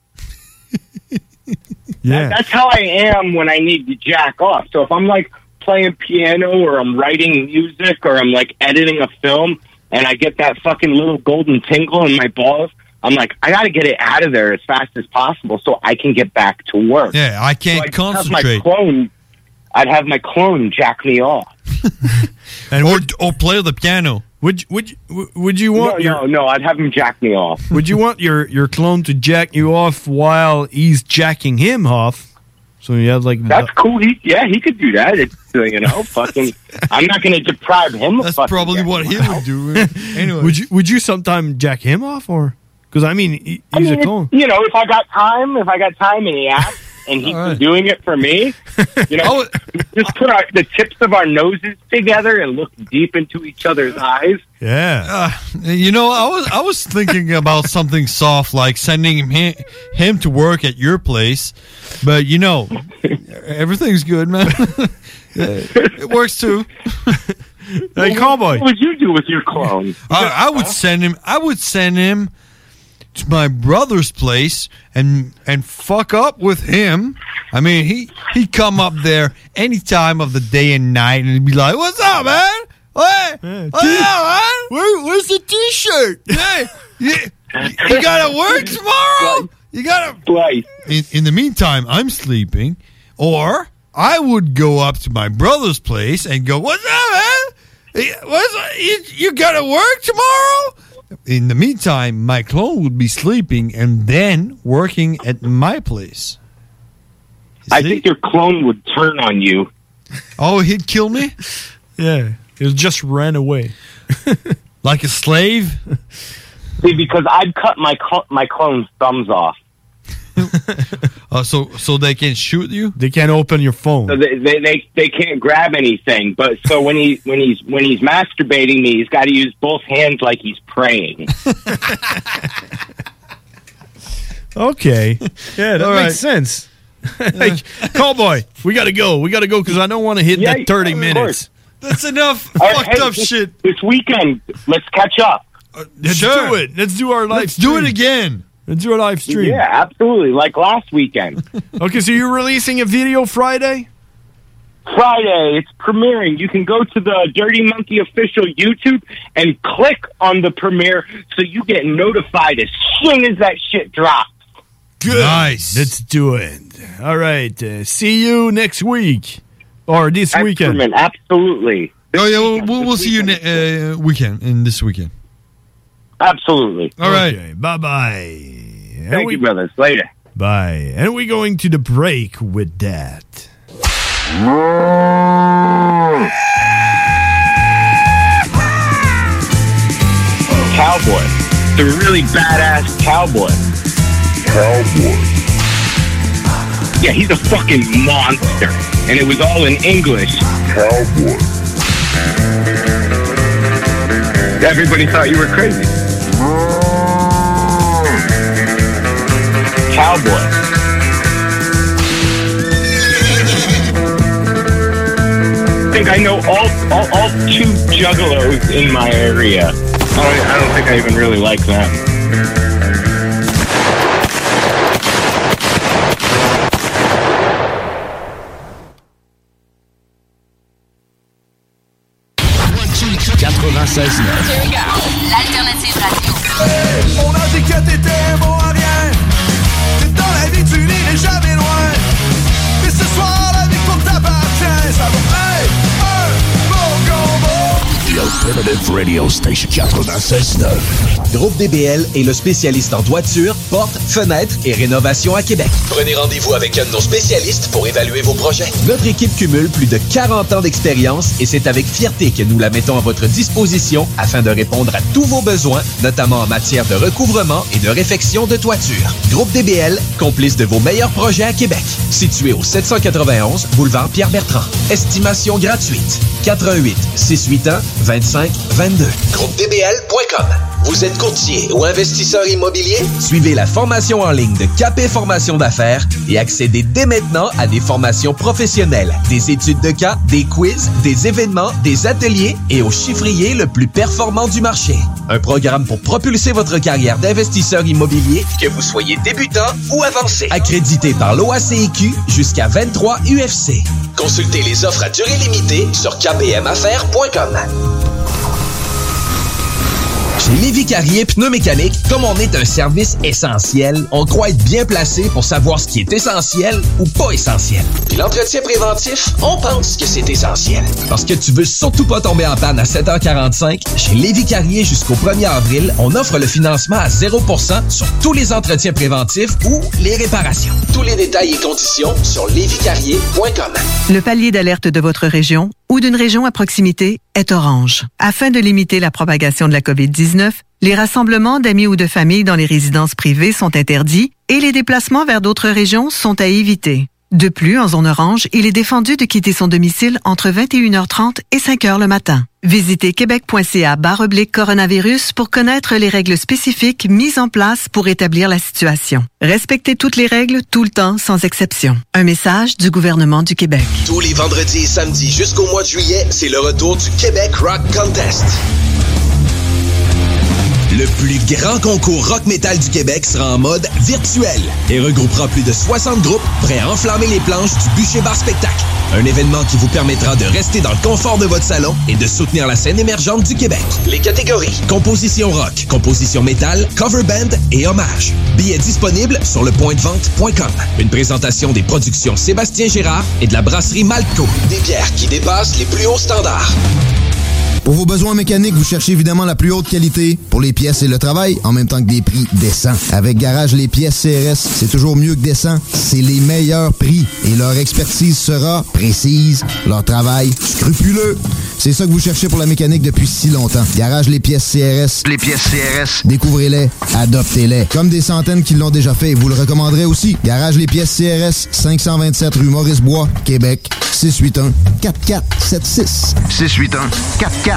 Yeah. That's how I am when I need to jack off. So if I'm like playing piano or I'm writing music or I'm like editing a film and I get that fucking little golden tingle in my balls, I'm like, I got to get it out of there as fast as possible so I can get back to work. Yeah, I can't concentrate. I'd have my clone jack me off. or play the piano. Would you want No, I'd have him jack me off. Would you want your clone to jack you off while he's jacking him off? So you have like that's cool. He could do that. It's, you know, fucking. I'm not going to deprive him. That's probably what he would do. Anyway, would you sometime jack him off, or because I mean he's a clone. You know, if I got time in the app, and he's been doing it for me. You know, just put the tips of our noses together and look deep into each other's eyes. Yeah. You know, I was thinking about something soft like sending him to work at your place, but you know, everything's good, man. It works too. Hey, Cowboy, what would you do with your clone? I would send him to my brother's place and fuck up with him. I mean, he'd come up there any time of the day and night and he'd be like, "What's up, man? What's up, man? Where's the T-shirt? Hey, you gotta work tomorrow. You gotta." In the meantime, I'm sleeping, or I would go up to my brother's place and go, "What's up, man? You gotta work tomorrow?" In the meantime, my clone would be sleeping and then working at my place. I think your clone would turn on you. Oh, he'd kill me? Yeah, he'll just run away. Like a slave? See, because I'd cut my clone's thumbs off. So they can shoot you? They can't open your phone. So they can't grab anything. But so when he's masturbating me, he's got to use both hands like he's praying. Okay. Yeah, that makes sense. Hey, Cowboy, we got to go. We got to go because I don't want to hit that 30 minutes. That's enough fucked up shit. This weekend, let's catch up. Let's do it. Let's do our live stream. Let's do it again. Let's do a live stream. Yeah, absolutely. Like last weekend. Okay, so you're releasing a video Friday? Friday. It's premiering. You can go to the Dirty Monkey official YouTube and click on the premiere so you get notified as soon as that shit drops. Good. Nice. Let's do it. All right. See you next week. Or this weekend. Absolutely. Oh, yeah, we'll see you this weekend. Absolutely. All right. Okay, bye-bye. Thank you, brothers. Later. Bye. And we're going to the break with that. Cowboy. The really badass cowboy. Yeah, he's a fucking monster. And it was all in English. Cowboy. Everybody thought you were crazy. Cowboy. I think I know all two juggalos in my area. I don't think I even really like them. L'alternative radio. On a dit que t'étais bon à rien. Dans la vie tu n'irais jamais loin. Mais ce soir la vie pour t'appartient. Ça va être un bon combo. The Alternative Radio Station 96.9. Groupe DBL est le spécialiste en toiture, portes, fenêtres et rénovation à Québec. Prenez rendez-vous avec un de nos spécialistes pour évaluer vos projets. Notre équipe cumule plus de 40 ans d'expérience et c'est avec fierté que nous la mettons à votre disposition afin de répondre à tous vos besoins, notamment en matière de recouvrement et de réfection de toiture. Groupe DBL, complice de vos meilleurs projets à Québec. Situé au 791 boulevard Pierre-Bertrand. Estimation gratuite. 88 681 25 22. GroupeDBL.com. Vous êtes courtier ou investisseur immobilier? Suivez la formation en ligne de Capé Formation d'affaires et accédez dès maintenant à des formations professionnelles, des études de cas, des quiz, des événements, des ateliers et au chiffrier le plus performant du marché. Un programme pour propulser votre carrière d'investisseur immobilier, que vous soyez débutant ou avancé. Accrédité par l'OACIQ jusqu'à 23 UFC. Consultez les offres à durée limitée sur kpmaffaires.com. Chez Lévis Carrier Pneumécanique, comme on est un service essentiel, on croit être bien placé pour savoir ce qui est essentiel ou pas essentiel. Puis l'entretien préventif, on pense que c'est essentiel. Parce que tu veux surtout pas tomber en panne à 7h45, chez Lévis Carrier jusqu'au 1er avril, on offre le financement à 0% sur tous les entretiens préventifs ou les réparations. Tous les détails et conditions sur léviscarrier.com. Le palier d'alerte de votre région ou d'une région à proximité est orange. Afin de limiter la propagation de la COVID-19, les rassemblements d'amis ou de familles dans les résidences privées sont interdits et les déplacements vers d'autres régions sont à éviter. De plus, en zone orange, il est défendu de quitter son domicile entre 21h30 et 5h le matin. Visitez québec.ca/coronavirus pour connaître les règles spécifiques mises en place pour établir la situation. Respectez toutes les règles tout le temps, sans exception. Un message du gouvernement du Québec. Tous les vendredis et samedis jusqu'au mois de juillet, c'est le retour du Québec Rock Contest. Le plus grand concours rock-metal du Québec sera en mode virtuel et regroupera plus de 60 groupes prêts à enflammer les planches du Bûcher Bar Spectacle. Un événement qui vous permettra de rester dans le confort de votre salon et de soutenir la scène émergente du Québec. Les catégories: composition rock, composition métal, cover band et hommage. Billets disponibles sur lepointdevente.com. Une présentation des productions Sébastien Gérard et de la brasserie Malco. Des bières qui dépassent les plus hauts standards. Pour vos besoins mécaniques, vous cherchez évidemment la plus haute qualité pour les pièces et le travail, en même temps que des prix décents. Avec Garage Les Pièces CRS, c'est toujours mieux que décent. C'est les meilleurs prix et leur expertise sera précise, leur travail scrupuleux. C'est ça que vous cherchez pour la mécanique depuis si longtemps. Garage Les Pièces CRS. Les pièces CRS. Découvrez-les, adoptez-les. Comme des centaines qui l'ont déjà fait et vous le recommanderez aussi. Garage Les Pièces CRS, 527 rue Maurice-Bois, Québec, 681-4476. 681-4476.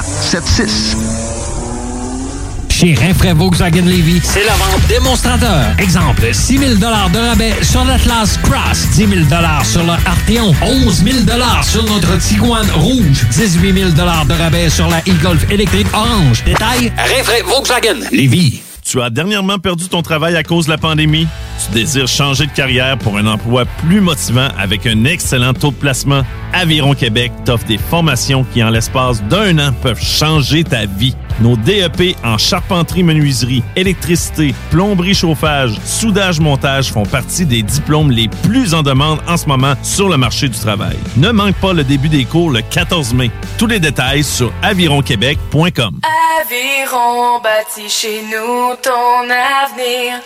Chez Rinfraie Volkswagen Lévis, c'est la vente démonstrateur. Exemple, 6 000 de rabais sur l'Atlas Cross, 10 000 sur le Arteon, 11 000 sur notre Tiguan Rouge, 18 000 de rabais sur la e-Golf électrique orange. Détail, Rinfraie Volkswagen Lévis. Tu as dernièrement perdu ton travail à cause de la pandémie? Tu désires changer de carrière pour un emploi plus motivant avec un excellent taux de placement? Aviron Québec t'offre des formations qui, en l'espace d'1 an, peuvent changer ta vie. Nos DEP en charpenterie-menuiserie, électricité, plomberie-chauffage, soudage-montage font partie des diplômes les plus en demande en ce moment sur le marché du travail. Ne manque pas le début des cours le 14 mai. Tous les détails sur avironquebec.com. Aviron bâtit chez nous ton avenir.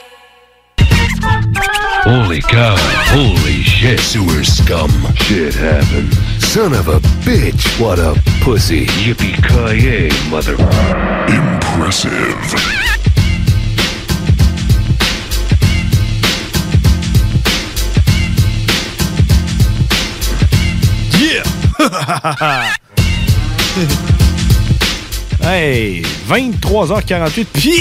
Holy cow. Holy shit. Sewer scum. Shit happened. Son of a bitch. What a pussy. Yippee-ki-yay, mother... Impressive. Yeah! Hey, 23h48, puis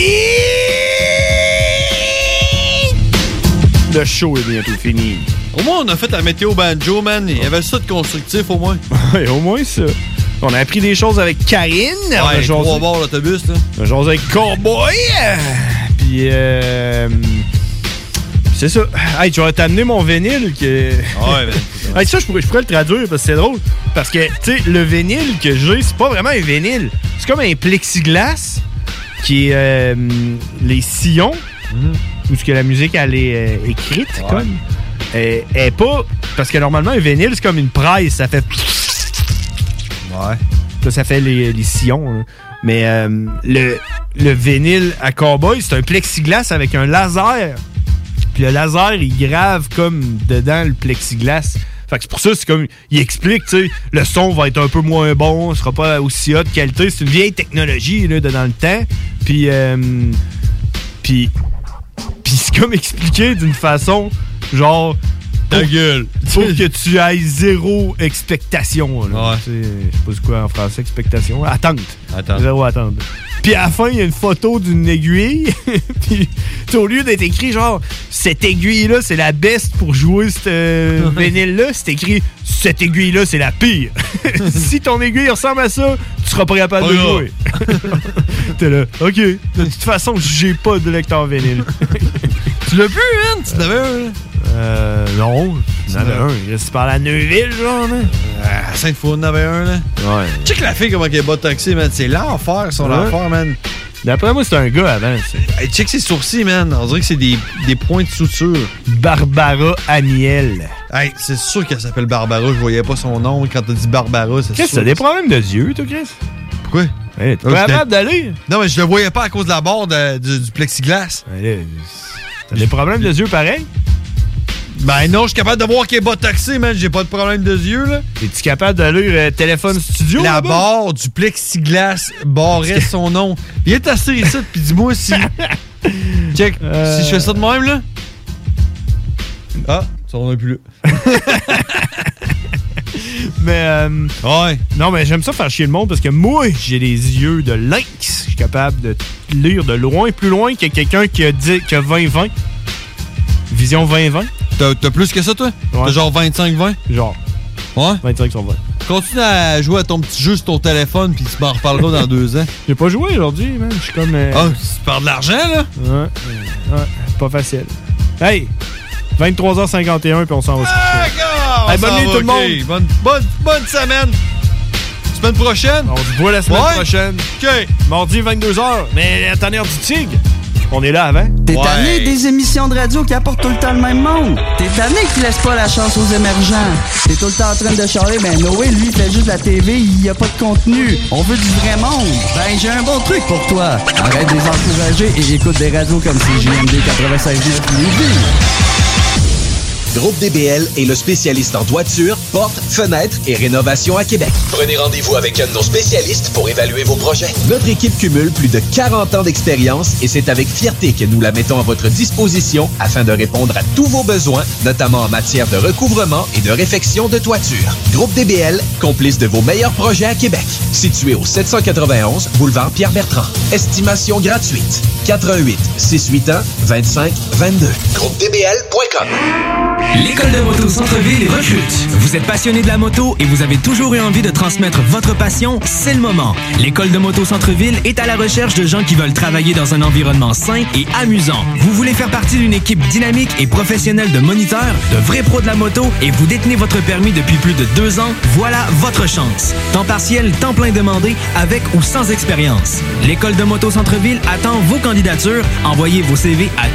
le show est bientôt fini. Au moins, on a fait la météo banjo, man. Il y avait ça de constructif, au moins. Oui, au moins ça. On a appris des choses avec Karine. Ouais, 3 bords l'autobus, là. On a jasé avec Cowboy. Puis, c'est ça. Hey, tu vas t'amener mon vinyle que... Ouais, ben. Hey, ça, je pourrais le traduire parce que c'est drôle. Parce que, tu sais, le vinyle que j'ai, c'est pas vraiment un vinyle. C'est comme un plexiglas qui est les sillons, où ce que la musique, elle est écrite, comme. Et pas... Parce que normalement, un vinyle, c'est comme une presse. Ça fait... Ouais. Là, ça fait les sillons. Là. Mais le vinyle à Cowboy, c'est un plexiglas avec un laser. Puis le laser, il grave comme dedans le plexiglas. Fait que c'est pour ça, c'est comme... Il explique, tu sais, le son va être un peu moins bon, ce sera pas aussi haute qualité. C'est une vieille technologie, là, dans le temps. Puis... Puis c'est comme expliqué d'une façon, genre... Ta gueule. Faut que tu ailles zéro expectation. Là. Ouais. Je sais pas c'est quoi en français, expectation. Attente. Zéro attente. Puis à la fin, il y a une photo d'une aiguille. Puis au lieu d'être écrit genre, cette aiguille-là, c'est la best pour jouer ce vinyle-là, c'est écrit, cette aiguille-là, c'est la pire. Si ton aiguille ressemble à ça, tu seras pas capable de jouer. T'es là, OK. De toute façon, j'ai pas de lecteur vinyle. Tu l'as vu, hein? Tu l'avais un, non. Il y en avait un. C'est par la Neuville, genre, là. À Sainte-Foy, il y en avait un, là. Ouais. Check la fille, comment elle est bas de taxi, man. C'est l'enfer, son enfer, man. D'après moi, c'est un gars avant. Hey, check ses sourcils, man. On dirait que c'est des points de suture. Barbara Amiel. Hey, c'est sûr qu'elle s'appelle Barbara. Je voyais pas son nom. Quand t'as dit Barbara, c'est sûr. Chris, t'as des problèmes de yeux, toi, Chris? Pourquoi? Hey, t'es pas capable d'aller? Non, mais je le voyais pas à cause de la barre du plexiglas. T'as des problèmes de yeux pareil? Ben non, je suis capable de voir qu'il est botoxé, man. J'ai pas de problème de yeux, là. Es-tu capable de lire téléphone studio? La barre du plexiglas barrait son nom. Viens t'asseoir ici, puis dis-moi si... Check. Si je fais ça de même, là... Ah, ça en a plus là. Mais, ouais. Non, mais j'aime ça faire chier le monde parce que moi, j'ai des yeux de lynx. Je suis capable de lire de loin, plus loin que quelqu'un qui a 20-20. Vision 20-20. T'as plus que ça, toi? Ouais. T'as genre 25-20? Genre. Ouais? 25 sur 20. Continue à jouer à ton petit jeu sur ton téléphone, puis tu m'en reparleras dans 2 ans. J'ai pas joué aujourd'hui, man. Je suis comme... Ah, tu perds de l'argent, là? Ouais, pas facile. Hey! 23h51, puis on s'en va se coucher. D'accord! Hey, bonne nuit, tout le monde! Bonne semaine! Semaine prochaine? On se voit la semaine prochaine. OK. Mardi, 22h. Mais la tanière du tigre, on est là avant. T'es tanné des émissions de radio qui apportent tout le temps le même monde. T'es tanné qui laisse pas la chance aux émergents. T'es tout le temps en train de charler, ben Noé, lui, fait juste la TV, il y a pas de contenu. On veut du vrai monde. Ben, j'ai un bon truc pour toi. Arrête de les encourager et écoute des radios comme CJMD 96.9 Lévis. Groupe DBL est le spécialiste en toiture, portes, fenêtres et rénovation à Québec. Prenez rendez-vous avec un de nos spécialistes pour évaluer vos projets. Notre équipe cumule plus de 40 ans d'expérience et c'est avec fierté que nous la mettons à votre disposition afin de répondre à tous vos besoins, notamment en matière de recouvrement et de réfection de toiture. Groupe DBL, complice de vos meilleurs projets à Québec. Situé au 791 boulevard Pierre-Bertrand. Estimation gratuite. 88 681 25 22. GroupeDBL.com. L'école de moto Centre-Ville recrute. Vous êtes passionné de la moto et vous avez toujours eu envie de transmettre votre passion, c'est le moment. L'école de moto Centre-Ville est à la recherche de gens qui veulent travailler dans un environnement sain et amusant. Vous voulez faire partie d'une équipe dynamique et professionnelle de moniteurs, de vrais pros de la moto et vous détenez votre permis depuis plus de 2 ans? Voilà votre chance. Temps partiel, temps plein demandé, avec ou sans expérience. L'école de moto Centre-Ville attend vos candidatures. Envoyez vos CV à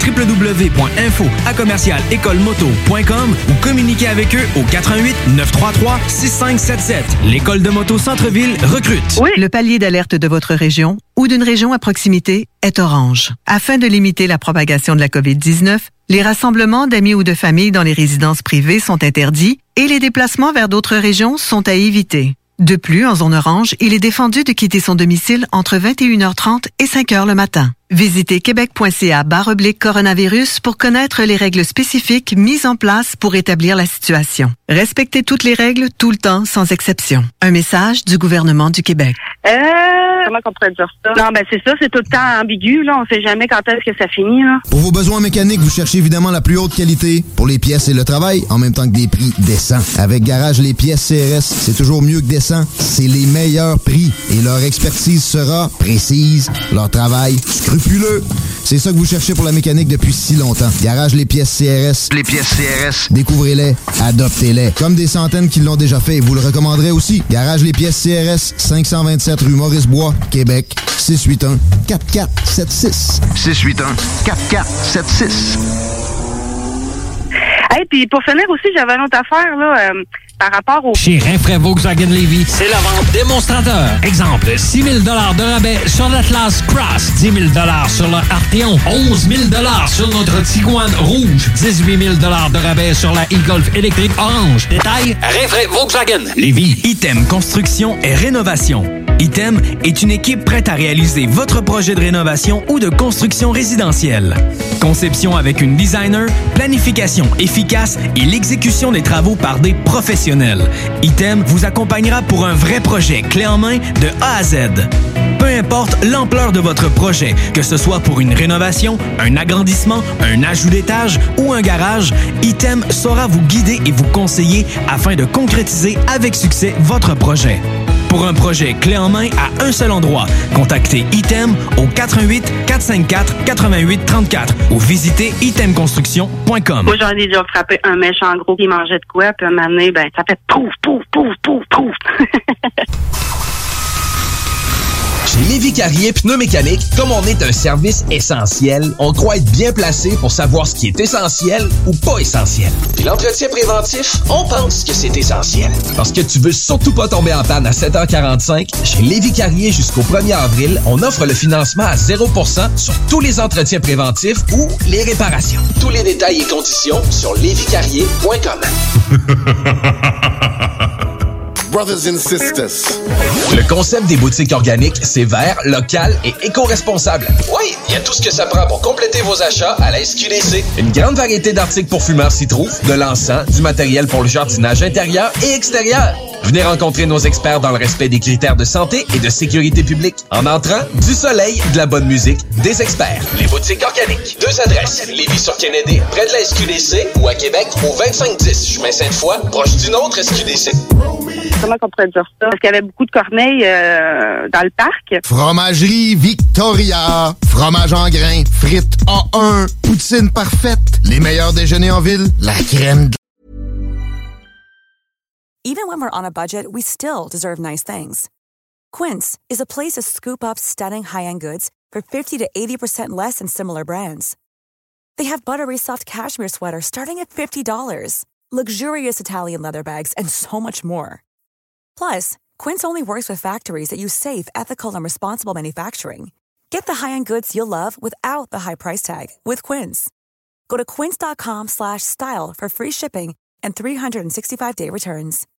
www.info@écolemoto.com ou communiquez avec eux au 88 933 6577. L'école de moto Centre-Ville recrute. Oui. Le palier d'alerte de votre région ou d'une région à proximité est orange. Afin de limiter la propagation de la COVID-19, les rassemblements d'amis ou de familles dans les résidences privées sont interdits et les déplacements vers d'autres régions sont à éviter. De plus, en zone orange, il est défendu de quitter son domicile entre 21h30 et 5h le matin. Visitez québec.ca/coronavirus pour connaître les règles spécifiques mises en place pour établir la situation. Respectez toutes les règles tout le temps, sans exception. Un message du gouvernement du Québec. Comment on pourrait dire ça? Non, ben c'est ça, c'est tout le temps ambigu, là. On sait jamais quand est-ce que ça finit, là. Pour vos besoins mécaniques, vous cherchez évidemment la plus haute qualité pour les pièces et le travail, en même temps que des prix décents. Avec Garage Les Pièces CRS, c'est toujours mieux que décent. C'est les meilleurs prix et leur expertise sera précise, leur travail scrupuleux. C'est ça que vous cherchez pour la mécanique depuis si longtemps. Garage Les Pièces CRS. Les pièces CRS. Découvrez-les, adoptez-les. Comme des centaines qui l'ont déjà fait, vous le recommanderez aussi. Garage Les Pièces CRS, 527 rue Maurice-Bois, Québec, 681-4476. 681-4476. Hey, puis pour finir aussi, j'avais une autre affaire, là, par rapport au... Chez Rinfraie Volkswagen Lévy, c'est la vente démonstrateur. Exemple, 6 000 $ de rabais sur l'Atlas Cross, 10 000 $ sur le Arteon, 11 000 $ sur notre Tiguan rouge, 18 000 $ de rabais sur la e-Golf électrique orange. Détail, Rinfraie Volkswagen Lévy. Item Construction et Rénovation. Item est une équipe prête à réaliser votre projet de rénovation ou de construction résidentielle. Conception avec une designer, planification efficace et l'exécution des travaux par des professionnels. Item vous accompagnera pour un vrai projet clé en main de A à Z. Peu importe l'ampleur de votre projet, que ce soit pour une rénovation, un agrandissement, un ajout d'étage ou un garage, Item saura vous guider et vous conseiller afin de concrétiser avec succès votre projet. Pour un projet clé en main à un seul endroit, contactez Item au 88 454 88 34 ou visitez itemconstruction.com. Moi, j'en ai déjà frappé un méchant gros qui mangeait de quoi, puis un moment donné, ben, ça fait pouf, pouf, pouf, pouf, pouf. Chez Lévis Carrier Pneumécanique, comme on est un service essentiel, on croit être bien placé pour savoir ce qui est essentiel ou pas essentiel. Puis l'entretien préventif, on pense que c'est essentiel. Parce que tu veux surtout pas tomber en panne à 7h45, chez Lévis Carrier jusqu'au 1er avril, on offre le financement à 0% sur tous les entretiens préventifs ou les réparations. Tous les détails et conditions sur léviscarrier.com. Brothers and sisters. Le concept des boutiques organiques, c'est vert, local et éco-responsable. Oui, il y a tout ce que ça prend pour compléter vos achats à la SQDC. Une grande variété d'articles pour fumeurs s'y trouve, de l'encens, du matériel pour le jardinage intérieur et extérieur. Venez rencontrer nos experts dans le respect des critères de santé et de sécurité publique. En entrant, du soleil, de la bonne musique, des experts. Les boutiques organiques. 2 adresses. Lévis-sur-Kennedy, près de la SQDC, ou à Québec, au 2510 chemin Sainte-Foy, proche d'une autre SQDC. Comment on pourrait dire ça? Parce qu'il y avait beaucoup de corneilles dans le parc. Fromagerie Victoria. Fromage en grains. Frites A1. Poutine parfaite. Les meilleurs déjeuners en ville. La crème de... Even when we're on a budget, we still deserve nice things. Quince is a place to scoop up stunning high-end goods for 50 to 80% less than similar brands. They have buttery soft cashmere sweaters starting at $50, luxurious Italian leather bags, and so much more. Plus, Quince only works with factories that use safe, ethical, and responsible manufacturing. Get the high-end goods you'll love without the high price tag with Quince. Go to quince.com/style for free shipping and 365-day returns.